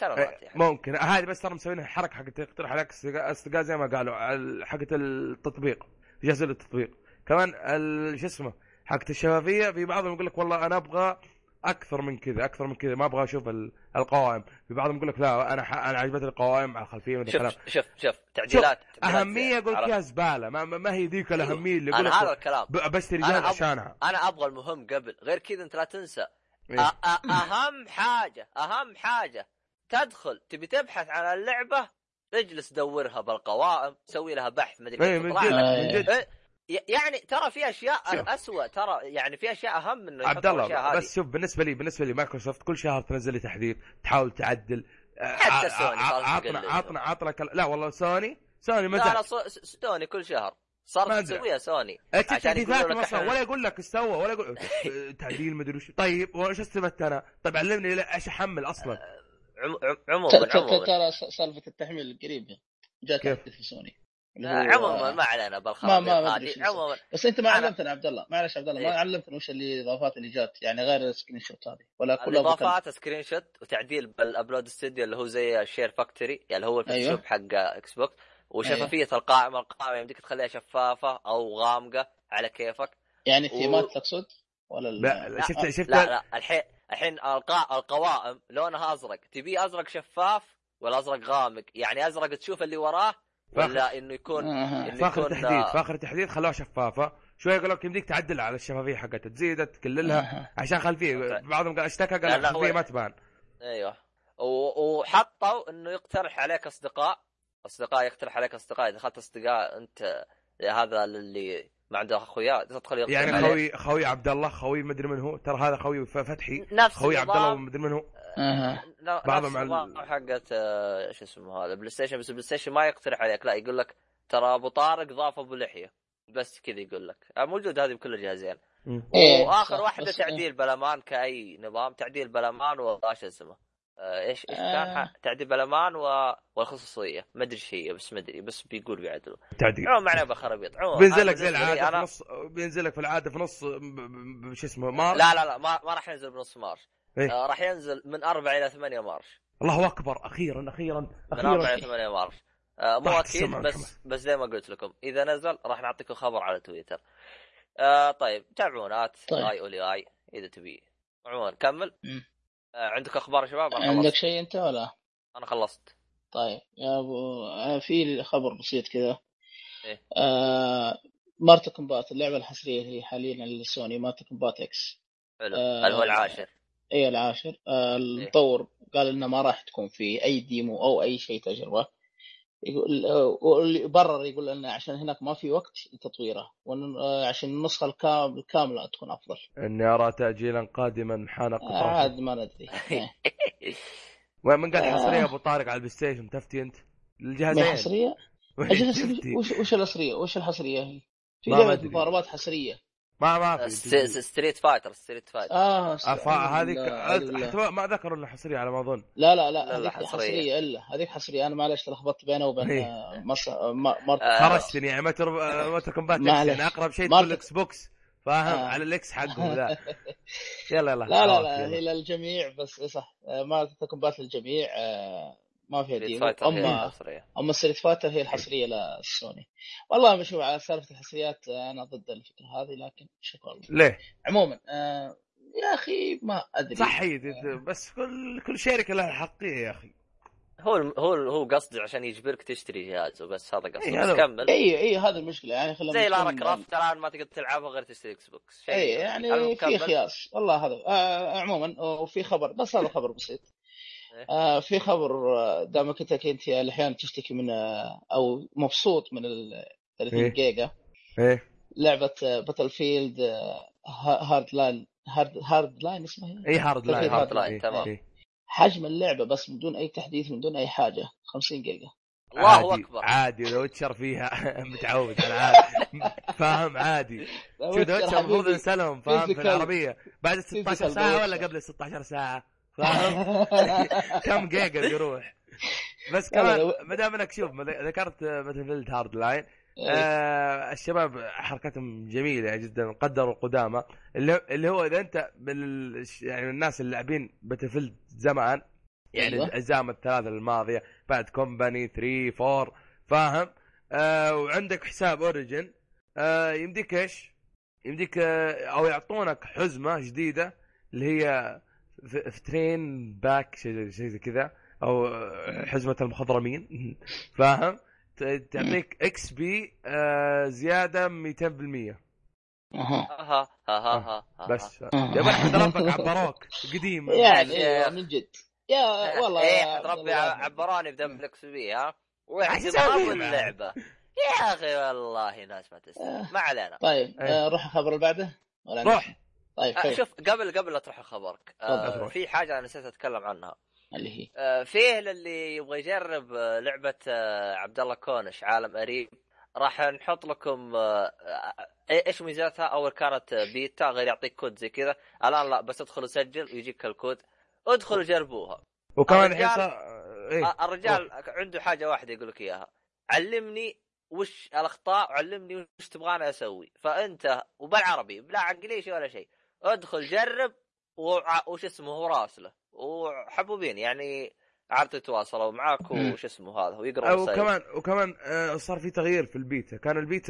ممكن هذه بس ترى مسوينها حركه حق تقترح عليك اصدقاء زي ما قالوا حقه التطبيق جهاز التطبيق كمان شو اسمه حقه الشفافيه في بعضهم يقول لك والله انا ابغى اكثر من كذا اكثر من كذا ما ابغى اشوف القوائم في بعضهم يقول لك لا انا ح... انا عجبتني القوائم على الخلفيه شوف شوف شوف, شوف تعديلات اهميه اقول فيها زباله ما, ما هي ذيك الاهميه اللي يقول لك هذا الكلام بشتري جهاز عشانها انا ابغى المهم قبل غير كذا انت لا تنسى إيه؟ أ... اهم حاجه اهم حاجه تدخل تبي تبحث عن اللعبه اجلس دورها بالقوائم سوي لها بحث ما ادري كيف تطلع لك إيه؟ يعني ترى في اشياء اسوء ترى يعني في اشياء اهم من عبد الله بس شوف بالنسبه لي بالنسبه لي مايكروسوفت كل شهر تنزل لي تحديث تحاول تعدل حتى سوني عطنا عطنا عطنا كل... لا والله سوني سوني متى لا لا سوني كل شهر صارت تسويها سوني التحديثات ما ولا يقول لك استوى ولا يقول تعديل ما ادري وش طيب وايش استفدت انا طيب علمني ايش احمل اصلا عموما عموما ترى سالفه التحميل قريبه جات في سوني. عموما ما علينا بالخرابيط هذه عموما. بس انت ما علمتنا عبد الله، معلش عبد الله ما علمتنا وش الاضافات اللي جات يعني غير السكرين شوت هذه ولا كلها اضافات سكرين شوت وتعديل بالابلود ستوديو اللي هو زي الشير فاكتوري يعني هو الفوتوشوب أيوه. حق اكس بوكس وشفافيه أيوه. القائمه القائمه يمديك تخليها شفافه او غامقه على كيفك يعني ثيمات و... تقصد ولا لا, لا شفت شفت لا لا الحين الحين القا... القوائم لونها ازرق تبي ازرق شفاف ولا ازرق غامق يعني ازرق تشوف اللي وراه ولا انه يكون آه. إنه فاخر يكون تحديد فاخر تحديد خلوها شفافه شويه يقول لك يمديك تعدل على الشفافيه حقتها تزيدها تقللها آه. عشان خلفيه بعضهم قال اشتكى قال الخلفيه ما تبان ايوه وحطوا انه يقترح عليك اصدقاء اصدقاء يقترح عليك اصدقاء اذا اخذت اصدقاء انت هذا اللي ما عنده اخويا تدخل يقترح يعني خوي خوي عبد الله خوي مدري من هو ترى هذا خوي فتحي خوي عبد الله مدري من هو اها بعضهم على حقت ايش اسمه هذا بلاي ستيشن بس بلاي ستيشن ما يقترح عليك لا يقول لك ترى ابو طارق ضاف ابو لحيه بس كذا يقول لك موجود هذه بكل الجهازين واخر واحده تعديل بلمان كاي نظام تعديل بلمان وايش اسمه ايش ايش كان تعديل بلمان والخصوصيه ما ادري شيء بس ما ادري بس بيقول بيعدلوا تعديل عموما معناه بخربيط عموما بينزلك زي العاده في نص بينزلك في العاده في نص شو اسمه مارش لا لا لا ما, ما راح ينزل بنص مارش إيه؟ آه راح ينزل من أربعة إلى ثمانية مارش الله أكبر أخيرا أخيرا أخيرا من أربعة إلى ثمانية مارش آه مو أكيد بس بس زي ما قلت لكم إذا نزل راح نعطيكم خبر على تويتر. آه طيب تابعونا طيب. آي أولي آي إذا تبي عموما كمل. آه عندك أخبار يا شباب؟ عندك شيء أنت ولا؟ أنا خلصت. طيب يا أبو في خبر بسيط كذا. إيه؟ آه مارتا كومبات اللعبة الحصرية اللي حاليا للسوني مارتا كومبات إكس. حلو. آه هل هو العاشر؟ ايه العاشر. آه المطور إيه؟ قال انه ما راح تكون في اي ديمو او اي شيء تجربه يقول واللي برر يقول لنا عشان هناك ما في وقت لتطويره وعشان النسخه الكامله الكامله تكون افضل. اني ارى تاجيلا قادما حان قطعه. عاد ما ندري. وين من قال حصريه ابو طارق على البلاي ستيشن تفتي انت الجهازين حصريه وش وش الحصريه وش الحصريه هي في لعبه مضاربات حصريه ما ما في ستريت فايتر ستريت فايتر اه هذيك ما ذكروا انها حصريه على ما اظن. لا لا لا هذيك حصريه. حصريه الا هذيك حصريه انا معلش لخبطت بينه وبين مص مارت خرجتني يعني متر متر كومبات يعني اقرب شيء تقول اكس بوكس فاهم آه. على الاكس حقه لا يلا يلا لا لا لا هي للجميع بس صح مارت كومبات للجميع ما فيها ديمو. اما اما ستريت فايتر هي الحصريه للسوني. والله مش على سالفه الحصريات انا ضد الفكره هذه لكن شكرا الله. ليه عموما آه يا اخي ما ادري صحيح بس كل كل شركه لها حقيه يا اخي. هو هو هو قصدي عشان يجبرك تشتري جهاز وبس هذا قصدي. بس كمل. اي اي هذه المشكله يعني خلينا زي لارا كرافت الان ما تقدر تلعبها غير تشتري اكس بوكس. اي يعني في خياس والله هذا آه عموما وفي خبر بس هذا خبر بسيط. آه في خبر دامك انت كنت احيانا تشتكي من او مبسوط من ال ثلاثين جيجا ايه لعبه باتل فيلد هارد لاين هارد هارد لاين اسمها اي هارد لاين هارد لاين تمام. إيه. حجم اللعبه بس من دون اي تحديث من دون اي حاجه خمسين جيجا. الله اكبر عادي لو تشر فيها متعود على عادي فاهم عادي شو دوتشر المفروض نسلم فاهم في العربيه بعد ستة عشر ساعه ولا قبل ستة عشر ساعه فاهم كم جيجا بيروح بس كمان ما دام انك شوف ذكرت باتل هارد لاين آه الشباب حركتهم جميله جدا قدروا القدامى اللي هو اذا انت من يعني الناس اللي لاعبين باتل زمان يعني الاجزاء الثلاثه الماضيه بعد كومباني ثلاثة أربعة فاهم آه وعندك حساب اوريجن آه يمديك ايش يمديك آه او يعطونك حزمه جديده اللي هي في ترين باك شيء زي كذا او حزمه المخضرمين فاهم تعطيك اكس بي آه زياده مئتين بالمية. اها اها اها بس يا بنت ربك عبروك قديم يعني من جد يا والله ايه ربي عبراني بدم الاكس بي ها واحتمال اللعبه يا اخي والله ناس ما تستاهل ما علينا. طيب آه روح الخبر اللي بعده ولا روح. طيب آه شوف قبل قبل لا تروح خبرك آه في حاجه انا نسيت اتكلم عنها اللي هي آه فيه اللي يبغى يجرب لعبه آه عبد الله كونش عالم قريب راح نحط لكم آه ايش ميزاتها. اول كانت بيتا غير يعطيك كود زي كذا الان لا بس ادخل وسجل ويجيك الكود ادخل جربوها وكمان الرجال, إيه؟ الرجال عنده حاجه واحده يقول لك اياها: علمني وش الاخطاء وعلمني وش تبغاني اسوي. فانت وبالعربي بلا انجليزي ولا شيء، ادخل جرب وش اسمه هو راسله وحبوبين يعني عرفت يتواصلوا معاك وش اسمه هذا ويقرأ رسائل. وكمان وكمان صار في تغيير في البيتا. كان البيتا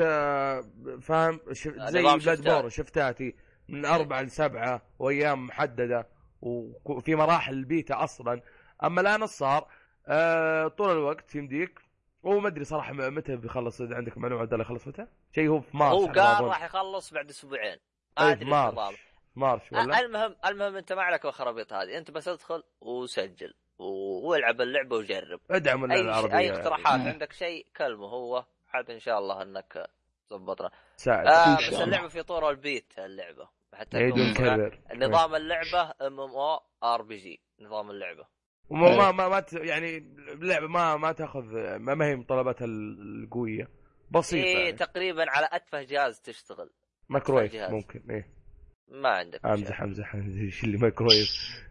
فاهم زي بلاد بورو شفتاتي من أربعة لسبعة وأيام محددة وفي مراحل البيتا أصلا. أما الآن صار طول الوقت يمديك. وما أدري صراحة متى بيخلص. إذا عندك معلومة عدل يخلص متى؟ شيء هو في مارس. هو قال راح يخلص بعد أسبوعين. أدري مارس مارس ولا. المهم المهم أنت ما عليك الخرابيط هذه. أنت بس ادخل وسجل والعب اللعبة وجرب. ادعم اللعبة العربية. أي اقتراحات يعني. عندك شيء كلمه هو حد إن شاء الله إنك تضبطنا. آه بس اللعبة في طور البيت اللعبة حتى يكون نظام اللعبة ام ام او ار بي جي نظام اللعبة. وما ما ما, ما يعني اللعبة ما ما تاخذ ما, ما هي مطالباتها القوية بسيطة. إيه يعني. تقريبا على أتفه جهاز تشتغل. مايكرويف ممكن إيه. ما عندك. امزح امزح ايش اللي مايكرويف.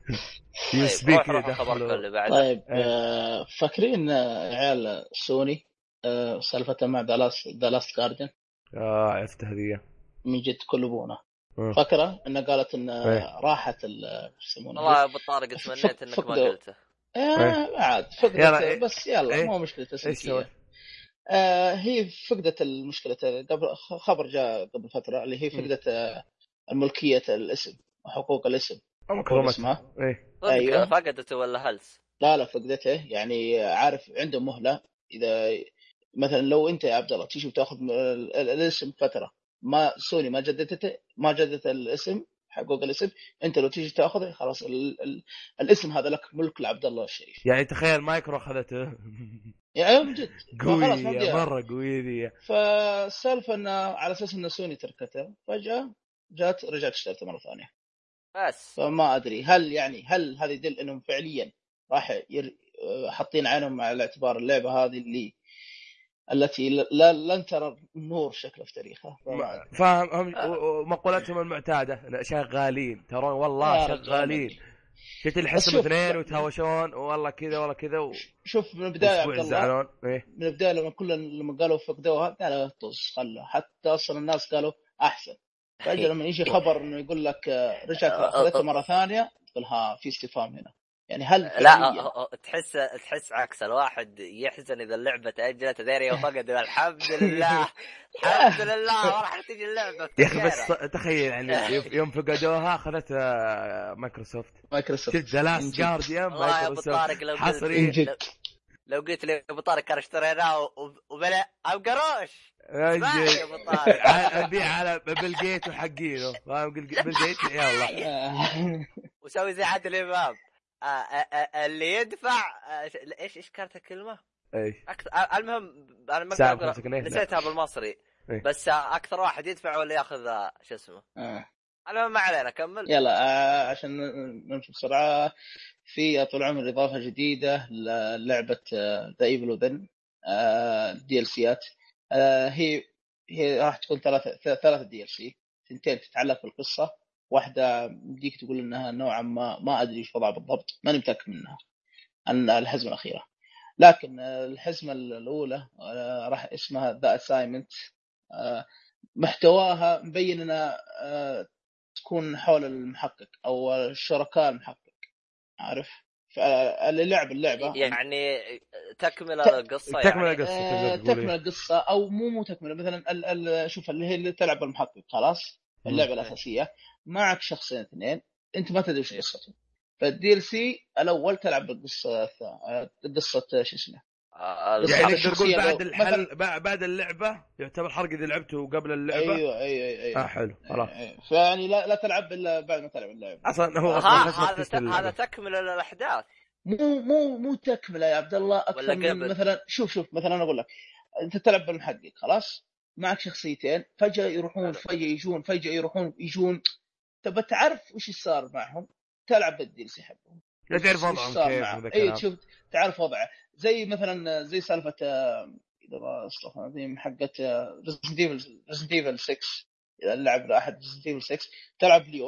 يو اس بي كذا. طيب آه فاكرين عيال سوني آه سالفته مع دالاس دالاس جاردن؟ اه عرفت هذه من جد كلبونه. فكرة انها قالت ان ايه. راحت يسمونه والله يا ابو طارق تمنيت انك ما قلته. آه عاد فقدت بس يلا ايه. مو مشكله تسليكيه. آه هي فقدت المشكله قبل خبر جاء قبل فتره اللي هي فقدت آه الملكيه الاسم وحقوق الاسم اسمها ايه. ايوه فقدته ولا هلس؟ لا لا فقدته. يعني عارف عنده مهله اذا مثلا لو انت يا عبد الله تيجي وتاخذ الاسم فتره ما سوني ما جددته ما جددت الاسم حقوق الاسم انت لو تيجي تاخذه خلاص ال ال الاسم هذا لك ملك لعبد الله الشريف. يعني تخيل مايكرو اخذته يعني من جد قوية مرة قوية دي. فالسالفة انه على اساس ان سوني تركته فجأة جات رجعت اشتريته مرة ثانية بس. فما ادري هل يعني هل هذا يدل انهم فعليا راح ير... حاطين عينهم على اعتبار اللعبة هذه اللي التي لا لن ترى النور شكله في تاريخها. فاهم هم مقولتهم المعتادة شغالين ترون والله شغالين. شفت الحسم اثنين وتهاوشون والله كذا والله كذا و... شوف من البداية عبد الله إيه؟ من البداية لما كل لما قالوا فقدوها قالوا طز خله حتى أصلا الناس قالوا أحسن. فجأة لما يجي خبر إنه يقول لك رجعت أخذته مرة ثانية تقول ها في استفهام هنا. يعني هل لا تحس تحس عكس الواحد يحزن اذا اللعبه تاجلت ذيري وفقدوا. الحمد لله الحمد لله راح تيجي اللعبه. يا اخي بس تخيل يعني يوم فقدوها اخذت مايكروسوفت مايكروسوفت شفت دلاس جارديان مايكروسوفت حصري. لو قلت لي ابو طارق كان اشتريناه وبلا ام قروش يا ابو طارق ابيع على بيل جيت وحقينه فاهم بيل جيت يلا وسوي زي عادل امام اللي يدفع ايش ايش كانت الكلمه ايش أكثر... المهم انا ما اقدر نسيتها بالمصري إيه؟ بس اكثر واحد يدفع ولا ياخذ شو اسمه آه. انا ما علينا كمل يلا آه عشان نمشي بسرعه. في طول عمر اضافه جديده للعبه ذا ايفل وذن دي ال سيات. هي هي راح تكون ثلاثه ثلاثه دي ال سي اثنتين تتعلق بالقصه واحدة بديك تقول إنها نوعا ما ما أدري إيش وضعها بالضبط ما نمتأكد منها عن الحزمة الأخيرة. لكن الحزمة الأولى راح اسمها The Assignment. محتواها مبين إنها تكون حول المحقق أو الشركاء المحقق عارف اللي لعب اللعبة يعني تكمل القصة تكمل يعني. القصة تكمل القصة أو مو مو تكمل مثلا ال ال شوف اللي هي اللي تلعب المحقق خلاص اللعبة الأساسية معك شخصين اثنين انت ما تدري ايش قصتهم. فالدي ال سي الاول تلعب بالقصه قصه شو اسمه يعني تقول بعد الحل بعد اللعبه يعتبر حرق اذا لعبته قبل اللعبه. ايوه ايوه ايوه اه حلو خلاص. أيوة. فيعني لا لا تلعب الا بعد ما تلعب اللعبه اصلا هو هذا هذا تكمل الاحداث مو مو مو تكمله يا عبد الله اكثر من مثلا شوف شوف مثلا انا اقول لك انت تلعب بالمحقق خلاص معك شخصيتين فجاه يروحون فجاه يجون فجاه يروحون يجون تبى تعرف وش صار معهم تلعب بالدي سي حقهم لا تعرف وضعهم كيف. اي تشوف تعرف وضعه زي مثلا زي سالفه اذا ما استغفر الله حقه ريزنت ايفل ريزنت ايفل ستة اذا لعب احد ريزنت ايفل ستة تلعب ليون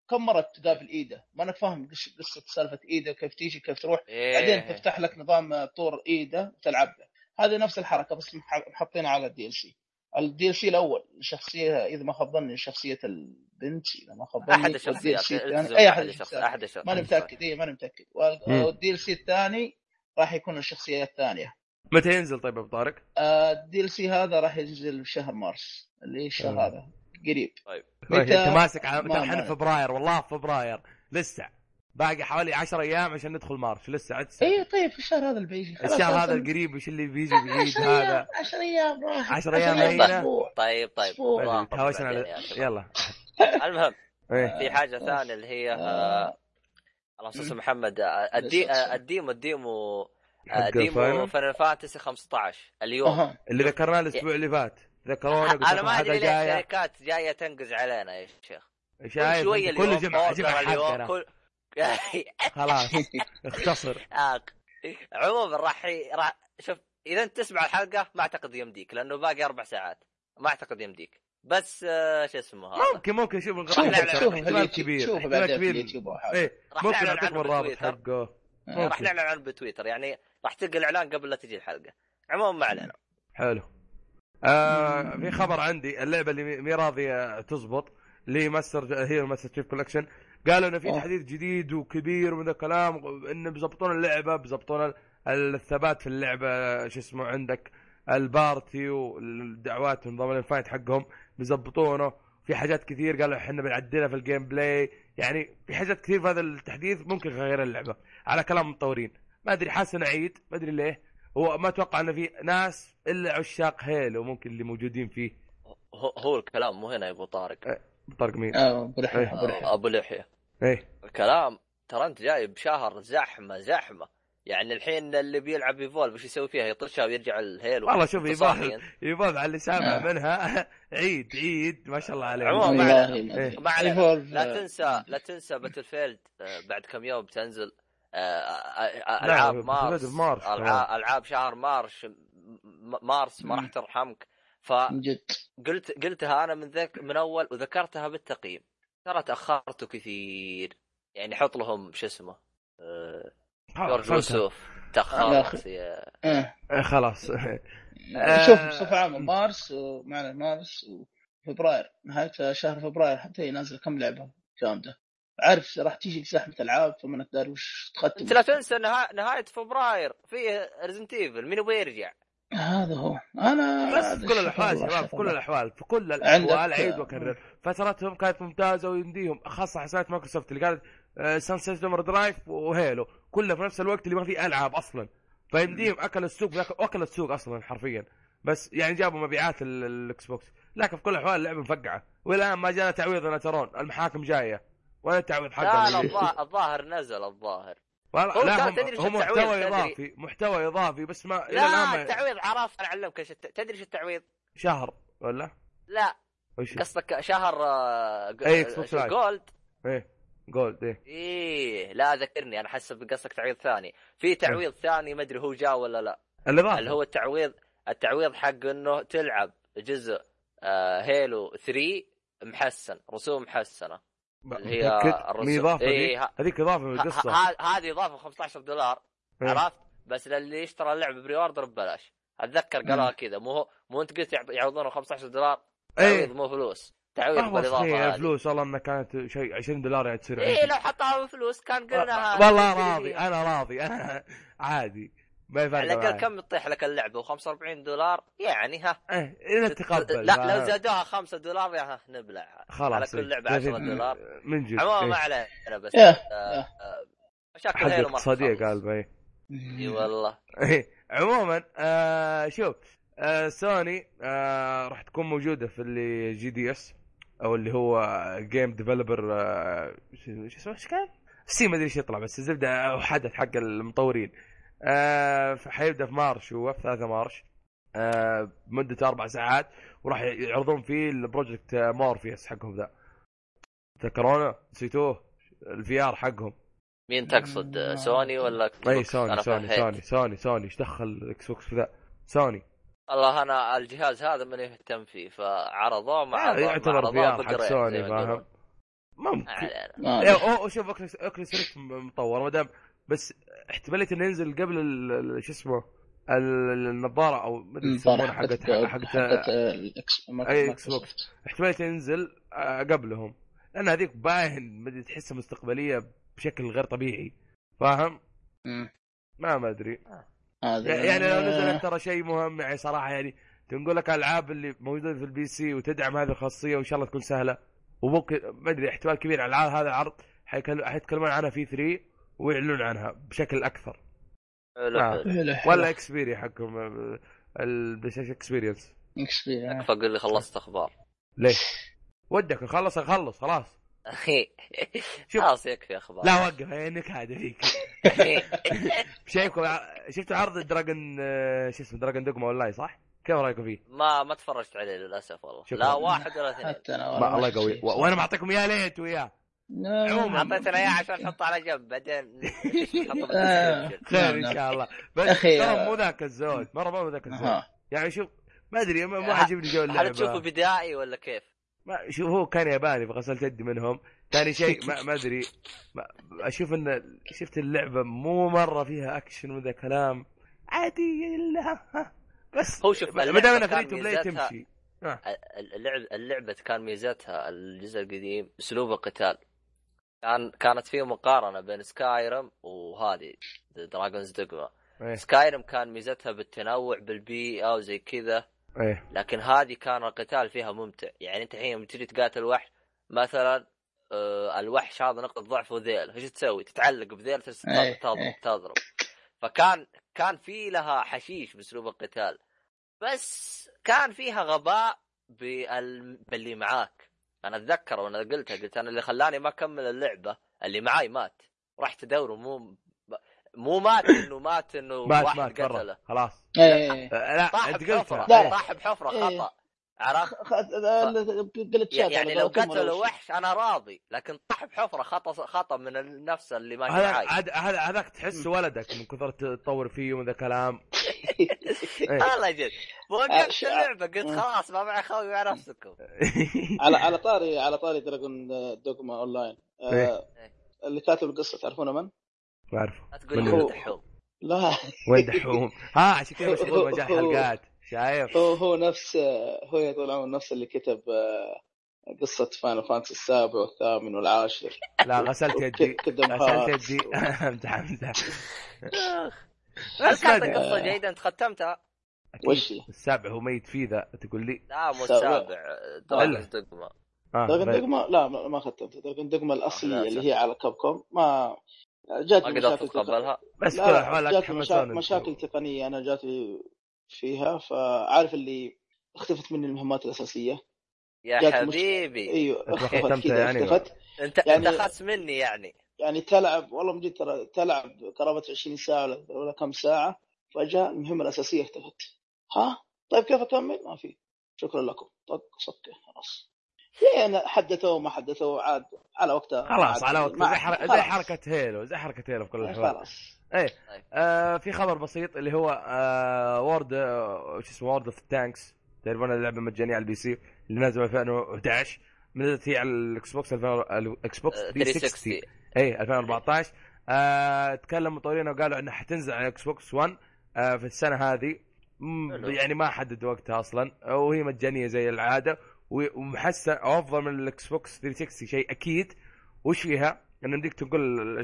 كم مرة تقابل إيده ما أنا فاهم قصة سالفة إيده كيف تيجي كيف تروح إيه. بعدين تفتح لك نظام طور إيده وتلعب له. هذه نفس الحركة بس محطينها على الدي ال سي. الدي ال سي الأول الشخصية إذا ما خاب شخصية البنت إذا ما خاب أحد الشخصيات أي أحد الشخصيات أحد الشخصيات ما متأكد إيه ما متأكد. والدي ال سي الثاني راح يكون الشخصية الثانية. متى ينزل طيب أبو طارق؟ الدي ال سي هذا راح ينزل في شهر مارس اللي الشهر آه. هذا قريب. طيب انت ماسك على فبراير والله فبراير لسه باقي حوالي عشر ايام عشان ندخل مارس لسه عدس. ايه طيب في الشهر هذا اللي بيجي الشهر هذا القريب وش اللي بيجي بعيد هذا عشر ايام راح عشر ايام هنا. طيب طيب تهاوشنا على يلا المهم في حاجه ثانيه اللي هي الله استاذ محمد الدي الديمو الديمو ديمو فاينل فانتسي خمسة عشر اليوم اللي ذكرناه الاسبوع اللي فات ذكرونا قلت انا ما ادري ليش الشركات جايه تنقز علينا يا شيخ شويه كل جمعه جمعه حقنا كل... خلاص اختصر. عموما راح راح شوف اذا انت تسمع الحلقه ما اعتقد يمديك لانه باقي اربع ساعات ما اعتقد يمديك بس آه شو اسمه هذا ممكن ممكن شوف احتمال كبير شوف بعدين في اليوتيوب ايه ممكن نعطيكم الرابط حقه راح نعلن عنه بتويتر يعني راح تلقى الاعلان قبل لا تجي الحلقه. عموما ما علينا. حلو. آه في خبر عندي اللعبه اللي مي راضيه تزبط اللي ماستر هي ماستر تشيف كولكشن قالوا انه في تحديث جديد وكبير ومن ذا الكلام انه بيظبطون اللعبه بيظبطون الثبات في اللعبه شو اسمه عندك البارتي والدعوات ونظام الانفايت حقهم بيظبطونه في حاجات كثير قالوا احنا بنعدلها في الجيم بلاي يعني في حاجات كثير في هذا التحديث ممكن يغير اللعبه على كلام المطورين. ما ادري حاسس انه عيد ما ادري ليه هو ما اتوقع انه في ناس الا عشاق هيلو ممكن اللي موجودين فيه. هو الكلام مو هنا يا ابو طارق. ابو طارق مين؟ ابو لحيه ابو لحيه ابو لحيه ايه الكلام ترى انت جاي بشهر زحمه زحمه يعني الحين اللي بيلعب ايفولف وش يسوي فيها يطرشها ويرجع الهيلو والله شوف ايفولف ايفولف على اللي سامع منها عيد عيد ما شاء الله عليه. عموما ما عليه لا تنسى لا تنسى باتل فيلد بعد كم يوم بتنزل العاب مارس العاب شهر مارس مارس ما راح ترحمك. فقلت قلتها انا من ذاك من اول وذكرتها بالتقييم ترى تاخرتوا كثير يعني حط لهم شو اسمه جورج يوسف تاخرت يا خلاص. شوف بصفه عامه مارس ومعنا مارس وفبراير نهايه شهر فبراير حتى ينزل كم لعبه جامده عارف راح تيجي زحمه العاب فما تقدر وش تختم. انت لا تنسى نها... نهايه فبراير فيه ريزنت ايفل مين بيرجع هذا هو. انا بس في كل الاحوال شباب في كل الاحوال في كل الاحوال عيد وكرر فترتهم كانت ممتازه ويمديهم خاصه حسابات مايكروسوفت اللي قالت سانسيت اوفر درايف وهيلو كلها في نفس الوقت اللي ما في العاب اصلا فيمديهم اكل السوق اكل السوق اصلا حرفيا بس يعني جابوا مبيعات الاكس بوكس. لكن في كل الاحوال اللعبه مفقعه والان ما جانا تعويض انا ترون المحاكم جايه ولا التعويض حقه. لا الظاهر الظاهر نزل الظاهر والله لا هم هو محتوى اضافي محتوى اضافي بس ما الى الان لا التعويض عرفت انا اعلمك ايش تدري ايش التعويض شهر ولا لا قصدك شهر اي جولد ايه جولد ايه ايه لا ذكرني انا حسب قصدك تعويض ثاني في تعويض إيه؟ ثاني ما ادري هو جاء ولا لا اللي, اللي هو التعويض التعويض حق انه تلعب جزء آه هيلو ثلاثة محسن رسوم محسنه هي الرسوم إيه هذيك اضافه من القصه هذه اضافه خمسة عشر دولار إيه؟ عرفت بس للي يشترى اللعبه بري اوردر ببلاش اتذكر قالها كذا مو مو انت قلت يعوضونه خمسة عشر دولار تعويض مو فلوس تعويض بالاضافه هذه فلوس والله انها كانت شيء عشرين دولار يعني تصير ايه لو حطها فلوس كان قلنا والله راضي انا راضي انا عادي ما يفرق على الاقل كم يطيح لك اللعبه وخمسة وأربعين دولار يعني ها ايه اذا تقبل لا لو زادوها خمسة دولار يا ها نبلع على كل لعبه عشرة دولار من جد عموما ما عليه انا بس مشاكل هيلو مرة صديق قلبي اي والله. عموما آه شوف آه سوني آه راح تكون موجوده في اللي جي دي اس او اللي هو جيم ديفلوبر آه شو اسمه ايش كان سي ما ادري ايش يطلع بس الزبده او حدث حق المطورين آه حيبدا في مارش هو في ثلاثة مارش آه مدة أربع ساعات وراح يعرضون فيه البروجكت مورفيوس حقهم ذا تذكرونه نسيتوه الفي ار حقهم. مين تقصد سوني ولا اي سوني سوني سوني سوني سوني ايش دخل اكس بوكس في ذا سوني والله انا الجهاز هذا من يهتم فيه فعرضوه مع يعتبر في ار حق سوني فاهم ممكن ما او او شوف اوكلس اوكلس ريفت مطور ما دام بس احتماليه انه ينزل قبل ال- شو اسمه ال- النظاره او مدري يسمونها حقت حقت حقت الاكس اي اكس بوكس احتماليه ينزل آه، قبلهم لان هذيك باين مدري تحسها مستقبليه بشكل غير طبيعي فاهم. مم. ما ما ادري هذا يعني لو نزلت ترى شيء مهم يعني صراحه يعني تنقول لك الالعاب اللي موجوده في البي سي وتدعم هذه الخاصيه وان شاء الله تكون سهله وممكن ما ادري احتمال كبير على العاب هذا العرض حيكل- حيتكلمون عنها في ثري ويعلنون عنها بشكل اكثر. حلو آه. حلو. ولا اكسبيريا حقهم البلاي ستيشن اكسبيرينس اكسبيرينس فقل لي خلصت اخبار ليه ودك نخلص نخلص خلاص شوف. خلاص يكفي اخبار. لا وقف هي نكهه فيك شايفكم شفتوا عرض دراجون آه، شو اسمه دراجون دوغما اونلاين صح؟ كيف رايكم فيه؟ ما ما تفرجت عليه للاسف والله. شكرا. لا واحد ولا اثنين. حتى انا ما الله يقوي و- وانا معطيكم اياه ليت وياه عموما اعطيتنا اياه عشان نحطه على جنب بعدين نحطه آه. بالديسكربشن. خير نعم، ان شاء الله يا بس أخي، ترى آه. مو ذاك الزود مره مو ذاك الزود أها. يعني شوف ما ادري ما ما عجبني جو اللعبه. هل تشوفه بدائي ولا كيف؟ ما شوف هو كان ياباني فغسلت يدي منهم. ثاني شيء ما ما ادري ما اشوف ان شفت اللعبه مو مره فيها اكشن وذا كلام عادي لا بس هو شوف ما دام انا كان فري تو بلاي ميزتها- تمشي آه. اللعب اللعبة كان ميزتها الجزء القديم اسلوب القتال كان كانت فيه مقارنة بين سكايرم وهذه دراجونز دوغما. إيه. سكايرم كان ميزتها بالتنوع بالبيئة وزي كذا ايه لكن هذه كان القتال فيها ممتع. يعني انت الحين لما تجي تقاتل وحش مثلا آه الوحش هذا نقطة ضعفه ذيل ايش تسوي؟ تتعلق بذيل تس- إيه، تضرب إيه. تضرب. فكان كان في لها حشيش باسلوب القتال بس كان فيها غباء بال... باللي معاك. انا اتذكر وانا قلتها قلت انا اللي خلاني ما اكمل اللعبه اللي معاي مات رحت ادوره مو مو مات انه مات انه مات واحد مات قتله مرة خلاص ايه آه، لا طاح انت بحفره قلتها لا. طاح بحفره إيه. خطا عرفت. قلت شات يعني لو قتلوا وحش انا راضي لكن طاح بحفره خطا خطا من النفس اللي ماشي هذا معاي. هذا هذا هذاك تحس ولدك من كثر تطور فيه وذا كلام إيه. والله جد وقفت اللعبه قلت خلاص ما معي خوي مع نفسكم. على على طاري على طاري دراجون دوغما اونلاين آه اللي كاتب القصه تعرفونه من؟ ما اعرفه لا تقول لي من هو هو؟ دحوم. لا وين دحوم ها عشان كذا مشغول مجال حلقات شايف هو هو نفس هو يا طول العمر نفس اللي كتب آه، قصه فاينل فانتسي السابع والثامن والعاشر. لا غسلت يدي كدم غسلت يدي امزح امزح هل بس كانت ما أدري. قصه جيده انت ختمتها؟ أكيد. وش هي؟ السابع هو ميت فيه ذا تقول لي لا مو السابع. السابع دراجونز دوغما. آه دراجون بل- دوغما لا ما ما ختمت دراجون دوغما الاصليه لا، اللي هي على كابكوم ما جات ما لي قدرت مشاكل تتقبلها. بس كل لا الاحوال لا جات لي تحمسون مشا... مشاكل تقنيه انا جات لي فيها فعارف اللي اختفت مني المهمات الاساسيه. يا جات مش- حبيبي ايوه أنت اختفت ختمتها كذا يعني اختفت انت يعني- انت خاص مني يعني. يعني تلعب والله من جد ترى تلعب قرابه عشرين ساعه ولا- ولا كم ساعه فجاه المهمه الاساسيه اختفت. ها طيب كيف اكمل؟ ما في. شكرا لكم طق صك خلاص. يعني حدثوا ما حدثوا عاد على وقتها خلاص عاد على وقت ما- زي, حر... زي خلاص. حركه هيلو زي حركه هيلو في كل الاحوال. خلاص ايه آه في خبر بسيط اللي هو آه وورد آه شو اسمه وورد اوف تانكس تقريبا اللعبه مجانيه على البي سي اللي نازله ألفين وأحد عشر نزلت هي على الاكس بوكس الاكس بوكس ثلاثمية وستين اي ألفين وأربعة عشر. آه تكلم مطورين وقالوا انها حتنزل على الاكس بوكس واحد آه في السنه هذه م- يعني ما حدد وقتها اصلا وهي مجانيه زي العاده ومحسن افضل من الاكس بوكس ثلاثمية وستين شيء اكيد. وش فيها ان يمديك تنقل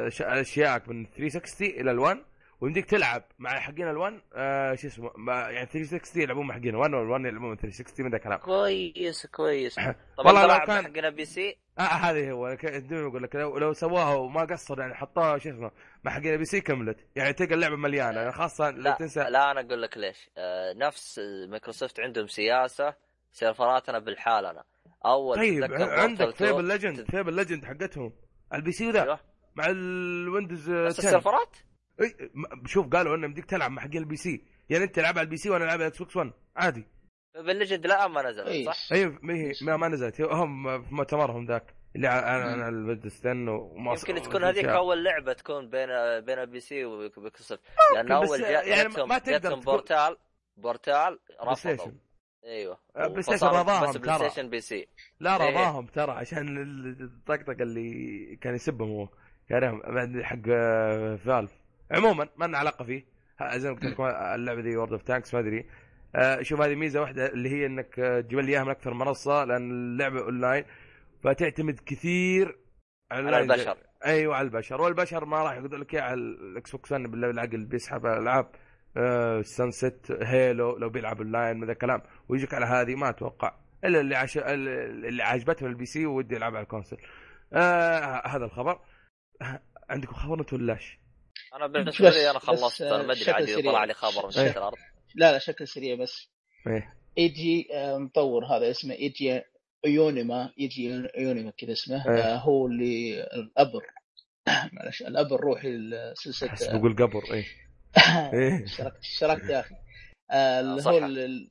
اشياءك من ثلاثمية وستين الى الوان ويمديك تلعب مع حقين الوان آه شو اسمه يعني ثلاثمية وستين يلعبون مع حقين الوان والوان يلعبون من ثلاثمية وستين من ذا الكلام كويس كويس. طب والله والله لو كان- حقنا بي سي اه هذه هو الدنيا اقول لك لو, لو سواها وما قصر يعني حطوها شو اسمه مع حقين بي سي كملت يعني تلقى اللعبه مليانه يعني خاصه لو لا تنسى. لا انا اقول لك ليش. آه نفس مايكروسوفت عندهم سياسه سيرفراتنا بالحال. انا اول طيب تتذكر عندك بورتال فيبل تو- ليجند فيبل ليجند حقتهم على البي سي وذا أيوة. مع الويندوز بس عشرة. السيرفرات اي م- شوف قالوا انه بدك تلعب مع حقين البي سي يعني انت تلعب على البي سي وانا العب على اكس بوكس واحد عادي. بالليجند لا ما نزلت إيه. صح. اي ما هي ما, ما نزلت هم في مؤتمرهم ذاك اللي انا انا الويندوز عشرة وما يمكن تكون هذيك اول لعبه تكون بين بين البي سي ومايكروسوفت لان بس اول جا- يعني جاتهم ما تقدر جاتهم تقول- بورتال بورتال بلاي رفضوا ستيشن. ايوه بلاي ستيشن رضاهم بس بلاي ستيشن بي سي لا رضاهم ترى عشان الطقطقه اللي كان يسبهم هو كريم بعد حق فالف. عموما ما لنا علاقه فيه زي ما قلت لكم اللعبه دي وورد اوف تانكس ما ادري. شوف هذه ميزه واحده اللي هي انك تجيب لي اياها من اكثر منصه لان اللعبه اونلاين فتعتمد كثير على البشر. ايوه على البشر والبشر ما راح يقول لك على الاكس بوكس ان بالله بالعقل بيسحب الالعاب آه سانست هيلو لو بيلعب اونلاين من ذا الكلام ويجيك على هذه ما اتوقع الا اللي عش... اللي عجبته البي سي ودي يلعب على الكونسول. آه هذا الخبر. عندكم خبر انتم ولاش؟ انا بالنسبه لي انا خلصت انا ما ادري عاد طلع لي خبر من الارض. لا لا شكل سريع بس ايه يجي مطور هذا اسمه يجي ايونيما يجي ايونيما كذا اسمه إيه؟ آه هو اللي الابر معلش الاب الروحي لسلسله حسب بقول قبر ايه ايه شركت شركت يا اخي آه اللي هو ال...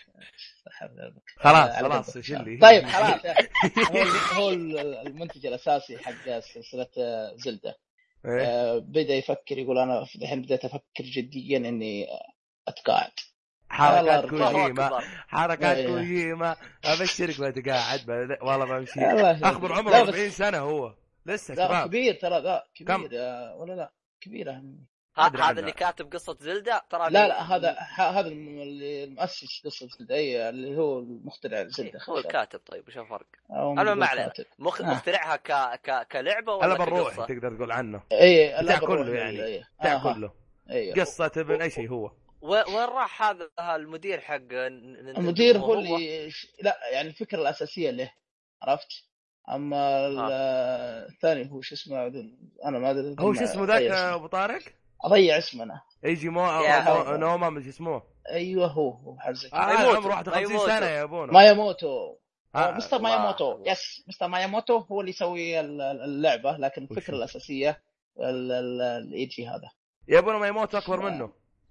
خلاص خلاص شلي طيب خلاص هو هو المنتج الاساسي حق سلسله زلدة إيه؟ آه بدا يفكر يقول انا الحين بديت افكر جديا اني اتقاعد. حركات كوجيما حركات كوجيما ابشرك ما تقاعد والله ما امشي. اخبر عمره أربعين سنه هو لسه شباب كبير ترى لا كبير ولا لا كبيره. هذا اللي كاتب قصه زلدة ترى لا لا هذا هذا اللي مؤسس قصه زلدة اي اللي هو المخترع زلدة هو الكاتب. طيب وش الفرق؟ انا ما علينا مخ... آه. مخترعها ك... ك... كلعبه ولا كقصه؟ بالروح تقدر تقول عنه اي لا كله يعني تاع كله ايوه قصه ابن اي شيء هو. وين راح هذا المدير حق المدير هو اللي لا يعني الفكره الاساسيه له عرفت. اما الثاني هو شو اسمه انا ما ادري هو شو اسمه ذاك ابو طارق اضيع اسمه يجي مو نوما مش اسمه. ايوه هو هو حزك آه عمره واحد وخمسين سنه يا ابونا ماياموتو آه مستر ماياموتو يس مستر ماياموتو هو اللي يسوي اللعبه لكن الفكره الاساسيه الايجي هذا يا ابونا ماياموتو اكبر منه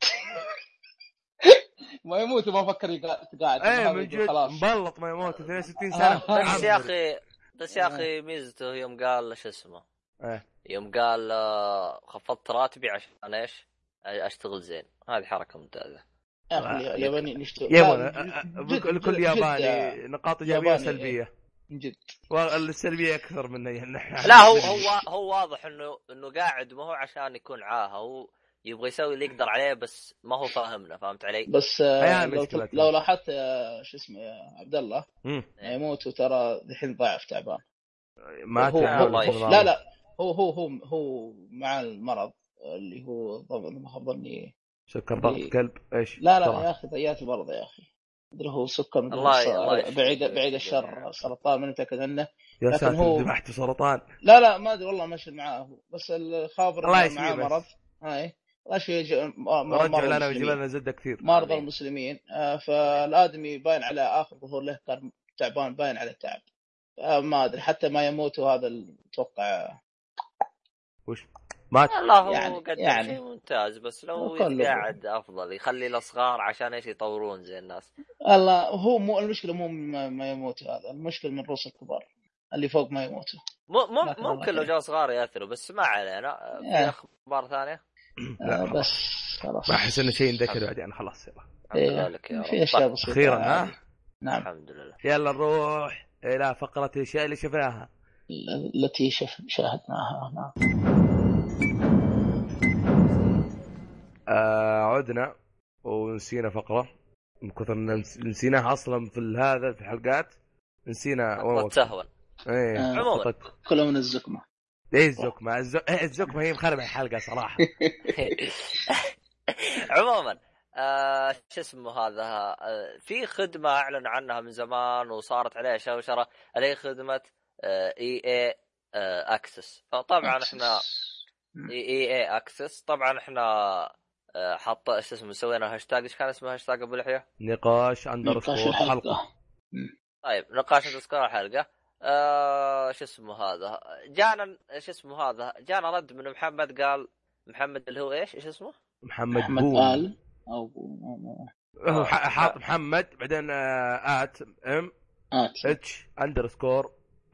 ما يموت ما فكر يقعد ايه من جد مبلط ما يموت اثنين وستين سنه. بس يا اخي بس يا اخي ميزته يوم قال شو اسمه ايه يوم قال خفضت راتبي عشان ايش اشتغل زين. هذه حركه ممتازه يا اخي الياباني نشتغل يا الكل ياباني نقاط ايجابيه وسلبيه من جد والسلبيه اكثر منه لا هو هو هو واضح انه انه قاعد ما هو عشان يكون عاهه هو يبغى يسوي اللي يقدر عليه بس ما هو فاهمنا فهمت علي. بس لو, لو لاحظت شو اسمه يا عبد الله يموت وترى الحين ضعف تعبان ما هو هو لا لا هو هو هو هو مع المرض اللي هو طبعا ما خبرني سكر ضغط قلب ايش لا لا يا اخي ضيعت المرض يا اخي ادري هو سكر الله بعيد بعيد الشر سرطان من متاكد انه يا ساتر هو... ذبحت سرطان لا لا ما ادري والله ماشي معاه هو بس الخابر معاه مرض هاي واش يجي رجع لنا ويجيب لنا زده كثير مرضى المسلمين آه فالادمي باين على اخر ظهور له كان تعبان باين على تعب آه ما ادري حتى ما يموت وهذا اتوقع وش مات الله يعني قدم يعني شيء ممتاز بس لو يقعد افضل يخلي الاصغار عشان ايش يطورون زي الناس. الله هو مو المشكله مو ما يموت هذا المشكله من الروس الكبار اللي فوق ما يموتوا م- ممكن لو جاء صغار ياثروا بس ما علينا في اخبار ثانيه آه بس خلاص ما احس انه شيء نذكر بعد يعني خلاص يلا إيه. في اشياء بسيطه اخيرا ها نعم الحمد لله. يلا نروح الى فقره الاشياء اللي شفناها التي شف... شاهدناها نعم. آه عدنا ونسينا فقره من كثر نسيناها اصلا في هذا في الحلقات نسينا والله تهون ايه آه. عموما كله من الزكمه ايه الزكمه الزكمه هي مخربه الحلقه صراحه. عموما آه شو اسمه هذا آه في خدمه اعلن عنها من زمان وصارت عليها شوشره اللي هي خدمه آه اي اي آه اكسس. طبعا احنا اي اي اي اكسس طبعا احنا آه حط ايش اسمه سوينا هاشتاج ايش كان اسمه هاشتاج ابو لحيه نقاش اندرسكور حلقه. طيب نقاش اندرسكور حلقه آه شو اسمه هذا جانا شو اسمه هذا جانا رد من محمد قال محمد اللي هو ايش ايش اسمه محمد قال او هو حاط محمد بعدين ات ام اتش اندرسكور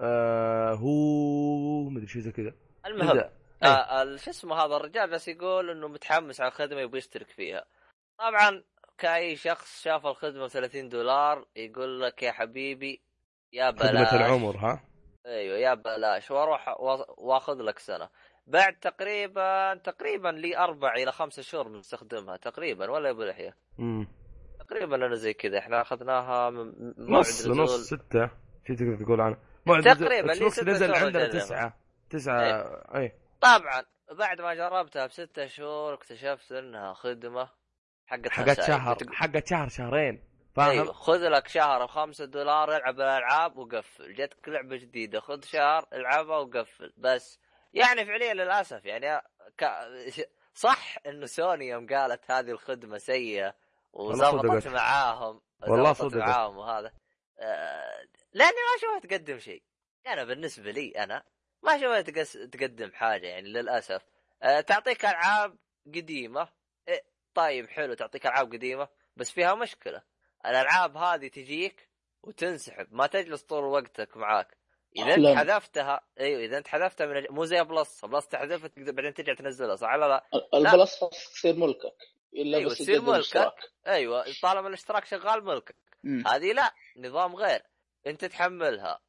هو مدري شو زي كذا. المهم آه شو اسمه هذا الرجال بس يقول انه متحمس على الخدمه يبغى يشترك فيها. طبعا كأي شخص شاف الخدمة ثلاثين دولار يقول لك يا حبيبي يا بلاش خدمة العمر ها. ايوه يا بلاش، واروح واخذ لك سنة. بعد تقريبا تقريبا لي اربع الى خمسة شهور مستخدمها تقريبا، ولا ابو لحية امم تقريبا انا زي كذا. احنا اخذناها نص نص ستة شي تقدر تقول عنه تقريبا لي نص نزل عندنا أجلها. تسعة تسعة اي. اي طبعا بعد ما جربتها بستة شهور اكتشفت انها خدمة حقت حقت شهر بتق... حقت شهر شهرين فاهم. أيوة. خذ لك شهر بخمسة دولار العب الالعاب وقفل، جتك لعبة جديدة خذ شهر العبها وقفل بس. يعني فعليا للاسف يعني ك... صح انه سوني يوم قالت هذه الخدمة سيئة وزبطت معاهم والله صدق معاهم وهذا آه... لاني ما شوفت تقدم شيء. انا بالنسبة لي انا ما شوفت تقس... تقدم حاجة يعني للاسف. آه... تعطيك العاب قديمة إيه طيب حلو تعطيك العاب قديمة بس فيها مشكلة، الالعاب هذه تجيك وتنسحب ما تجلس طول وقتك معاك. اذا انت حذفتها ايوه اذا انت حذفتها من مو زي بلس بلس تحذفت بعدين ترجع تنزلها صح ولا لا؟ البلس تصير ملكك الا أيوة بس تصير ملكك. ايوه طالما الاشتراك شغال ملكك. هذه لا نظام غير، انت تحملها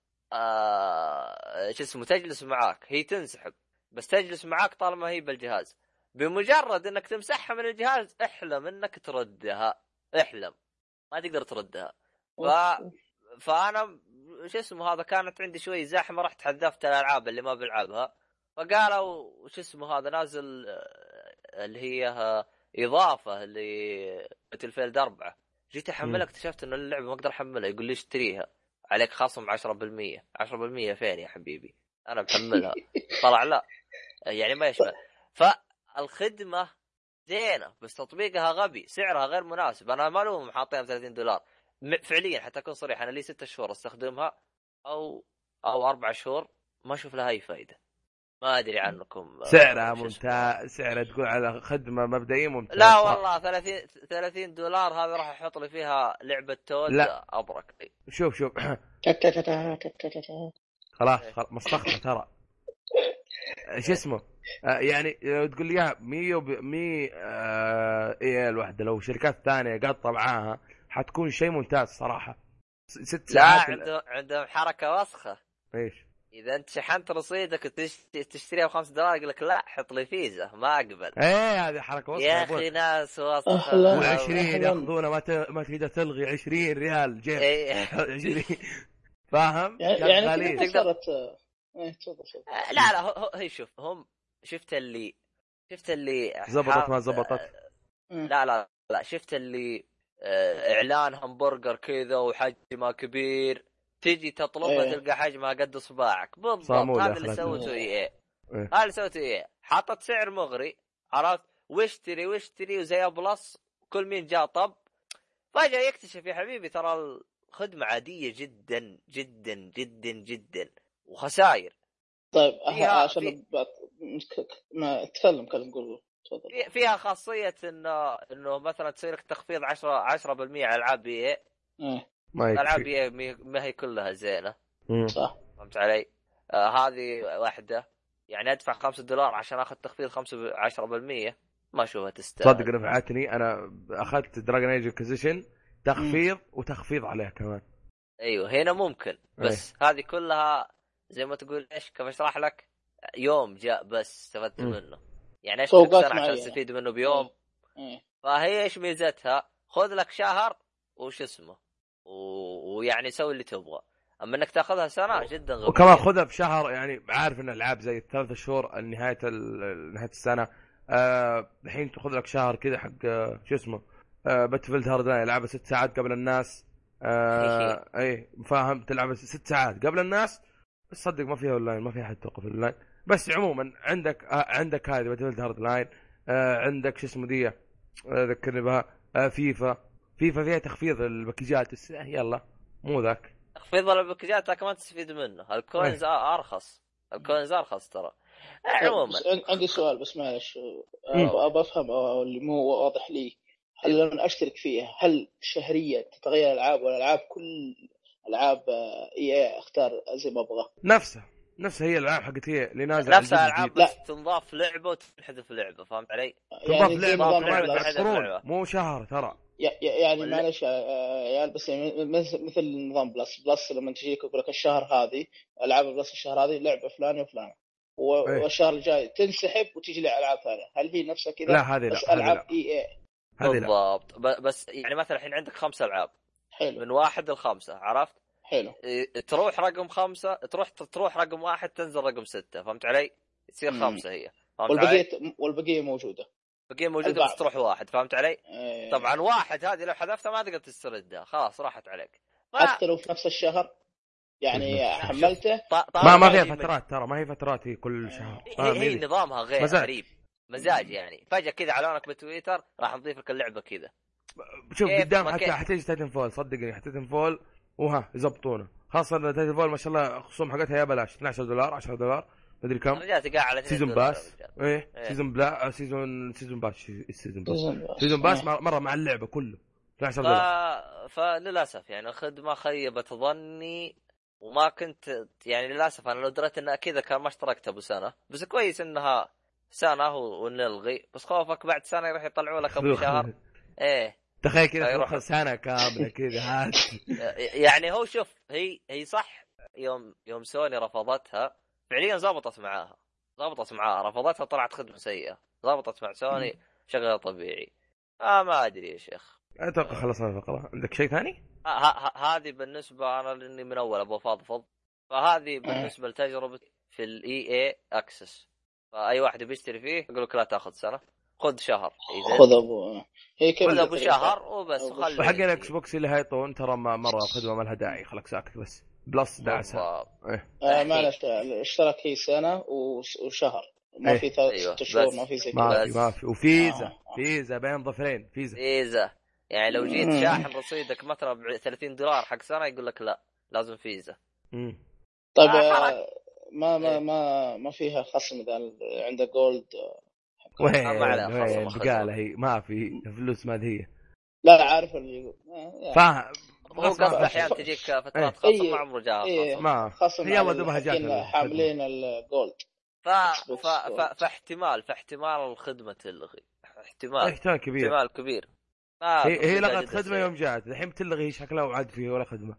آه... شو اسمه تجلس معاك هي تنسحب بس تجلس معاك طالما هي بالجهاز. بمجرد انك تمسحها من الجهاز احلم انك تردها، احلم ما تقدر تردها. ف... فانا شو اسمه هذا كانت عندي شوي زحمه رحت حذفت الالعاب اللي ما بلعبها، فقالوا شو اسمه هذا نازل اللي هي اضافه لباتلفيلد أربعة. جيت احملها اكتشفت انه اللعبه ما اقدر احملها، يقول لي اشتريها عليك خصم عشرة بالمية. عشرة بالمية فين يا حبيبي انا محملها طلع لا يعني ما يشمل. فالخدمه زينه بس تطبيقها غبي، سعرها غير مناسب. انا ما لهم حاطينها ثلاثين دولار فعليا حتى اكون صريح. انا لي ستة شهور استخدمها او او اربع شهور ما اشوف لها اي فايده. ما ادري عنكم. سعرها ممتاز، سعرها تقول على خدمه مبدئيه ممتاز. لا والله ثلاثين ثلاثين دولار هذا راح احط لي فيها لعبه تود ابرك. شوف شوف خلاص مصلحتها ترى ايش اسمه آه يعني لو تقول لي اياها مية مية آه ايه الوحده لو شركات ثانيه قاطه معاها حتكون شيء ممتاز صراحه. ست ساعات لا عندهم عندهم حركه وسخه. ايش اذا انت شحنت رصيدك تشتريها بخمسة دولار يقول لك لا حط لي فيزا ما اقبل. ايه هذه حركه وسخه يا اخي ناس وسخه. وعشرين ياخذونه ما ت... ما تقدر تلغي عشرين ريال جيب عشرين فاهم يعني تقدر ايه لا لا هي شوف هم شفت اللي شفت اللي زبطت ما زبطت. لا لا لا شفت اللي اعلان همبرجر كذا وحجمه كبير تيجي تطلبها ايه. تلقى حجمها قد اصبعك بالضبط. هذا اللي سوته ايه هذا اللي سوته ايه حطت سعر مغري عرفت واشتري واشتري وزي بلس كل مين جاء طب فجأة يكتشف يا حبيبي ترى الخدمة عادية جدا جدا جدا جدا وخسائر. طيب عشان في... ما تكلم كلام قول في... فيها خاصية انه انه مثلا تصير لك تخفيض عشرة عشرة بالمية على العاب بي اي. ما العاب بي اي ما هي كلها زينة صح فهمت علي. آه هذه واحدة يعني ادفع خمسة دولار عشان اخذ تخفيض خمسة عشرة بالمية ما اشوفها تستاهل. صدق نفعتني انا اخذت دراجون ايج انكوزيشن تخفيض م. وتخفيض عليه كمان. ايوه هنا ممكن بس أيه. هذه كلها زي ما تقول ايش كيف اشرح لك يوم جاء بس استفدت منه يعني ايش سنة عشان تستفيد منه بيوم. أيه. فهي ايش ميزتها خذ لك شهر وش اسمه ويعني سوي اللي تبغى. اما انك تاخذها سنه جدا غبية. وكمان خذها بشهر يعني عارف ان الالعاب زي ثلاثة شهور نهايه نهايه السنه الحين آه تاخذ لك شهر كذا حق آه شو اسمه آه باتلفيلد هاردلاين لعبه ست ساعات قبل الناس آه اي فاهم تلعب ست ساعات قبل الناس بس صدق ما فيها اونلاين ما فيها حد توقف اونلاين. بس عموما عندك آه عندك هذه باتلفيلد هاردلاين آه عندك شو اسمه دي ذكرني آه بها آه فيفا فيفا فيها تخفيض الباكجات بس يلا مو ذاك تخفيض الباكجات كمان تستفيد منه. الكوينز ارخص الكوينز ارخص ترى. عموما عندي سؤال بس معلش ابى افهم اللي مو واضح لي. هل لما اشترك فيها هل شهريا تتغير العاب ولا العاب كل العاب اي اختار زي ما ابغى نفسها نفسها هي الالعاب حقت هي اللي نازله نفسها العاب بس تنضاف لعبه وتنحذف لعبه فهمت علي. تنضاف يعني لعبه مو شهر ترى يعني معلش يا بس مثل نظام بلس بلس لما تجيك يقول لك الشهر هذه العاب بلس الشهر هذه لعبه فلانه وفلانه والشهر الجاي تنسحب وتيجي لي العاب ثانيه. هل هي نفسها كذا؟ لا هذه بس لا العاب لا. اي اي بالضبط. بس يعني مثلا الحين عندك خمس العاب حلو. من واحد لخمسة عرفت؟ حلو. تروح رقم خمسة تروح تروح رقم واحد تنزل رقم ستة فهمت علي؟ تصير خمسة هي والبقية والبقية موجودة بقية موجودة بس تروح واحد فهمت علي؟ ايه. طبعا واحد هذه لو حذفتها ما تقدر تستردها خلاص راحت عليك. حتى لو في نفس الشهر يعني حملته ما ما فيها فترات ترى ما هي فترات هي كل شهر. هي, هي نظامها غير مزاج. غريب مزاج يعني فجأة كذا علونك بتويتر راح نضيف لك اللعبة كذا. شوف قدام حتى حتيجي تايتن فول صدقني تايتن فول وها يزبطونه خاصة ان تايتن فول ما شاء الله خصوم حقتها يا بلاش اثنا عشر دولار عشرة دولار مدري كم. رجعت قاعد على سيزون باس ايه, إيه. سيزون بلا سيزون سيزون باس سيزون باس سيزون باس مرة مع اللعبة كله اثنا عشر دولار. ف... فللاسف يعني الخدمة خيبت ظني وما كنت يعني للاسف انا لو دريت انها كذا كان ما اشتركت ابو سنة. بس كويس انها سنة ونلغي بس خوفك بعد سنة يروح يطلعوا لك ابو شهر. ايه تخيل كذا تروح سنة كاملة كذا هات. يعني هو شوف هي هي صح يوم يوم سوني رفضتها فعليا زبطت معاها زبطت معاها رفضتها طلعت خدمة سيئة زبطت مع سوني شغله طبيعي. آه ما ادري يا شيخ. اتوقع خلصنا الفقرة. عندك شيء ثاني؟ هذه بالنسبة انا لاني من اول ابو فضفض فهذه بالنسبة لتجربة في الاي اي اكسس فاي واحد بيشتري فيه يقول لك لا تاخذ سنة خذ شهر خذ ابو هي خذ ابو شهر وبس وخلي وحق الاكس بوكس اللي هيطون ترى مرة خدمة ما لها داعي خلك ساكت بس بلس دعسها. ايه آه ما الاشتراك هي سنة وشهر ما في ثلاث شهور ما في زي كذا ما في ما في وفيزا آه. فيزا بين ظفرين فيزا فيزا يعني لو جيت شاحن رصيدك مثلا ب ثلاثين دولار حق سنة يقول لك لا لازم فيزا. مم. طيب آه ما ما ما ما فيها خصم اذا عندك جولد وين وين بقاله هي ما في فلوس ما هي لا عارف اللي يقول فاهم هو قصد احيانا تجيك فترات خصم ما عمره جاء إيه ما خصم هي ودبها جات حاملين الجولد ف... ف... ف... فاحتمال فاحتمال الخدمة تلغي احتمال احتمال كبير احتمال كبير هي, هي لغت خدمة يوم جات الحين تلغي شكلها وعد فيه ولا خدمة.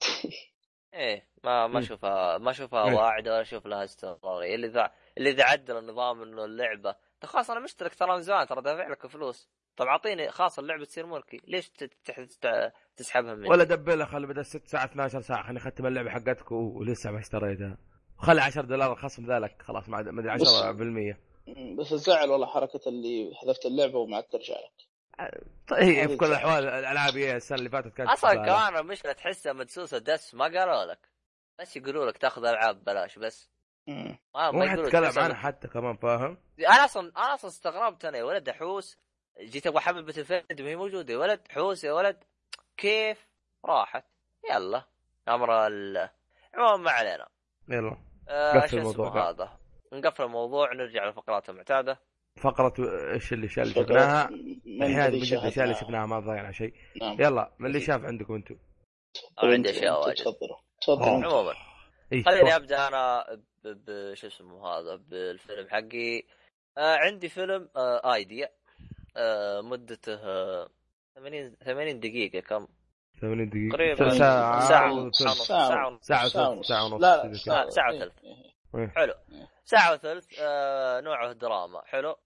ايه ما ما اشوفها ما اشوفها واعده ولا اشوف لها استمراريه اللي ذا اللي ذا عدل النظام انه اللعبه خلاص انا مشترك ترى من زمان ترى دافع لك فلوس طب اعطيني خاص اللعبه تصير ملكي ليش تسحبها مني ولا دبلها خلي بدل ست ساعات اثنا عشر ساعه خليني اختم اللعبه حقتك ولسه ما اشتريتها خلي عشرة دولار خصم ذلك خلاص ما ادري عشرة بالمية. بس الزعل والله حركه اللي حذفت اللعبه وما عاد ترجع لك. طيب في كل الاحوال الالعاب هي السنه اللي فاتت كانت اصلا كمان المشكله تحسها مدسوسه دس ما قالوا لك بس يقولوا لك تاخذ العاب بلاش بس ما ما يقولوا تتكلم عنها حتى كمان فاهم. انا اصلا انا اصلا استغربت انا يا ولد احوس جيت ابغى احمل باتلفيلد وهي موجوده يا ولد حوس يا ولد كيف راحت يلا امر ال عموما ما علينا يلا نقفل الموضوع هذا نقفل الموضوع نرجع لفقرات المعتاده. فقرة ايش اللي شال شفناها الحين بجد الاشياء اللي شفناها ما ضيعنا شيء. يلا من اللي شاف عندكم انتم؟ عندي اشياء واجد تفضلوا تفضلوا. عموما خليني ابدا انا بش اسمه هذا بالفيلم حقي. آه عندي فيلم آه ايديا آه مدته ثمانين ثمانين دقيقة كم ثمانين دقيقة قريبا ساعة ساعة ساعة ساعة ساعة ساعة ونص لا ساعة ساعة وثلث حلو ساعة وثلث آه نوعه دراما حلو.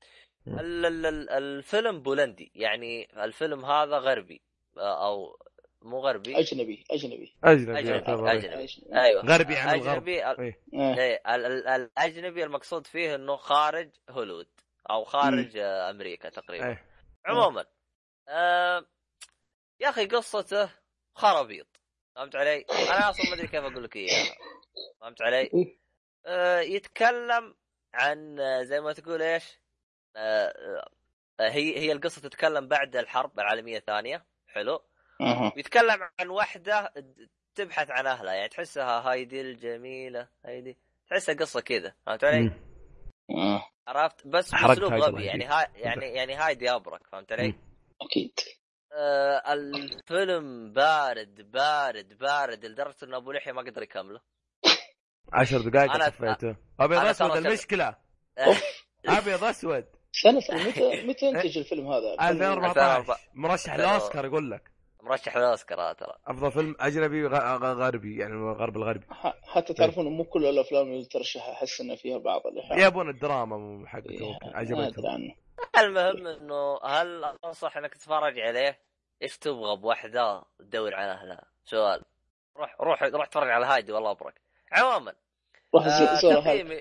الفيلم بولندي يعني الفيلم هذا غربي او مو غربي اجنبي اجنبي اجنبي, أجنبي. أجنبي. أجنبي. ايوه غربي عن اجنبي الغرب. ايه. ايه. الاجنبي المقصود فيه انه خارج هوليوود او خارج م. امريكا تقريبا. أيه. عموما آه يا اخي قصته خرابيط فهمت علي. انا اصلا ما ادري كيف اقول لك اياها فهمت علي. آه يتكلم عن زي ما تقول ايش آه هي هي القصه تتكلم بعد الحرب العالميه الثانيه حلو. أه. يتكلم عن واحدة تبحث عن أهلها يعني تحسها هايدي الجميلة هايدي تحسها قصة كذا فهمت علي؟ أه. عرفت بس بأسلوب غبي يعني ها يعني يعني هايدي أبرك فهمت علي؟ أكيد. آه الفيلم بارد بارد بارد لدرجة إن أبو لحية ما قدر يكمله. عشر دقائق صفيته. أبيض أسود المشكلة. أبيض أسود. سنة متى متى انتج الفيلم هذا؟ ألفين وأربعة عشر مرشح للأوسكار يقول لك. مرشح للأوسكار ترى. أفضل فيلم أجنبي غربي يعني الغرب الغربي. حتى تعرفون مو كل الأفلام اللي ترشحها أحس إن فيها بعض اللي يبون الدراما حقته عجبتهم. المهم إنه هل أنصح إنك تتفرج عليه؟ إيش تبغى بوحدة تدور على أهلها؟ سؤال. روح روح روح تفرج على هايدي والله أبرك. عموما. روح آه تقييمي.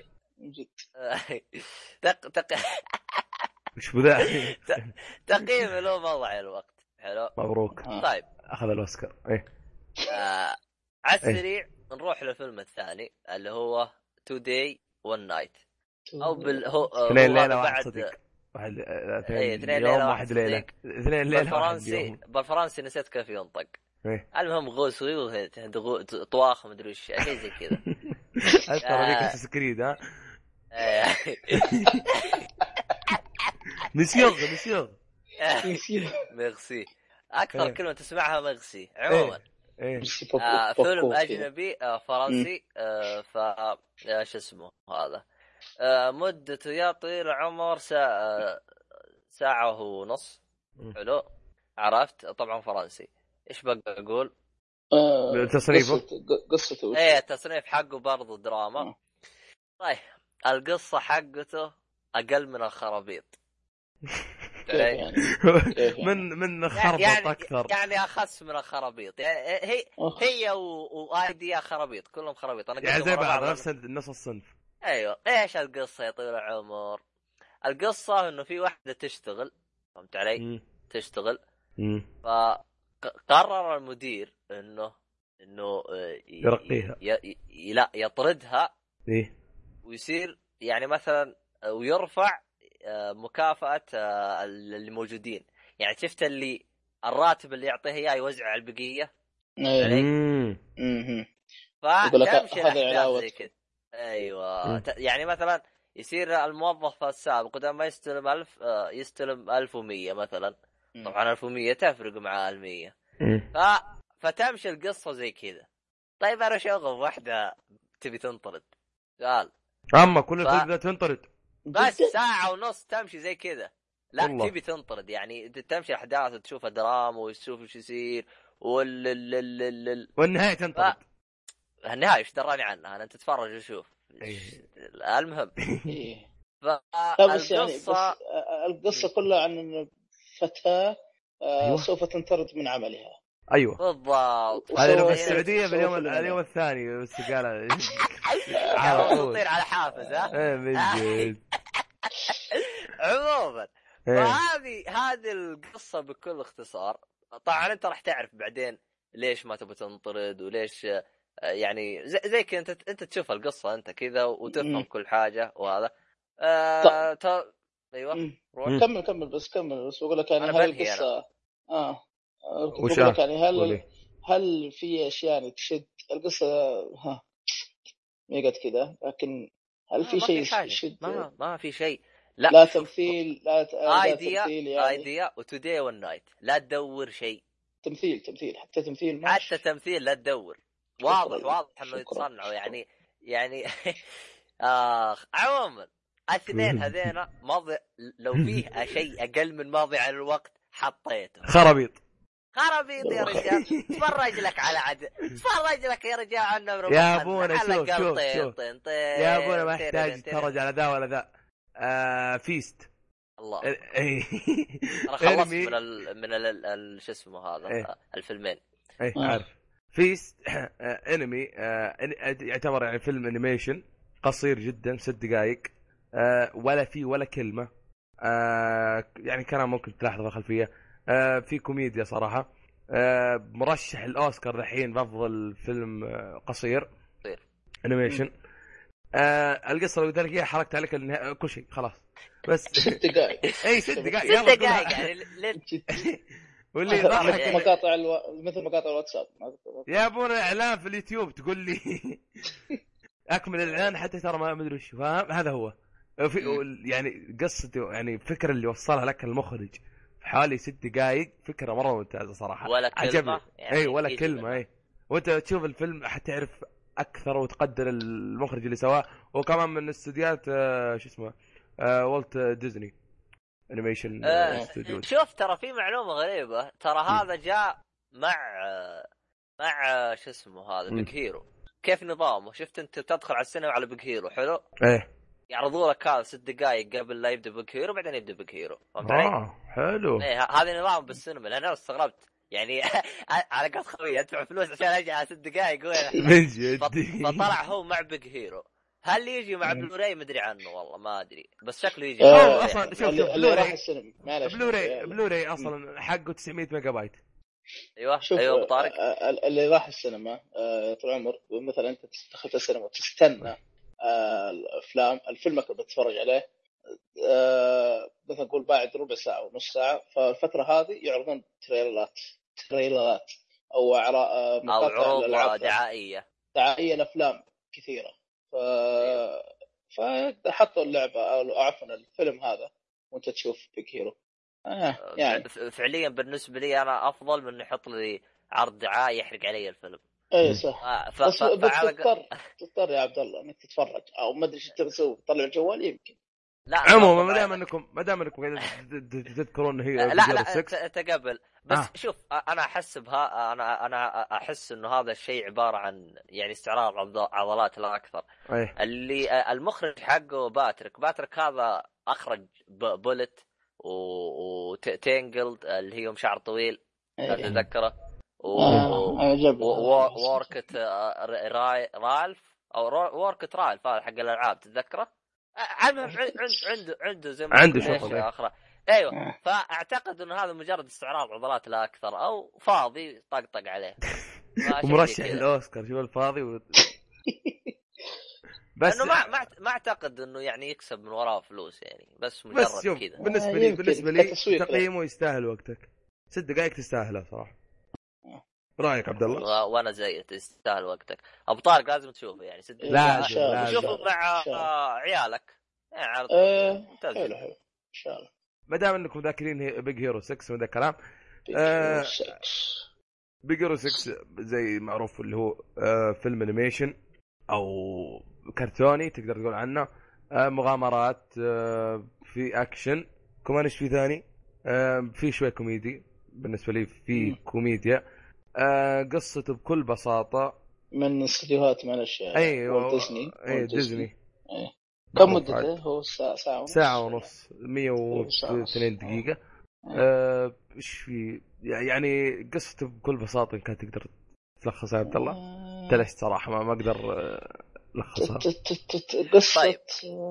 تق تق. مش بذا. تقييمي له موضع الوقت. حلو. مبروك. طيب. أخذ الأوسكار. إيه. آه على السريع إيه؟ نروح للفيلم الثاني اللي هو Today One Night. أو بال هو اثنين ليلة واحد صديق. واحد اثنين يوم واحد ليلة. اثنين ليلة بالفرنسي بالفرنسي نسيت كيف ينطق. إيه؟ المهم غوصي طواخ مدري وش شيء زي كذا. أذكر ذيك السكريد ها. مسيوغ مسيوغ. ميرسي. أكثر كلمة تسمعها ميرسي. عموما. آه فيلم أجنبي آه فرنسي آه ف ايش اسمه هذا آه مدته يا طويل العمر ساعة ساعة ونص. حلو عرفت طبعا فرنسي. ايش بقى اقول آه تصنيفه قصته ايه التصنيف حقه برضو دراما. آه. طيب القصة حقته اقل من الخرابيط. يعني من من خربط يعني اكثر يعني اخس من الخرابيط يعني هي أوه. هي وايديا خرابيط كلهم خرابيط. انا يعني زي بعض نفس نص الصنف. ايوه ايش القصه يا طويل العمر؟ القصه انه في واحده تشتغل فهمت علي م. تشتغل م. فقرر المدير انه انه يرقيها ي... ي... لا يطردها ايه ويصير يعني مثلا ويرفع مكافأة اللي موجودين. يعني شفت اللي الراتب اللي يعطيه اياه يوزع على البقيه. امم فتمشي الاحداث زي كذا. ايوه يعني مثلا يصير الموظف السابق قدام ما يستلم ألف يستلم ألف ومية مثلا. طبعا ألف ومية تفرق مع المية. ف... فتمشي القصة زي كذا. طيب انا شغل واحدة تبي تنطرد سؤال اما كل ف... تبغى تنطرد بس ساعة ونص تمشي زي كذا. لا والله. تبي تنطرد يعني تمشي احداث تشوف دراما وتشوف ايش يصير وال ال ال والنهاية تنطرد. ف... النهاية ايش دراني عنها انا تتفرج وشوف. المهم بس يعني بس القصة كلها عن فتاة أيوة. سوف تنطرد من عملها. ايوه بالضبط. هذه في السعودية باليوم اليوم الثاني بس قال على تطير على حافز ها. ايه بجد. عموما فهذه هذه القصة بكل اختصار. طبعا انت راح تعرف بعدين ليش ما تبغى تنطرد وليش يعني زي, زي كنت انت تشوف القصة انت كذا وتفهم كل حاجة وهذا. آه ت... ايوه روح. كمل كمل بس كمل بس بقول لك يعني هل القصة اه وش يعني هل قولي. هل في اشياء يعني تشد القصة ها ميقت كذا لكن هل في شيء يشد؟ ما ما في شيء. لا لا تمثيل لا ايديا يعني. ايديا وتوداي والنايت لا تدور شيء. تمثيل تمثيل حتى تمثيل ماشي. حتى تمثيل لا تدور. واضح واضح انه يتصنعوا يعني يعني اخ عموما الاثنين هذينا ماضي لو فيه شيء اقل من ماضي على الوقت حطيته خرابيط خرابيط يا رجال. تفرج لك على عد تفرج لك يا رجال عنه يا ابونا شوف شوف شوف يا ابونا ما يحتاج تتفرج على ذا ولا ذا. آه فيست الله انا خلصت من ال من ال شو اسمه هذا إيه؟ الفيلمين ايه عارف فيست انمي يعتبر يعني فيلم انيميشن قصير جدا ست دقائق آه ولا فيه ولا كلمة آه يعني كان ممكن تلاحظ الخلفية آه في كوميديا صراحة آه مرشح الأوسكار الحين بأفضل فيلم آه قصير انيميشن. آه القصة اللي قلت لك اياها حركت عليك النها... كل شيء خلاص بس ست دقائق اي ست دقائق ست دقائق يعني واللي ضحك مقاطع الو... مثل مقاطع الواتساب يا ابونا اعلان في اليوتيوب تقول لي اكمل الاعلان حتى ترى ما ادري وش فاهم. هذا هو في يعني قصته يعني فكرة اللي وصلها لك المخرج في حوالي ست دقائق فكرة مرة ممتازة صراحة ولا كلمة يعني اي ولا كلمة اي وانت تشوف الفيلم حتعرف اكثر وتقدر المخرج اللي سواه وكمان من استديوهات آه شو اسمه آه والت ديزني انيميشن آه استوديو. شوف ترى في معلومه غريبه، ترى هذا جاء مع مع شو اسمه هذا بيج هيرو. كيف نظامه؟ شفت انت تدخل على السينما على بيج هيرو حلو، ايه يعرضوا لك هذا ست دقائق قبل لا يبدا بيج هيرو، بعدين يبدا بيج هيرو. فهمت علي؟ اه حلو. ايه هذا نظام بالسينما. لان انا استغربت يعني على قد خوي ادفع فلوس عشان اجي على ست دقائق وين من جد. فطلع هو مع بيج هيرو. هل يجي مع بلوراي؟ مدري عنه والله ما ادري، بس شكله يجي آه اصلا شوف شوف بلوراي بلوراي بلوراي اصلا حقه تسعمية ميجا بايت. ايوه ايوه طارق اللي راح السينما طول عمر مثلا انت دخلت السينما وتستنى الافلام الفيلم اللي بتتفرج عليه مثلا نقول بعد ربع ساعه ونص ساعه، فالفتره هذه يعرضون تريلرات تريلرات او مقاطع عروض دعائيه دعائيه لافلام كثيره. ف فحطوا اللعبه او عفوا الفيلم هذا وانت تشوف بيج هيرو. آه يعني فعليا بالنسبه لي انا افضل من يحط لي عرض دعائي يحرق علي الفيلم. اي صح. آه ف... بس, ف... بس تضطر تضطر يا عبد الله انك تتفرج او ما ادري ايش تسوي، تطلع الجوال يمكن. لا عموما ما دام انكم ما دام انكم قاعدين تذكرون هي لا لا تقبل بس آه. شوف انا احس بها انا انا احس انه هذا الشيء عباره عن يعني استعراض عضلات لا اكثر. أيه. اللي المخرج حقه باتريك باتريك هذا اخرج بولت وتينجلد اللي هي شعر طويل تتذكره ووركت رالف او ووركت رالف هذا حق الالعاب تتذكره. عنده عنده عنده زي ما عنده شغل اخرى. ايوه فاعتقد انه هذا مجرد استعراض عضلات لا اكثر او فاضي طقطق عليه. ومرشح الاوسكار شوف الفاضي و... بس انه ما ما ما اعتقد انه يعني يكسب من وراه فلوس يعني، بس مجرد كذا. بالنسبه لي بالنسبه لي تقييمه يستاهل وقتك. ست دقائق تستاهلها صراحه. رايك عبد الله؟ وانا زيك تستاهل وقتك. ابو طارق لازم تشوفه يعني ست دقائق شوفه مع عيالك يعني عرض ممتاز. حلو حلو ان شاء الله. ما دام انكم ذاكرين بيج هيرو ستة وذا كلام بيج هيرو ستة زي معروف اللي هو آه فيلم انيميشن او كرتوني تقدر تقول عنه. آه مغامرات آه في اكشن كمان ايش في ثاني آه في شوي كوميدي بالنسبه لي في كوميديا. آه قصته بكل بساطه من استديوهات معلش ايوه ديزني اي ديزني. أيه. كم مدته هو ساعة ساعة ونص ساعة ونص مية واثنين دقيقة. آه ايش في يعني قصته بكل بساطة إن كانت تقدر تلخصها عبد الله تلش صراحة ما ما أقدر لخصها. قصة طيب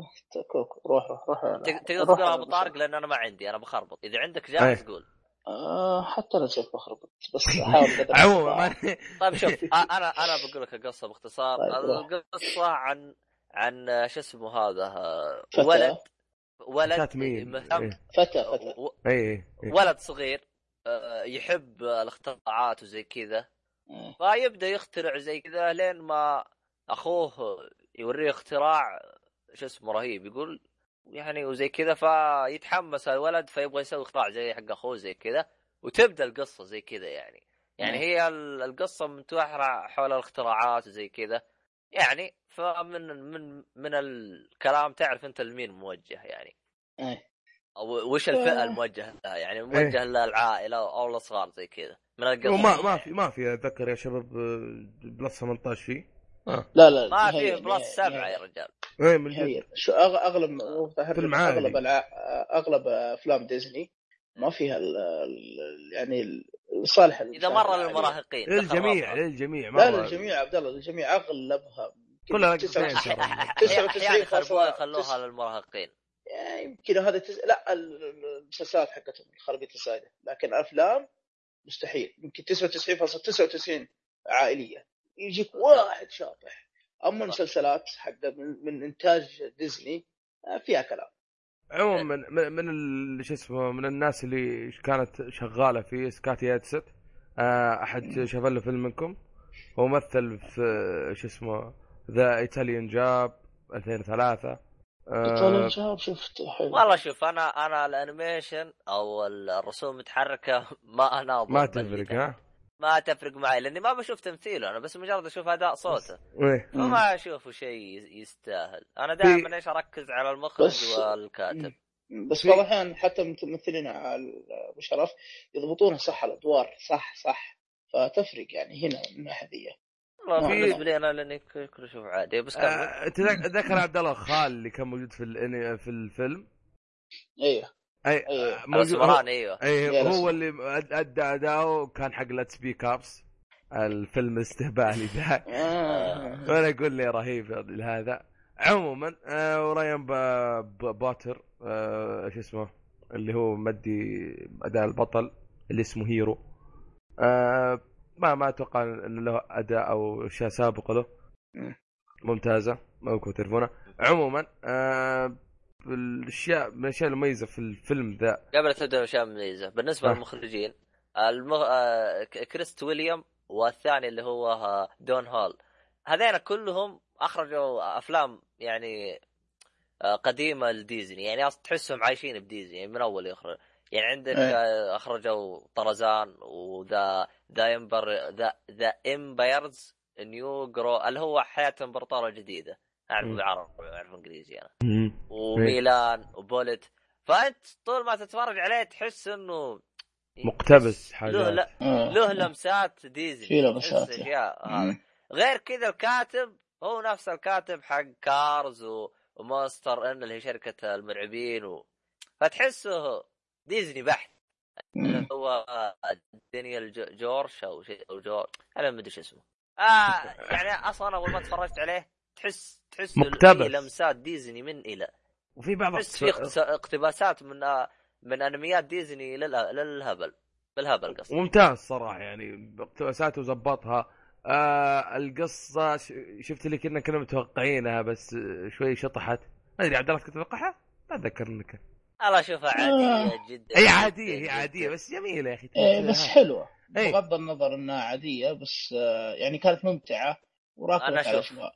روح روح روح تقدر تقولها أبو طارق لأن أنا ما عندي أنا بخربط. إذا عندك جاهز قول. آه حتى أنا شوف بخربط بس أحاول عموما. طيب شوف أنا أنا بقول لك القصة باختصار. القصة عن عن شو اسمه هذا ولد ولد مهتم فتى فتى اي ولد صغير يحب الاختراعات وزي كذا فيبدا يخترع زي كذا لين ما اخوه يوريه اختراع شو اسمه رهيب يقول يعني وزي كذا فيتحمس الولد فيبغى يسوي اختراع زي حق اخوه زي كذا وتبدا القصه زي كذا يعني يعني هي القصه متوحره حول الاختراعات وزي كذا يعني. فمن من من الكلام تعرف انت لمين موجه يعني او وش الفئه الموجهه لها يعني موجه للعائله او الاصغار زي كذا من القصه. ما ما في ما في اتذكر يا شباب بلس ثمانية عشر فيه آه. لا لا ما فيه بلس سبعة يا رجال. ايه من جد شو اغلب اغلب اغلب افلام ديزني ما فيها ال يعني صالح اذا مره للمراهقين للجميع للجميع لا للجميع عبد الله للجميع اغلبها كلها تسعة وتسعين خلوها للمراهقين يعني يمكن هذا تز... لا المسلسلات حقتهم خربت السايده لكن الافلام مستحيل يمكن تسعة وتسعين فاصلة تسعة وتسعين عائليه يجيك واحد شاطح. اما المسلسلات حق من, من انتاج ديزني فيها كلام. عموما من من ال... شو اسمه من الناس اللي كانت شغاله في سكاتي ادست احد شاف له فيلم منكم هو مثل في شو اسمه ذا ايطاليان جاب ألفين وثلاثة. ايطاليان جاب شفت حلو والله. شوف انا انا الانيميشن او الرسوم المتحركه ما انا ما تفرق ها ما تفرق معي لاني ما بشوف تمثيله انا بس مجرد اشوف اداء صوته فما اشوفه شيء يستاهل. انا دائما ايش اركز على المخرج والكاتب. بس بعض الأحيان حتى ممثلين أبو شرف يضبطونها صح الأدوار صح صح فتفرق يعني هنا من الناحية دي. والله بالنسبة لي أنا لأني كل أشوف عادي بس كمل. تذكر عبد الله الخال اللي كان موجود في في الفيلم؟ ايوه اي ايوه الاسمراني ايوه اي هو اللي ادى اداؤه كان حق لا سبيك ابس الفيلم الاستهبالي ذا. وانا اقول لي رهيب هذا. عموما آه وريان باتر آه ايش اسمه اللي هو مدي اداء البطل اللي اسمه هيرو آه ما ما اتوقع انه له اداء او اشياء سابقه له ممتازه ما كنت تعرفونه. عموما آه الاشياء من الاشياء المميزه في الفيلم ذا قبل تبدا الاشياء المميزه بالنسبه آه. للمخرجين المغ... آه... كريست ويليام والثاني اللي هو دون هول هذين كلهم اخرجوا افلام يعني قديمه لديزني يعني اصلا تحسهم عايشين بديزني من اول يخرج يعني عندك أه. اخرجوا طرزان وذا ذا امبر ذا ذا امبايرز نيو جرو اللي هو حياه امبراطوره جديده اعرف بالعربي اعرف انجليزي انا وميلان وبوليت فانت طول ما تتفرج عليه تحس انه مقتبس حاجات له لا له لمسات ديزني في لمسات هذا غير كذا الكاتب هو نفس الكاتب حق كارز و... وماستر ان اللي هي شركه المرعبين و... فتحسه ديزني بحت هو دانيال جورج او شيء او جورج انا ما ادري ايش اسمه اه يعني اصلا اول ما تفرجت عليه تحس تحس لمسات ديزني من الى وفي بعض في اقتباسات من من انميات ديزني للهبل بالهبل قصدي ممتاز صراحه يعني اقتباساته وزبطها. آه القصه شفت اللي كنا كنا متوقعينها بس شوي شطحت ما ادري عبد الله كنت تتوقعها ما اتذكر انك الله شوفها عاديه جدا هي عاديه هي عاديه بس جميله يا اخي إيه بس حلوه بغض النظر انها عاديه بس يعني كانت ممتعه وراكبت على شوي.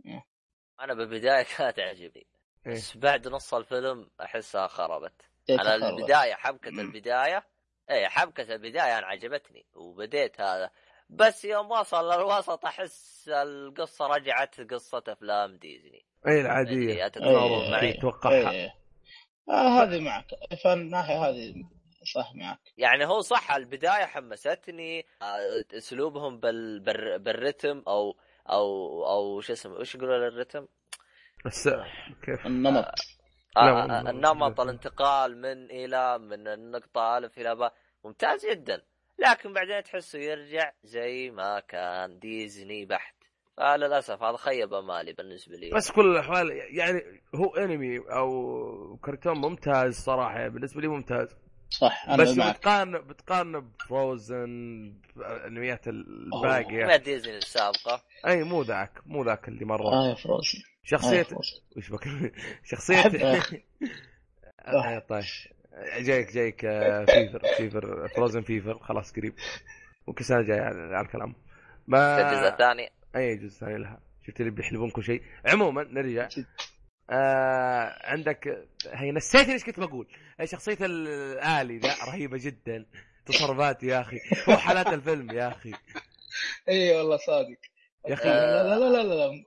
انا بالبدايه كانت تعجبني بس بعد نص الفيلم احسها خربت. انا البدايه حبكه البدايه اي حبكه البدايه انا عجبتني وبديت هذا بس يوم وصل للوسط احس القصه رجعت قصه افلام ديزني اي العاديه اتوقع معي توقعها أيه. آه هذه معك فالناحيه هذه صح معك يعني هو صح البدايه حمستني اسلوبهم بال... بال... بالرتم او او او شو اسمه ايش يقولوا للرتم بس كيف النمط آه آه النمط الانتقال من الى من النقطه الف الى باء ممتاز جدا لكن بعدين تحسه يرجع زي ما كان ديزني بحت فللاسف هذا خيب امالي بالنسبه لي. بس كل الاحوال يعني هو انمي او كرتون ممتاز صراحه بالنسبه لي ممتاز صح أنا بس بتقارن بتقارن بفروزن انميات الباقيه ما ديزني السابقه اي مو ذاك مو ذاك اللي مره اه فروزن شخصيه وش بك شخصيه آه طيب جايك جايك فيفر فيفر فروزن فيفر خلاص قريب وكسر جاي على الكلام ما الجزء الثاني اي جزء ثاني لها شفت اللي بيحلبون كل شيء. عموما نرجع آه عندك هي نسيت ايش كنت بقول. شخصيه الآلي ذا رهيبه جدا تصرفات يا اخي هو حالات الفيلم يا اخي. اي والله صادق يا اخي لا لا لا لا لا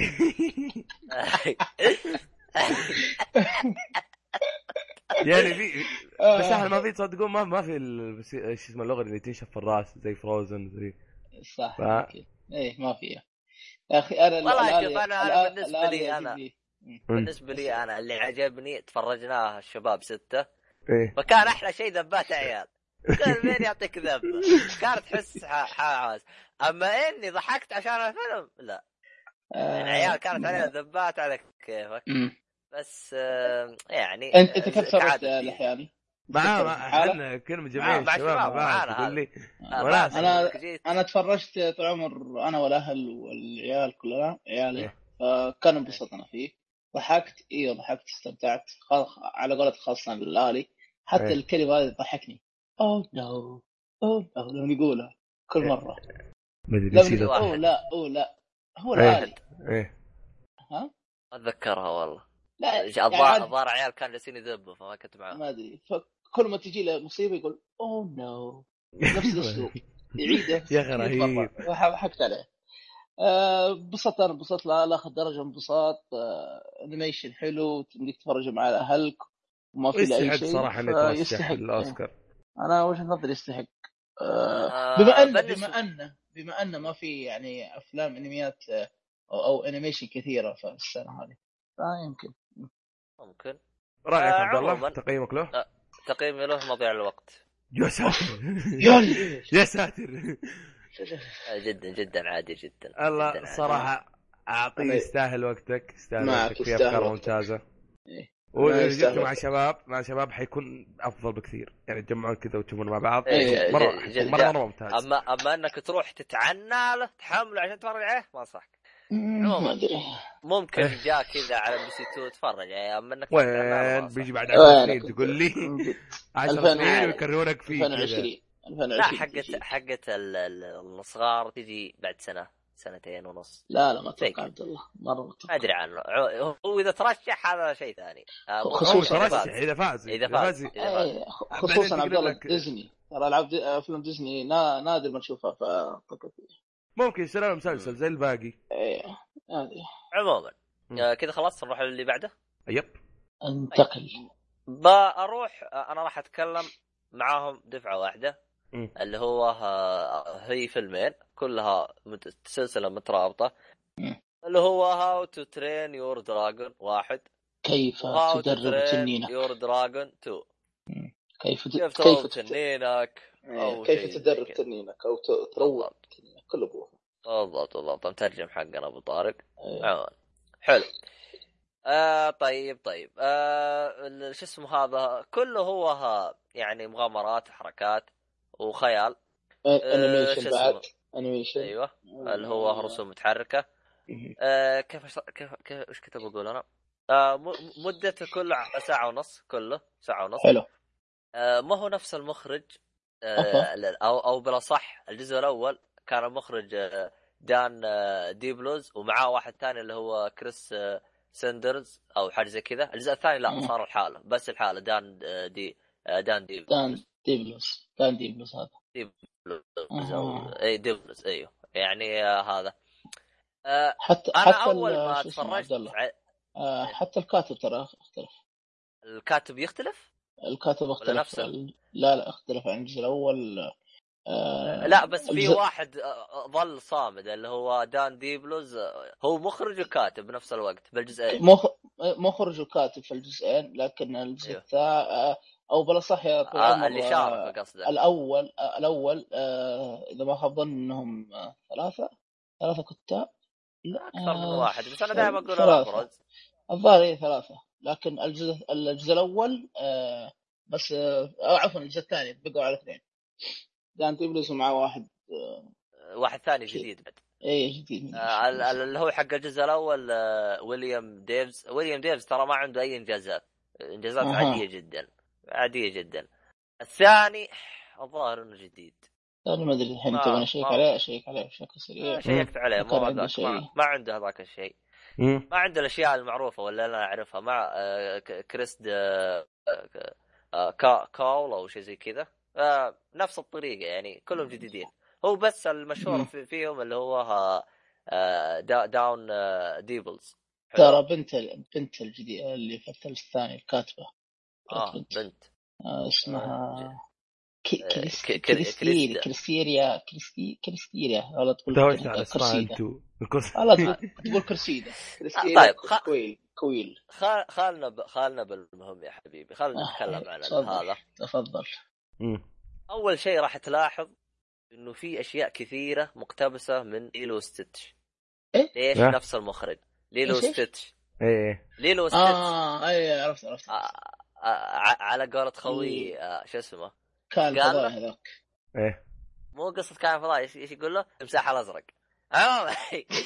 يعني في بس احنا ما في تصدقون ما ما في ايش اسمه اللغه اللي تنشف في الراس زي فروزن زي صح ف... ايه ما فيها يا اخي. انا والله شوف انا, أنا بالنسبه لي انا بالنسبه لي انا اللي عجبني تفرجناها الشباب ستة إيه؟ فكان احلى شيء ذبات عيال كل مين يعطيك ذبه كانت تحس حاس اما اني ضحكت عشان الفيلم لا آه... العيال كانت عليها ذبات على كيفك م. بس يعني انت انت كيف صرت الاحيان معاه احنا كلمه جميع الشباب معانا لي انا انا, أنا تفرجت طول عمر انا والاهل والعيال كلنا عيالي فكانوا انبسطنا فيه ضحكت ايوه ضحكت استمتعت على قولة خاصة بالآلي حتى إيه؟ الكلمة هذه ضحكني اوه نو اوه نو لما يقولها كل مرة مدري اوه لا اوه لا هو الآلي ايه ها اتذكرها والله لا الظاهر عيال كان جالسين يذبوا فما كنت معاه ما ادري فكل ما تجي له مصيبه يقول اوه نو نفس الاسلوب يعيده يا اخي رهيب وحكت عليه انبسطت انا انبسطت لاخذ درجه انبساط انيميشن حلو تقدر تتفرج مع اهلك وما في له اي شيء صراحه انه يستحق الاوسكار. انا وجهه نظري يستحق. آه بما ان بما ان بما ان ما في يعني افلام انميات او, أو انيميشن كثيره في السنه هذه فيمكن ممكن. رايك عبد الله تقييمك له؟ آه تقييمي له مضيع الوقت. يا ساتر يا ساتر جدا جدا عادي جدا. الله صراحه اعطيه يستاهل وقتك، يستاهل وقتك في افكار ممتازه. واذا جبت مع شباب مع شباب حيكون افضل بكثير، يعني تجمعون كذا وتشوفون مع بعض إيه مره مره مره ممتاز. اما اما انك تروح تتعنى له تحمله عشان تتفرج عليه ما صح. ما ادري ممكن جاء كذا على بي سي تو تتفرج يعني، اما انك وين بيجي بعد عشر سنين تقول لي عشر سنين ويكررونك فيه ألفين وعشرين لا حقت حقت الصغار تجي بعد سنه سنتين ونص. لا لا ما اتوقع عبد الله مره ما ادري عنه. هو اذا ترشح هذا شيء ثاني، خصوصا ترشح اذا فاز اذا فاز خصوصا عبد الله ديزني ترى العاب افلام ديزني نادر ما نشوفها فقط ممكن يصير مسلسل زي الباقي. ايه هذه عموما كذا خلاص نروح للي بعده. يب انتقل بروح انا راح اتكلم معاهم دفعه واحده م. اللي هو هي فيلمين كلها سلسله مترابطه م. اللي هو هاو تو ترين يور دراجون واحد، كيف تدرب تنينك يور دراجون تو، كيف كيف تدرب تنينك او كيف تدرب تنينك او تروض تنينك كله بوه. بالضبط بالضبط مترجم حقنا ابو طارق. أيه. حلو. آه طيب طيب آه شو اسمه هذا كله هو ها يعني مغامرات وحركات وخيال. انيميشن بعد انيميشن ايوه اللي هو رسوم متحركه. آه كيف كيف كيف ايش كنت بقول انا؟ آه مدته كله ساعه ونص، كله ساعه ونص. حلو. آه ما هو نفس المخرج آه او او بلا صح الجزء الاول كان المخرج آه دان آه ديبلوز ومعاه واحد ثاني اللي هو كريس آه سندرز او حاجه زي كذا. الجزء الثاني لا صار الحاله بس الحاله دان دي دان دي دان ديبلوس دان ديبلوس هذا ديبلوس أو اي ديبلوس ايوه يعني آه هذا آه حتى انا حتى اول ما تفرجت ع... آه حتى الكاتب ترى اختلف. الكاتب يختلف؟ الكاتب اختلف نفس ال... لا لا اختلف عن الجزء الاول. آه لا بس في الجزء... واحد ظل صامد اللي هو دان ديبلوز هو مخرج وكاتب بنفس الوقت بالجزئين. مخ... مخرج وكاتب في الجزئين لكن الجزء أيوه. الثاني او بلا صح يا طويل آه اللي شارك قصدك الاول آه الاول آه اذا ما خاب ظن انهم آه ثلاثه ثلاثه كتاب لا اكثر آه من واحد بس انا دائما اقول ابرز الظاهر هي ثلاثه لكن الجزء الجزء الاول آه بس آه عفوا الجزء الثاني بقوا على اثنين دان تبلس ومعه واحد آه واحد ثاني جديد بعد ايه جديد آه اللي هو حق الجزء الاول آه ويليام ديفز. ويليام ديفز ترى ما عنده اي انجازات انجازات أه. عاديه جدا عاديه جدا. الثاني الظاهر انه جديد انا ما ادري الحين تبغى اشيك عليه اشيك عليه بشكل سريع. شيكت عليه مو هذاك ما, ما عنده هذاك الشيء ما عنده الاشياء المعروفه ولا انا اعرفها مع آه كريس آه آه كاول او شيء زي كذا آه نفس الطريقه يعني كلهم جديدين. هو بس المشهور في فيهم اللي هو آه دا داون آه ديبلز. ترى بنت بنت الجديد اللي في الثلث الثاني الكاتبه اه بنت, بنت. آه اسمها كريستيريا كريستيريا كريستيريا ولا تقول كرسيدة والله تقول كرسيدة طيب كويل كويل خلنا خلنا بالمهم يا حبيبي خلنا نتكلم عن هذا. تفضل. اول شيء راح تلاحظ انه في اشياء كثيره مقتبسه من ليلو ستيتش. إيه؟ ليش أه؟ نفس المخرج ليلو ستيتش. ايه ليلو ستيتش اه اي عرفت عرفت آه آه على قولة خوي آه شو اسمه كان فضائي هذاك. ايه مو قصة كان فضائي ايش يقول له التمساح الازرق. عموما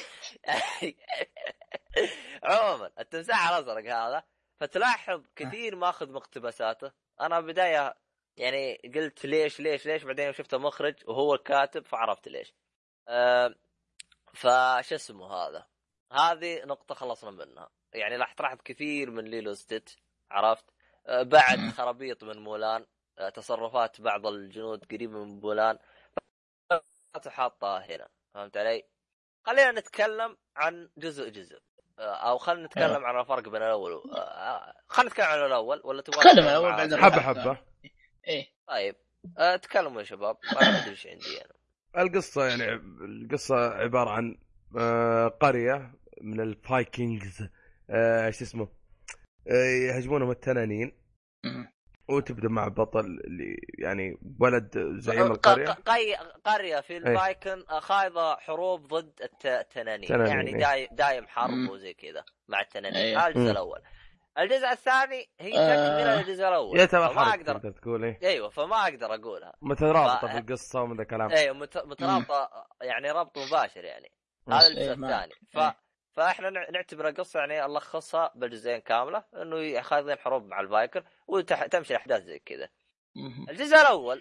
عموما التمساح الازرق هذا فتلاحظ كثير ماخذ مقتبساته. انا بداية يعني قلت ليش ليش ليش بعدين شفته مخرج وهو الكاتب فعرفت ليش. أه فش اسمه هذا هذه نقطة خلصنا منها يعني راح تلاحظ كثير من ليلو ستيتش عرفت. أه بعد خرابيط من مولان أه تصرفات بعض الجنود قريبة من مولان تحطها هنا فهمت علي. خلينا نتكلم عن جزء جزء. او خلينا نتكلم عن الفرق بين الاول و... خلينا نتكلم عن الاول ولا تبغى نتكلم عن الاول بعد حبه حبه ايه طيب أه تكلموا يا شباب ما ادري ايش عندي انا. القصه يعني القصه عباره عن آه قريه من الفايكنجز آه شو اسمه آه يهجمونهم التنانين وتبدا مع بطل اللي يعني ولد زعيم القريه قريه في الفايكن خايضه حروب ضد التنانين يعني دايم دايم حرب وزي كذا مع التنانين. هذا الجزء الاول. الجزء الثاني هي تكمله آه للجزء الاول فما اقدر تقول ايه ايوه فما اقدر اقولها مترابطه ف... في القصه ومن ذا كلام ايوه مت... مترابطه يعني ربط مباشر يعني. هذا الجزء الثاني ف... فاحنا نعتبر القصه يعني نلخصها بالجزئين كامله انه خايضين حروب مع الفايكر وتمشي الاحداث زي كذا. الجزء الاول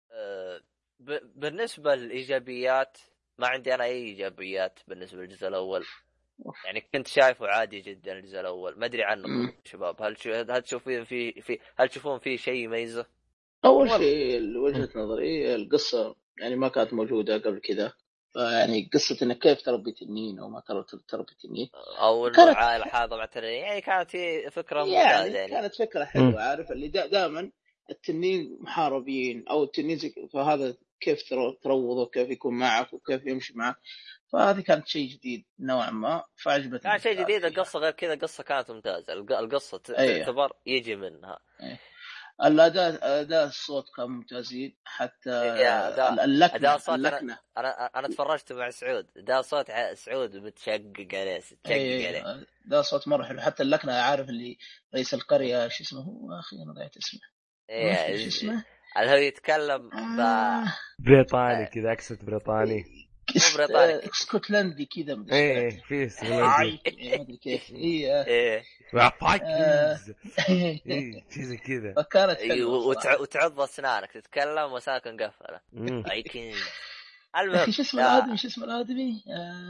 ب... بالنسبه للايجابيات ما عندي انا اي ايجابيات بالنسبه للجزء الاول يعني كنت شايفه عادي جدا الجزء الاول. ما ادري عنكم شباب هل هل تشوفون في في هل تشوفون في شيء يميزه؟ اول شيء وجهه نظري القصه يعني ما كانت موجوده قبل كذا يعني قصه انك كيف تربي تنين او ما تربي تنين او العائله حاضر مع التنين يعني كانت فكره ممتازه يعني, يعني كانت فكره حلوه. عارف اللي دائما التنين محاربين او التنين فهذا كيف تروضه كيف يكون معك وكيف يمشي معك فهذه كانت شيء جديد نوعا ما فعجبتني. كان شيء جديد. القصة غير كذا القصة كانت ممتازة. القصة تعتبر أيه. يجي منها أيه. الأداء أداء الصوت كان ممتازين حتى أداء اللكنة أداء الصوت اللكنة. أنا أنا تفرجت مع سعود أداء صوت سعود متشقق عليه تشقق أيه. عليه أداء صوت مرة حلو. حتى اللكنة عارف اللي رئيس القرية شو اسمه هو أخي أنا ضيعت اسمه إيه شو اسمه اللي هو يتكلم آه. بريطاني كذا أكسنت بريطاني مو بريطاني اسكتلندي كذا ايه في اسكتلندي ما ادري كيف ايه ايه فايكنجز ايه شيء كذا فكانت وتعض اسنانك تتكلم وساكن قفله فايكنج. المهم شو اسمه الادمي شو اسمه الادمي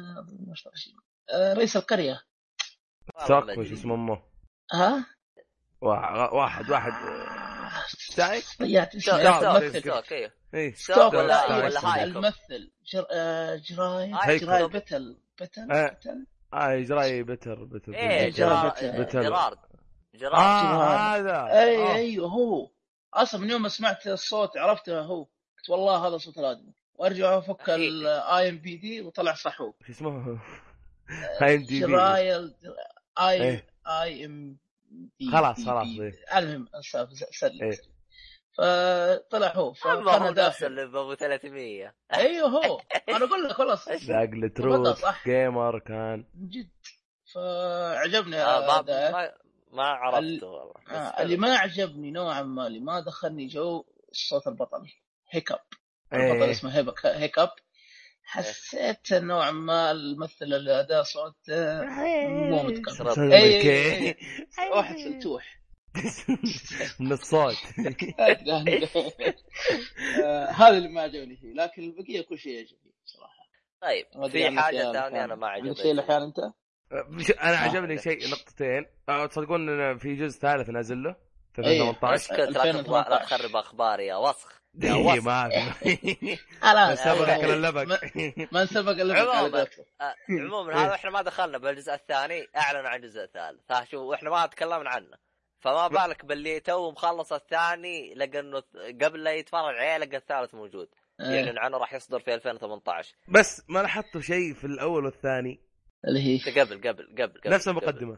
رئيس القريه ساك وش اسمه امه ها واحد واحد سايك ضيعت اسمه ايه ستوك ولا ولا الممثل جر... جراي جراي بتل بتل بتل اه جراي بتر بتل ايه جراي جرارد جرارد هذا اي ايوه هو اصلا من يوم ما سمعت الصوت عرفته هو قلت والله هذا صوت الادمي وارجع افك الاي ام بي دي وطلع صح هو شو اسمه اي ام دي بي جراي اي اي ام دي خلاص خلاص المهم سلم فطلع هو فكان داخل اللي بابو ثلاثمية ايوه هو انا اقول لك خلاص عقل تروث جيمر كان جد فعجبني آه ما, ما عرفته والله آه اللي ما عجبني نوعا ما اللي ما دخلني جو صوت البطل هيكاب ايه. البطل اسمه هيبك هيكاب حسيت نوعا ما الممثل الاداء صوت مو متقبل اي واحد سلتوح من الصوت هذا اللي ما عجبني فيه لكن البقية كل شيء يعجبني صراحة. طيب في حاجة ثانية أنا ما عجبني شيء الأحيان أنت أنا عجبني شيء نقطتين تصدقون إن في جزء ثالث نازل له في ألفين وثمانية عشر لا تخرب أخباري يا وسخ يا وسخ ما في سبقك اللبق ما سبق اللبق عموما هذا إحنا ما دخلنا بالجزء الثاني أعلن عن الجزء الثالث فشو إحنا ما تكلمنا عنه فما بالك باللي تو مخلص الثاني لقى قبل لا يتفرج عليه لقى الثالث موجود يعني عنه راح يصدر في ألفين وثمانية عشر. بس ما لاحظتوا شيء في الأول والثاني اللي هي قبل قبل قبل, قبل نفس المقدمة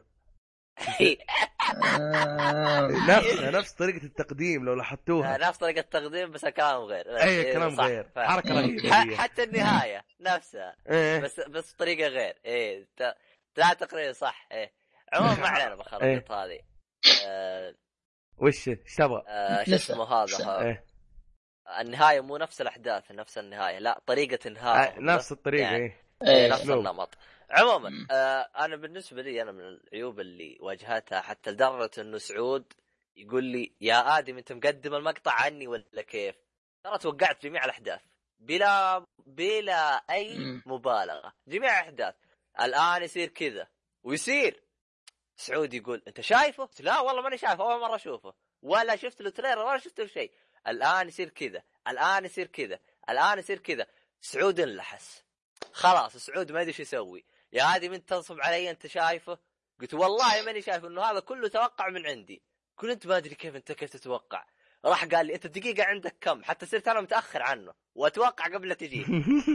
نفس نفس طريقة التقديم لو لاحظتوها نفس طريقة التقديم بس الكلام غير أي كلام غير حركة رهيبة حتى النهاية نفسها بس بس طريقة غير إيه لا تقريبا صح إيه عموما ما علينا بخربط هذه أه وش ايش تبغى أه شو اسمه هذا إيه؟ النهايه مو نفس الاحداث نفس النهايه لا طريقه انهاء أه نفس الطريقه يعني إيه؟ نفس النمط عموما أه انا بالنسبه لي انا من العيوب اللي واجهتها حتى لدرجه انه سعود يقول لي يا ادم انت مقدم المقطع عني ولا كيف ترى توقعت جميع الاحداث بلا بلا اي مبالغه جميع الاحداث الان يصير كذا ويصير سعود يقول انت شايفه لا والله ماني شايفه اول مره اشوفه ولا شفت له تريلر ولا شفت له شيء الان يصير كذا الان يصير كذا الان يصير كذا سعود انلحس خلاص سعود ما ادري ايش يسوي يا هذه من تنصب علي انت شايفه؟ قلت والله ماني شايف انه هذا كله توقع من عندي. قلت انت ما ادري كيف انت كيف تتوقع. راح قال لي انت دقيقه عندك كم؟ حتى صرت انا متاخر عنه واتوقع قبل لا تجي.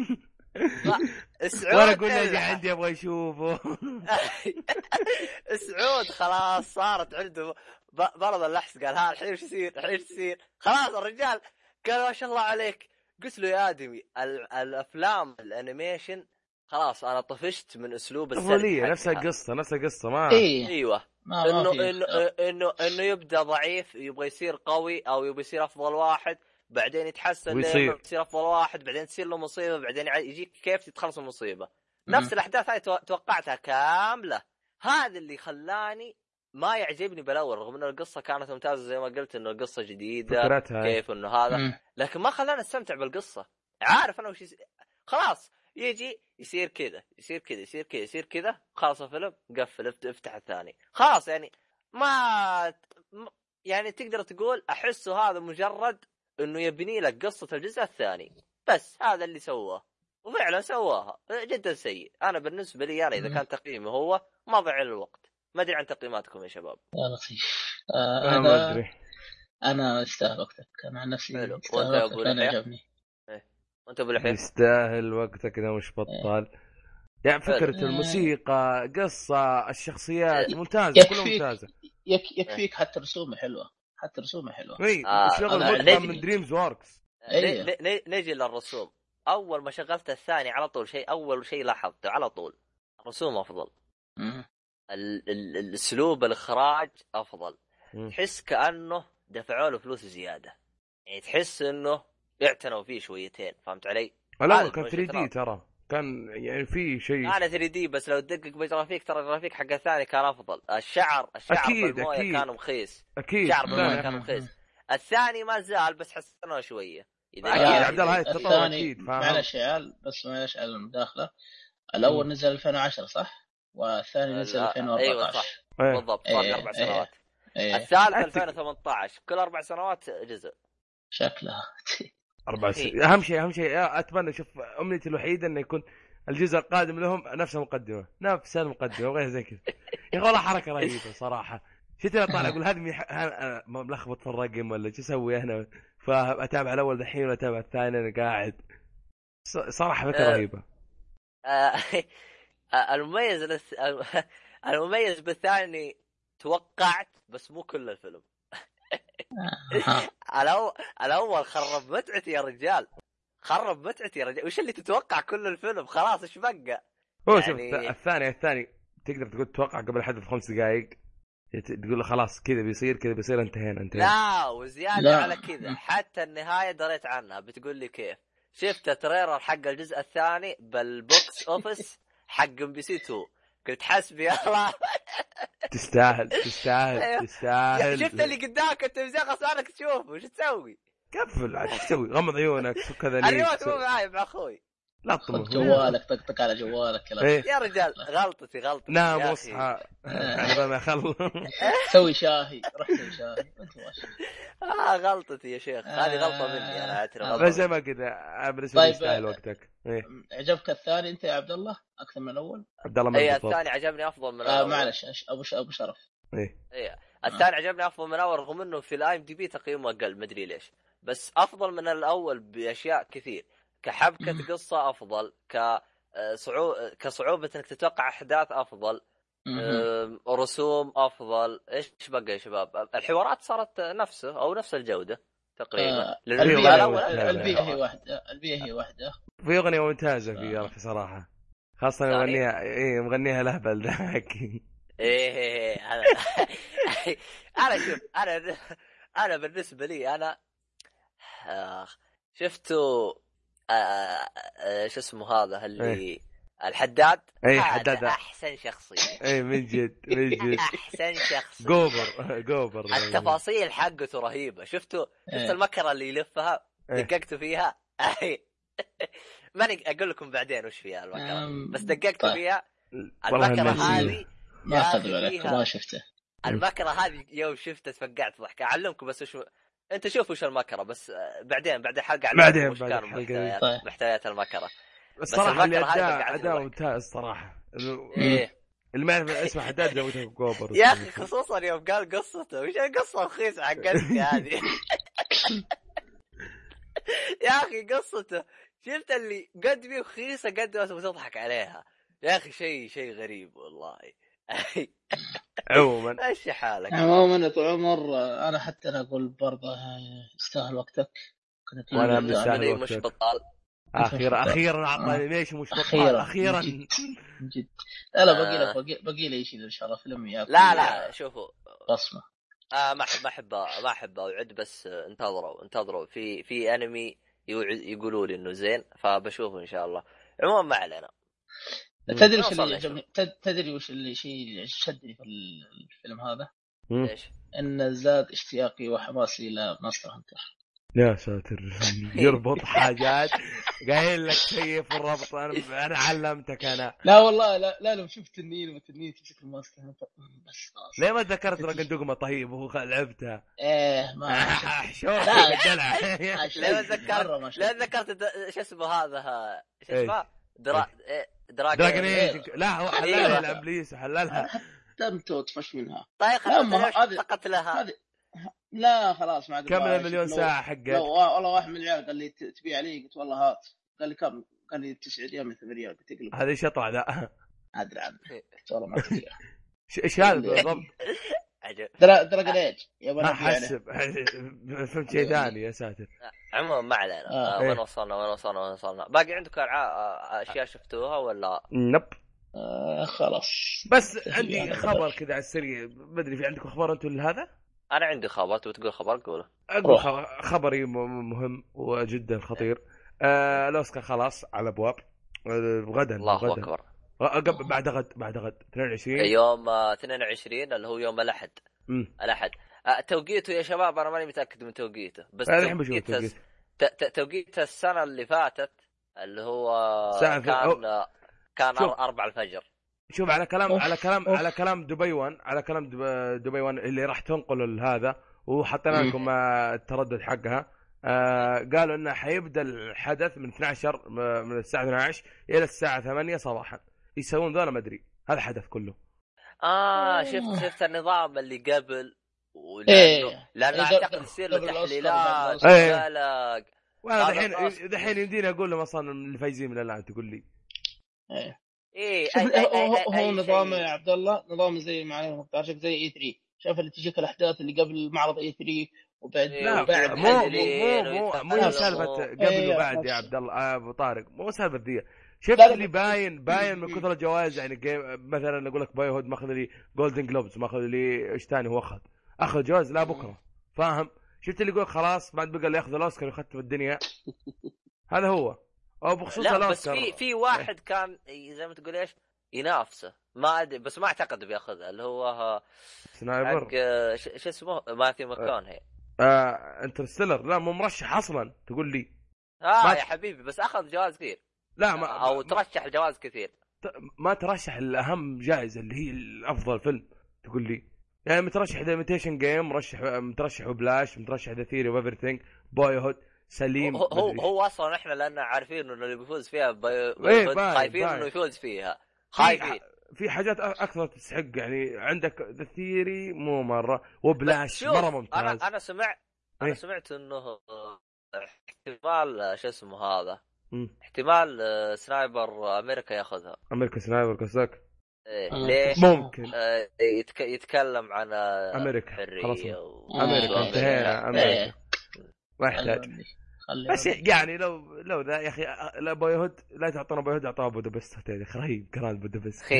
وانا اقول اجي عندي ابغى اشوفه. سعود خلاص صارت عنده برضه اللحس. قال ها الحين ايش يصير الحين ايش يصير. خلاص الرجال قال ما شاء الله عليك. قلت له يا ادمي الافلام الانيميشن خلاص انا طفشت من اسلوب السرد. نفس القصه نفس القصه ما إيه. ايوه ما انه انه انه انه يبدا ضعيف يبغى يصير قوي او يبغى يصير افضل واحد بعدين يتحسن ويصير يصير افضل واحد بعدين تصير له مصيبه بعدين يجيك كيف تتخلص من المصيبه. نفس الاحداث هاي توقعتها كامله. هذا اللي خلاني ما يعجبني بالاول رغم ان القصه كانت ممتازه زي ما قلت انه القصه جديده كيف انه هذا م. لكن ما خلاني استمتع بالقصه. عارف انا وش يس... خلاص يجي يصير كذا يصير كذا يصير كذا يصير كذا خلاص الفيلم قفل افتح الثاني خلاص. يعني ما يعني تقدر تقول احسه هذا مجرد انه يبني لك قصه الجزء الثاني بس. هذا اللي سواه وفعلا سواها جدا سيء. انا بالنسبه لي انا اذا كان تقييمي هو ما ضيع الوقت. ما ادري عن تقييماتكم يا شباب. يا لطيف. آه انا ما ادري انا استاهل وقتك. انا عن نفسي وانت اقول انا عجبني. ايه وانت ابو الحين يستاهل وقتك اذا مش بطال. يعني فكره آه. الموسيقى قصه الشخصيات ممتازه كلها ممتازه. يك يكفيك حتى رسومه حلوه حتى رسومه حلوه. اي آه. شغل متقن من دريمز ووركس. أيه. نجي للرسوم. اول ما شغلت الثاني على طول شيء اول شيء لاحظته على طول الرسوم افضل. الاسلوب الاخراج افضل. م. تحس كانه دفعوا له فلوس زياده. يعني تحس انه اعتنوا فيه شويتين. فهمت علي؟ الاول كان ثري دي ترى كان يعني في شيء انا ثري دي بس لو تدقق بجرافيك ترى الجرافيك حق الثاني كان افضل. الشعر الشعر بالمويه كان مخيس. اكيد شعر بالمويه كان مخيس. الثاني ما زال بس حسنوه شويه. اذا يا عبد الله هاي التطور اكيد. معلش يا عيال بس معلش على المداخله. الاول م. نزل ألفين وعشرة صح والثاني نزل ألفين وأربعة عشر. ايوه صح بالضبط صار أيه. اربع سنوات. أيه. الثالث ألفين وثمانية عشر كل اربع سنوات جزء شكلها اربع سنوات. اهم شيء اهم شيء اتمنى اشوف امنيتي الوحيده انه يكون الجزء القادم لهم نفس المقدمه نفس المقدمه وغير زي كذا. يا والله حركه رهيبه صراحه. شفت انا طالع اقول هذه مح... انا ملخبط في الرقم ولا شو اسوي هنا. فاتابع الاول دحين ولا اتابع الثاني انا قاعد صراحه فكره رهيبه. المميز المميز بالثاني توقعت بس مو كل الفيلم. الأول الأول خرب متعتي يا رجال خرب متعتي يا رجال. وش اللي تتوقع كل الفيلم خلاص ايش بقى. هو يعني... شوف الثاني الثاني تقدر تقول تتوقع قبل حدث خمس دقائق تقول له خلاص كذا بيصير كذا بيصير انتهينا انتهينا. لا وزيادة لا. على كذا حتى النهاية دريت عنها. بتقول لي كيف؟ شفت تريلر حق الجزء الثاني بالبوكس اوفيس حق ام بي سي تو قلت حسبي الله. تستاهل تستاهل تستاهل. شفت اللي قدامك التلفزيون غصب عنك تشوفه وش تسوي؟ قفل عاد تسوي غمض عيونك كذا ليه. الريموت مو معاي مع اخوي. لا طمن جوالك طقطق على جوالك إيه؟ يا رجال غلطتي غلطتي نام واصحى على ما خل سوي شاهي روح سوي شاهي انت ماشي. اه غلطتي يا شيخ هذه غلطه مني انا اعترف. بس زي ما كذا بالنسبه لي يستاهل وقتك. إيه؟ عجبك الثاني انت يا عبد الله اكثر من الاول؟ عبد الله اي الثاني عجبني افضل من الاول. آه معلش ابو ابو شرف. ايه ايه الثاني آه. عجبني افضل من الاول رغم انه في الاي ام دي بي تقييمه اقل ما ادري ليش بس افضل من الاول باشياء كثير. كحبكه قصه افضل كصعوبه كصعوبه انك تتوقع احداث افضل رسوم افضل. ايش بقى يا شباب؟ الحوارات صارت نفسه او نفس الجوده تقريبا. آه البيئه هي واحده البيئه هي واحده. في اغنيه ممتازه في يا اخي صراحه خاصه مغنيها ايه مغنيها لهبل ذاك. ايه انا انا شوف انا انا بالنسبه لي انا شفتوا ايش اسمه هذا اللي إيه؟ الحداد. اي حداد احسن شخصيه. اي من جد من جد احسن شخصيه. جوبر جوبر التفاصيل حقته رهيبه. شفتوا شفت المكره اللي يلفها دققتوا فيها. ماني اقول لكم بعدين وش فيها المكره بس دققت فيها. المكره هذه ما اخذ بالك ما شفته. المكره هذه يوم شفتها تفقعت ضحك. اعلمكم بس وش انت شوفوا وش المكره بس بعدين بعد الحلقه بعدين وش كان محتويات طيب. محتويات المكره. الصراحه اللي اداء اداء ممتاز صراحه ايه اللي ما يعرف اسمه حداد زودته كوبر. يا اخي خصوصا يوم قال قصته وش القصه رخيصه عقلتني هذه. يا اخي قصته شفت اللي قد بي رخيصه قد ما تضحك عليها يا اخي شيء شيء غريب والله. عموما ايش حالك عموما طول عمر انا حتى انا اقول برضه يستاهل وقتك. وانا مستاهل مش بطال. اخيرا اخيرا اعطاني ليش مش بطال اخيرا من جد. لا لا باقي لك باقي باقي لي شيء ان شاء الله فيلم ياكل. لا لا شوفوا بصمه آه ما ما احب ما احب اوعد بس انتظروا انتظروا في في انمي يقولوا لي انه زين فبشوفه ان شاء الله. عموما ما علينا. تدري وش اللي عجبني تدري وش اللي شيء شدني في الفيلم هذا ايش ان زاد اشتياقي وحماسي الى ماستر هانتر. يا ساتر يربط حاجات قايل لك شيء في الربط. انا انا علمتك انا. لا والله لا لا لو شفت التنين والتنين تمسك الماسك بس خلاص. ليه ما ذكرت لك الدقمه طيب ولعبتها؟ ايه ما شوف الدلع. ليه ما ذكرت لا ذكرت شو اسمه هذا شو اسمه درا دراجون ايج. لا هو حللها الابليس حللها تمتو تفش منها. طيب خلاص فقط لها هذه لا خلاص ما عاد كم مليون ساعه حقك. لا والله واحد من العيال قال لي تبي علي قلت والله هات. قال لي كم قال لي تسعة ريال من ثمانية ريال قلت له هذا شطع ذا ادري عنه والله ما تدري ايش هذا بالضبط. دراجون ايج يا ما حسب فهمت شيء ثاني يا ساتر. عموما ما علينا. آه. وين وصلنا وين وصلنا وين وصلنا باقي عندكم اشياء شفتوها ولا نب آه خلاص بس عندي خبر كذا على السريع. بدري في عندكم خبر انتم لهذا؟ انا عندي خبر تقول خبر قوله. اقول خبري مهم وجدا خطير. آه الاوسكار خلاص على ابواب غدا. الله غدا اكبر. قبل بعد غد بعد غد اثنين وعشرين يوم اثنين وعشرين اللي هو يوم الاحد. الاحد آه توقيته يا شباب انا ماني متاكد من توقيته بس توقيته توقيت السنه اللي فاتت اللي هو كان أو... كان أربعة الفجر. شوف على كلام أوف. على كلام أوف. على كلام دبي وان على كلام دبي وان اللي راح تنقل هذا وحطينا لكم التردد حقها. آه قالوا انه حيبدا الحدث من اثني عشر من الساعه اثني عشر الى الساعه ثمانية صباحا. يسوون ذولا ما ادري هذا حدث كله. اه شفت شفت النظام اللي قبل ولانه إيه. لانه اعتقد يصير له تحليلات وقالك وانا الحين الحين يمديني اقول لهم اصلا الفايزين من الان تقول لي ايه ايه أي أي أي أي هو نظام يا عبد الله نظام زي معنا مختار زي اي ثلاثة. شوف اللي تجيك الاحداث اللي قبل معرض اي ثلاثة وبعد لا وبعد مو مو مو مو سالفه قبل ايه وبعد يا عبد الله ابو طارق مو سالفه ذي. شفت اللي باين باين من كثر الجوائز يعني مثلا اقول لك باي هود ماخذ لي جولدن جلوبز ماخذ لي ايش ثاني هو اخذ اخذ جوائز لا بكره فاهم. شفت اللي يقول خلاص بعد بقى اللي ياخذ الاوسكار ويختم الدنيا هذا هو. او بخصوص الاوسكار بس في في واحد كان زي ما تقول ايش ينافسه ما ادري بس ما اعتقد بياخذها اللي هو سنايبر شو اسمه ماثيو ماكونهي. آه انترستيلر لا مو مرشح اصلا تقول لي اه يا حبيبي بس اخذ جوائز كثير. لا ما او ترشح جوائز كثير ما ترشح الاهم جائزه اللي هي الافضل فيلم تقول لي يعني مترشح ذا ميتيشن جيم مرشح مترشح وبلاش مترشح ذا ثيري وإيفريثينج بوي هود سليم. هو هو, هو اصلا احنا لان عارفين انه اللي بيفوز فيها باي خايفين انه يفوز فيها خايفين في حاجات اكثر تستحق يعني عندك ذا ثيري مو مره وبلاش مره ممتاز. انا انا سمعت انا سمعت انه احتمال شو اسمه هذا م. احتمال سنايبر امريكا ياخذها. امريكا سنايبر قصدك إيه. ليه ممكن آه يتك... يتكلم عن امريكا خلاص و... امريكا انتهينا امريكا ما يحتاج بس يعني لو لو ذا يا اخي لا بويهود لا تعطونا بويهود اعطوه بودابست هذا خريب كران بودابست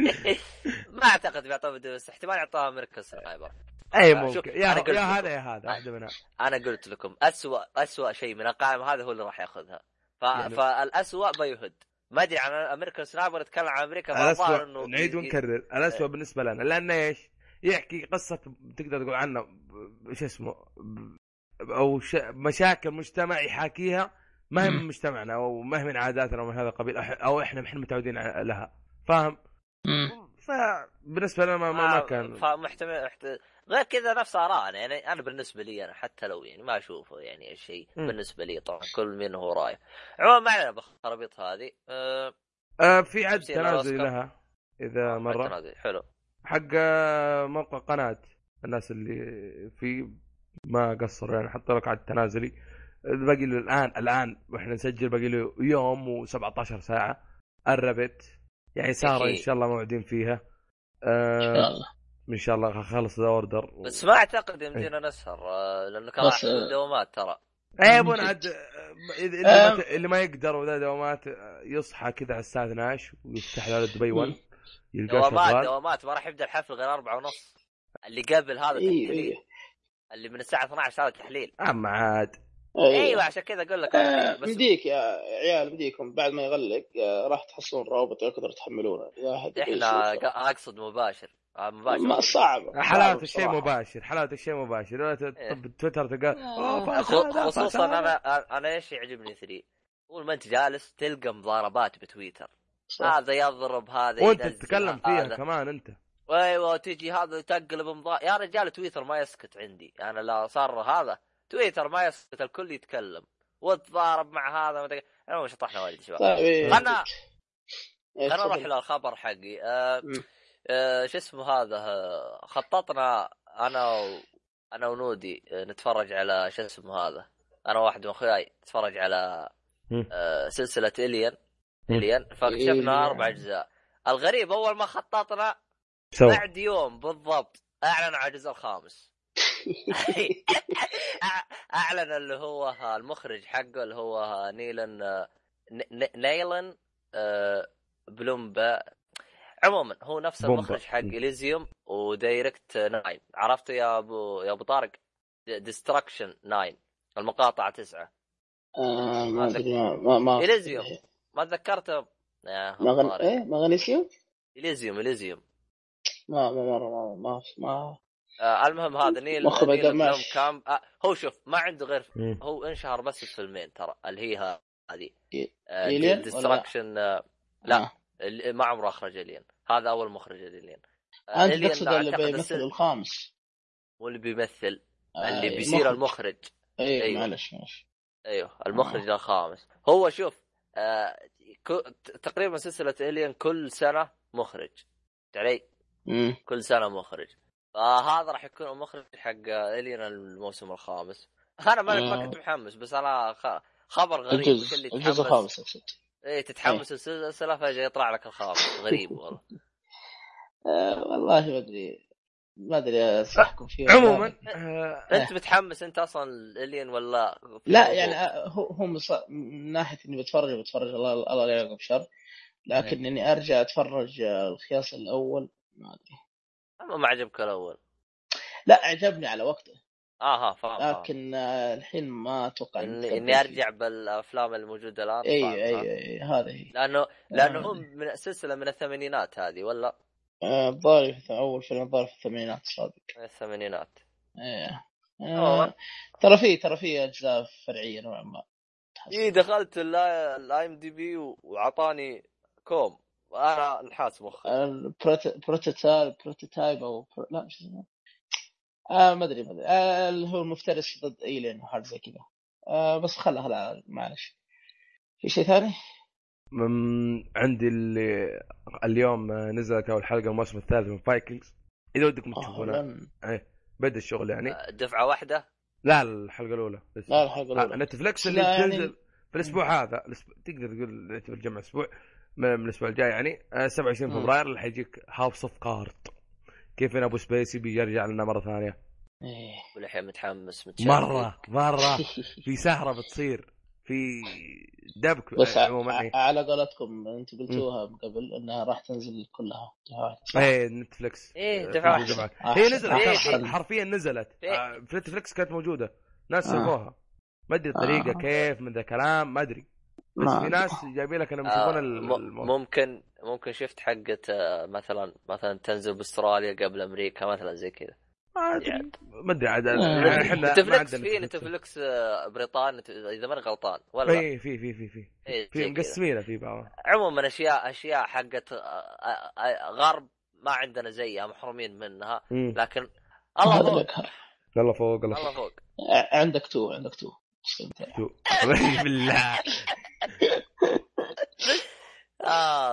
ما اعتقد بيعطوه بودابست احتمال يعطوها امريكا سنايبر. اي ممكن يا, يا هذا يا هذا واحده منها. انا قلت لكم اسوأ اسوأ شيء من القائمه هذا هو اللي راح ياخذها ف... يعني... فالاسوأ بويهود ما ادري عن امريكان سنايبر نتكلم عن امريكا فالظاهر انه نعيد ونكرر الاسوأ بالنسبه لنا لان ايش يحكي قصه تقدر تقول عنه ايش اسمه او ش... مشاكل مجتمع يحاكيها ما هي من مجتمعنا او ما هي من عاداتنا ومن هذا القبيل او احنا احنا متعودين لها فاهم. فبالنسبه لنا ما, ما كان فمحتمل محت... غير كذا نفس آراءنا يعني انا بالنسبه لي انا حتى لو يعني ما اشوفه يعني الشيء بالنسبه لي طبعا كل من هو رايه. عموما معنا بخربيط هذه أه... أه في عد تنازل لها اذا آه مره حلو حق موقع قناه الناس اللي في ما قصروا يعني حط لك على التنازلي باقي له الان الان واحنا نسجل باقي له يوم و17 ساعه قربت يعني ساره ان شاء الله موعدين فيها آه ان شاء الله ان شاء الله خلص ذا اوردر و... بس ما اعتقد يمدينا نسهر لانه كان راح دوامات ترى عيب عاد اللي, ما ت... اللي ما يقدر وذا دوامات يصحى كذا على الساعه اثني عشر ويفتح له دبي واحد يلقى دوامات دوامات ما راح يبدا الحفل غير أربعة ونص اللي قبل هذا إيه تحليل إيه. اللي من الساعه اثني عشر هذا تحليل اما عاد أيوة. ايوه عشان كذا اقول لك آه بس بديك يا عيال بديكم بعد ما يغلق آه راح تحصلون رابط تقدر تحملونه واحد احنا اقصد مباشر مباشر ما صعب حلاوه الشيء مباشر حلاوه الشيء مباشر ولا تطب تويتر تلقى خصوصا انا انا ايش يعجبني ثري طول ما انت جالس تلقى مضاربات بتويتر هذا يضرب هذا وانت تتكلم فيها هذا. كمان انت ايوه تجي هذا تقلب مضارب يا رجال تويتر ما يسكت عندي انا لا صار هذا تويتر ما يسكت الكل يتكلم وتضارب مع هذا انا ما شطحنا وايد شباب خلنا خلنا نروح للخبر حقي أه أه شو اسمه هذا خططنا انا و... انا ونودي نتفرج على شو اسمه هذا انا واحد من اخوياي نتفرج على أه سلسله إليان إليان فاكتشفنا اربع اجزاء الغريب اول ما خططنا بعد يوم بالضبط اعلن عن الجزء الخامس اعلن اللي هو المخرج حقه اللي هو نيلان نيلان بلومبا عموما هو نفس المخرج حق إليزيوم ودايركت ناين عرفت يا ابو يا ابو طارق ديستركشن ناين المقاطعه تسعة آه ما ادري ما ما إليزيوم ما تذكرته ما غن... ايه ما غنيسيوم إليزيوم إليزيوم ما ما ما ما, ما... ما... آه المهم هذا نيل نيل كام آه هو شوف ما عنده غير م. هو انشهر بس الفيلمين ترى اللي هي هذه آه ديستركشن آه لا آه. ما عمره اخرج إليان هذا اول مخرج إليان آه انت تقصد اللي بيمثل السل... الخامس واللي بيمثل آه اللي بيصير مخرج. المخرج ايوه, أيوه. معلش معلش ايوه المخرج آه. الخامس هو شوف آه ك... تقريبا سلسله إليان كل سنه مخرج علي مم. كل سنه مخرج فهذا راح يكون المخرج حق إليان الموسم الخامس انا ما ما كنت محمس بس انا خبر غريب الجزء, اللي الجزء الخامس اقصد ايه تتحمس السلسله فجاه يطلع لك الخامس غريب والله آه والله ما ادري ما ادري اصحكم فيه عموما آه انت متحمس انت اصلا إليان ولا لا يعني هو هو من ناحيه اني بتفرج بتفرج الله الله لا يعقب شر لكن اني ارجع اتفرج الخياس الاول ما ادري اما ما عجبك الاول لا عجبني على وقته اها فاهم لكن آه الحين ما اتوقع اني, إني ارجع بالافلام الموجوده الان اي اي اي هذا هي لانه لانه هم من سلسله من الثمانينات هذه ولا الظاهر آه اول فيلم ظهر في الثمانينات صادق الثمانينات ايه آه ترى فيه ترى فيه اجزاء فرعيه نوعا ما اي دخلت الاي ام دي بي وعطاني كوم وانا نحاس مخي البروتوتايب بروتوتايب او برو... لا مش اسمه آه ما ادري ما ادري آه اللي هو المفترس ضد ايلين وحاجه زي كذا آه بس خلها لا معلش في شيء ثاني من عندي اللي اليوم نزلت اول حلقه الموسم الثالث من فايكنجز اذا ودكم تشوفونها لن... ايه بدا الشغل يعني دفعه واحده لا الحلقه الاولى لا الحلقه الاولى نتفلكس اللي تنزل يعني... في الاسبوع هذا تقدر تقول الجمعه اسبوع من الاسبوع الجاي يعني سبعة وعشرين فبراير اللي حيجيك هاوس اوف كارت كيف ان ابو سبيسي بيرجع لنا مره ثانيه ايه والحين متحمس متشارك مره مره في سهره بتصير في دبك بس عموما على قولتكم انتم قلتوها قبل انها راح تنزل كلها ايه نتفلكس ايه دفعه هي نزلت حرفيا نزلت في نتفلكس كانت موجوده ناس شافوها ما ادري الطريقه كيف من ذا كلام ما ادري بس في ناس جايبين لك انهم يشوفون الموضوع ممكن ممكن شفت حقه مثلا مثلا تنزل باستراليا قبل امريكا مثلا زي كذا ما ادري ما ادري عاد احنا نتفلكس في نتفلكس بريطاني اذا ما غلطان ولا اي في في في في في مقسمينه في بعض عموما اشياء اشياء حقت غرب ما عندنا زيها محرومين منها لكن الله فوق الله فوق الله فوق عندك تو عندك تو بالله اخ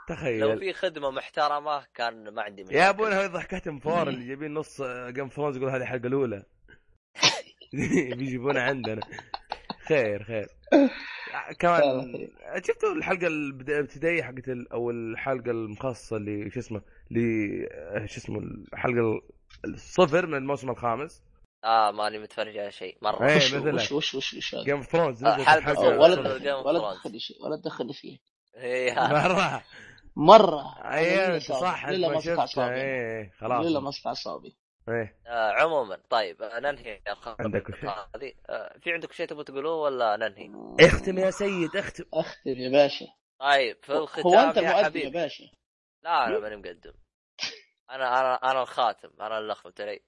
تخيل لو في خدمه محترمه كان ما عندي مشكله. يا ابونا هذه ضحكتهم فور اللي جايبين نص جيم ثرونز يقول هذه الحلقه الاولى بيجيبونها عندنا. خير خير. كمان شفتوا الحلقه الابتدائيه حقت او الحلقه المخصصه اللي شو اسمه اللي شو اسمه الحلقه الصفر من الموسم الخامس؟ اه ماني متفرج على شيء مره. ايه مثلا وش وش وش وش جيم اوف ثرونز حلقه ولا ولا تدخل شيء ولا تدخل فيه مره مره. ايوه صح لا ما شفته. ايه خلاص لا ما صح اصابي. ايه آه عموما طيب ننهي عندك شيء هذه آه في عندك شيء تبغى تقولوه ولا ننهي؟ اختم يا سيد اختم. اختم يا باشا. طيب في الختام هو انت يا المؤدي يا باشا. لا انا ماني مقدم. انا انا انا الخاتم انا اللي اختمت علي.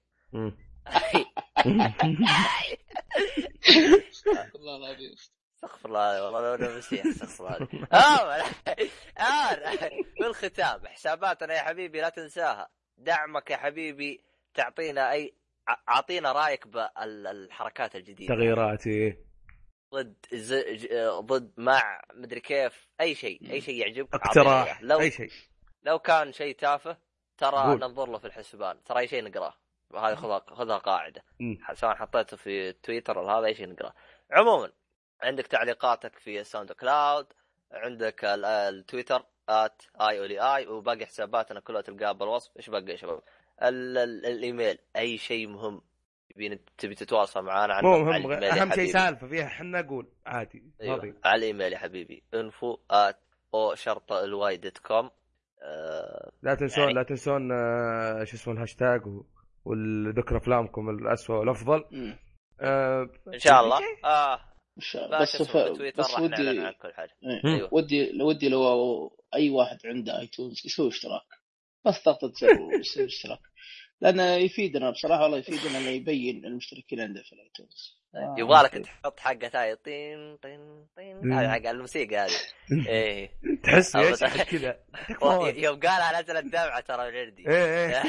والله العظيم استغفر الله والله لو مسيح استغفر الله. اه اه في الختام حساباتنا يا حبيبي لا تنساها. دعمك يا حبيبي تعطينا اي اعطينا رايك بالحركات الجديده تغييرات ضد ز... ضد مع مدري كيف اي شيء اي شيء يعجبك اقتراح لو... اي شيء لو كان شيء تافه ترى قول. ننظر له في الحسبان ترى اي شيء نقراه. هذه خذها خذها قاعده سواء حطيته في تويتر ولا هذا اي شيء نقراه. عموما عندك تعليقاتك في ساوند كلاود عندك التويتر آت آي أولي آي وباقي حساباتنا كلها تلقاها بالوصف. إيش باقي يا شباب؟ ال ال الإيميل أي شيء مهم تبي تبي تتواصل معنا عن مهم أهم شيء سالفة فيها حنا نقول عادي. أيوة. على الإيميل يا حبيبي info at o شرطة الواي دوت كوم. أه لا تنسون يعني... لا تنسون آه شو اسمه الهاشتاج والذكر أفلامكم الأسوأ والأفضل. أه... إن شاء الله. آه بس ف... بس ودي كل حاجة. أيوة. ودي لو ودي لو اي واحد عنده ايتونز يسوي اشتراك بس ضغط يسوي اشتراك لانه يفيدنا بصراحه والله يفيدنا انه يبين المشتركين عنده في الايتونز. آه. يبغالك تحط حقه هاي طين طين طين هذه حق الموسيقى هذه. ايه تحس ايش كذا يوم قالها نزلت دمعه ترى العردي. ايه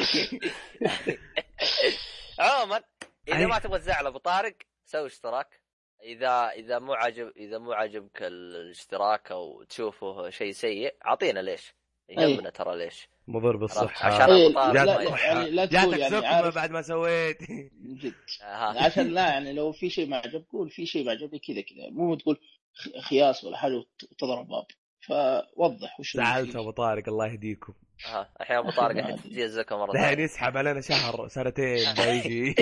عموما اذا ما تبغى تزعل ابو طارق سوي اشتراك. اذا اذا مو عاجب اذا مو عاجبك الاشتراك او تشوفه شيء سيء اعطينا ليش يهمنا ترى ليش مضر بالصحه عشان أيه لا لا يعني لا تقول يعني عارف بعد ما سويت جد عشان لا يعني لو في شيء ما عجبك قول في شيء ما عجبني كذا كذا مو تقول خياس ولا حاجه وتضرب باب فوضح وش زعلت ابو طارق الله يهديكم. ها الحين ابو طارق الحين تجيزك مره لا يسحب علينا شهر سنتين بيجي.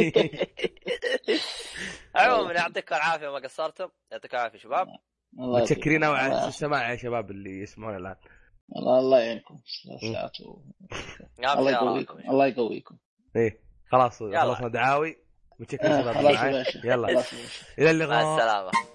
عموما يعطيكم العافيه ما قصرتم يعطيكم العافيه شباب متشكرين على السماع يا شباب اللي يسمعون الان. الله الله يعينكم ساعات و... الله يقويكم الله يقويكم. ايه خلاص خلصنا دعاوي متشكرين شباب. يلا الى اللقاء مع السلامه.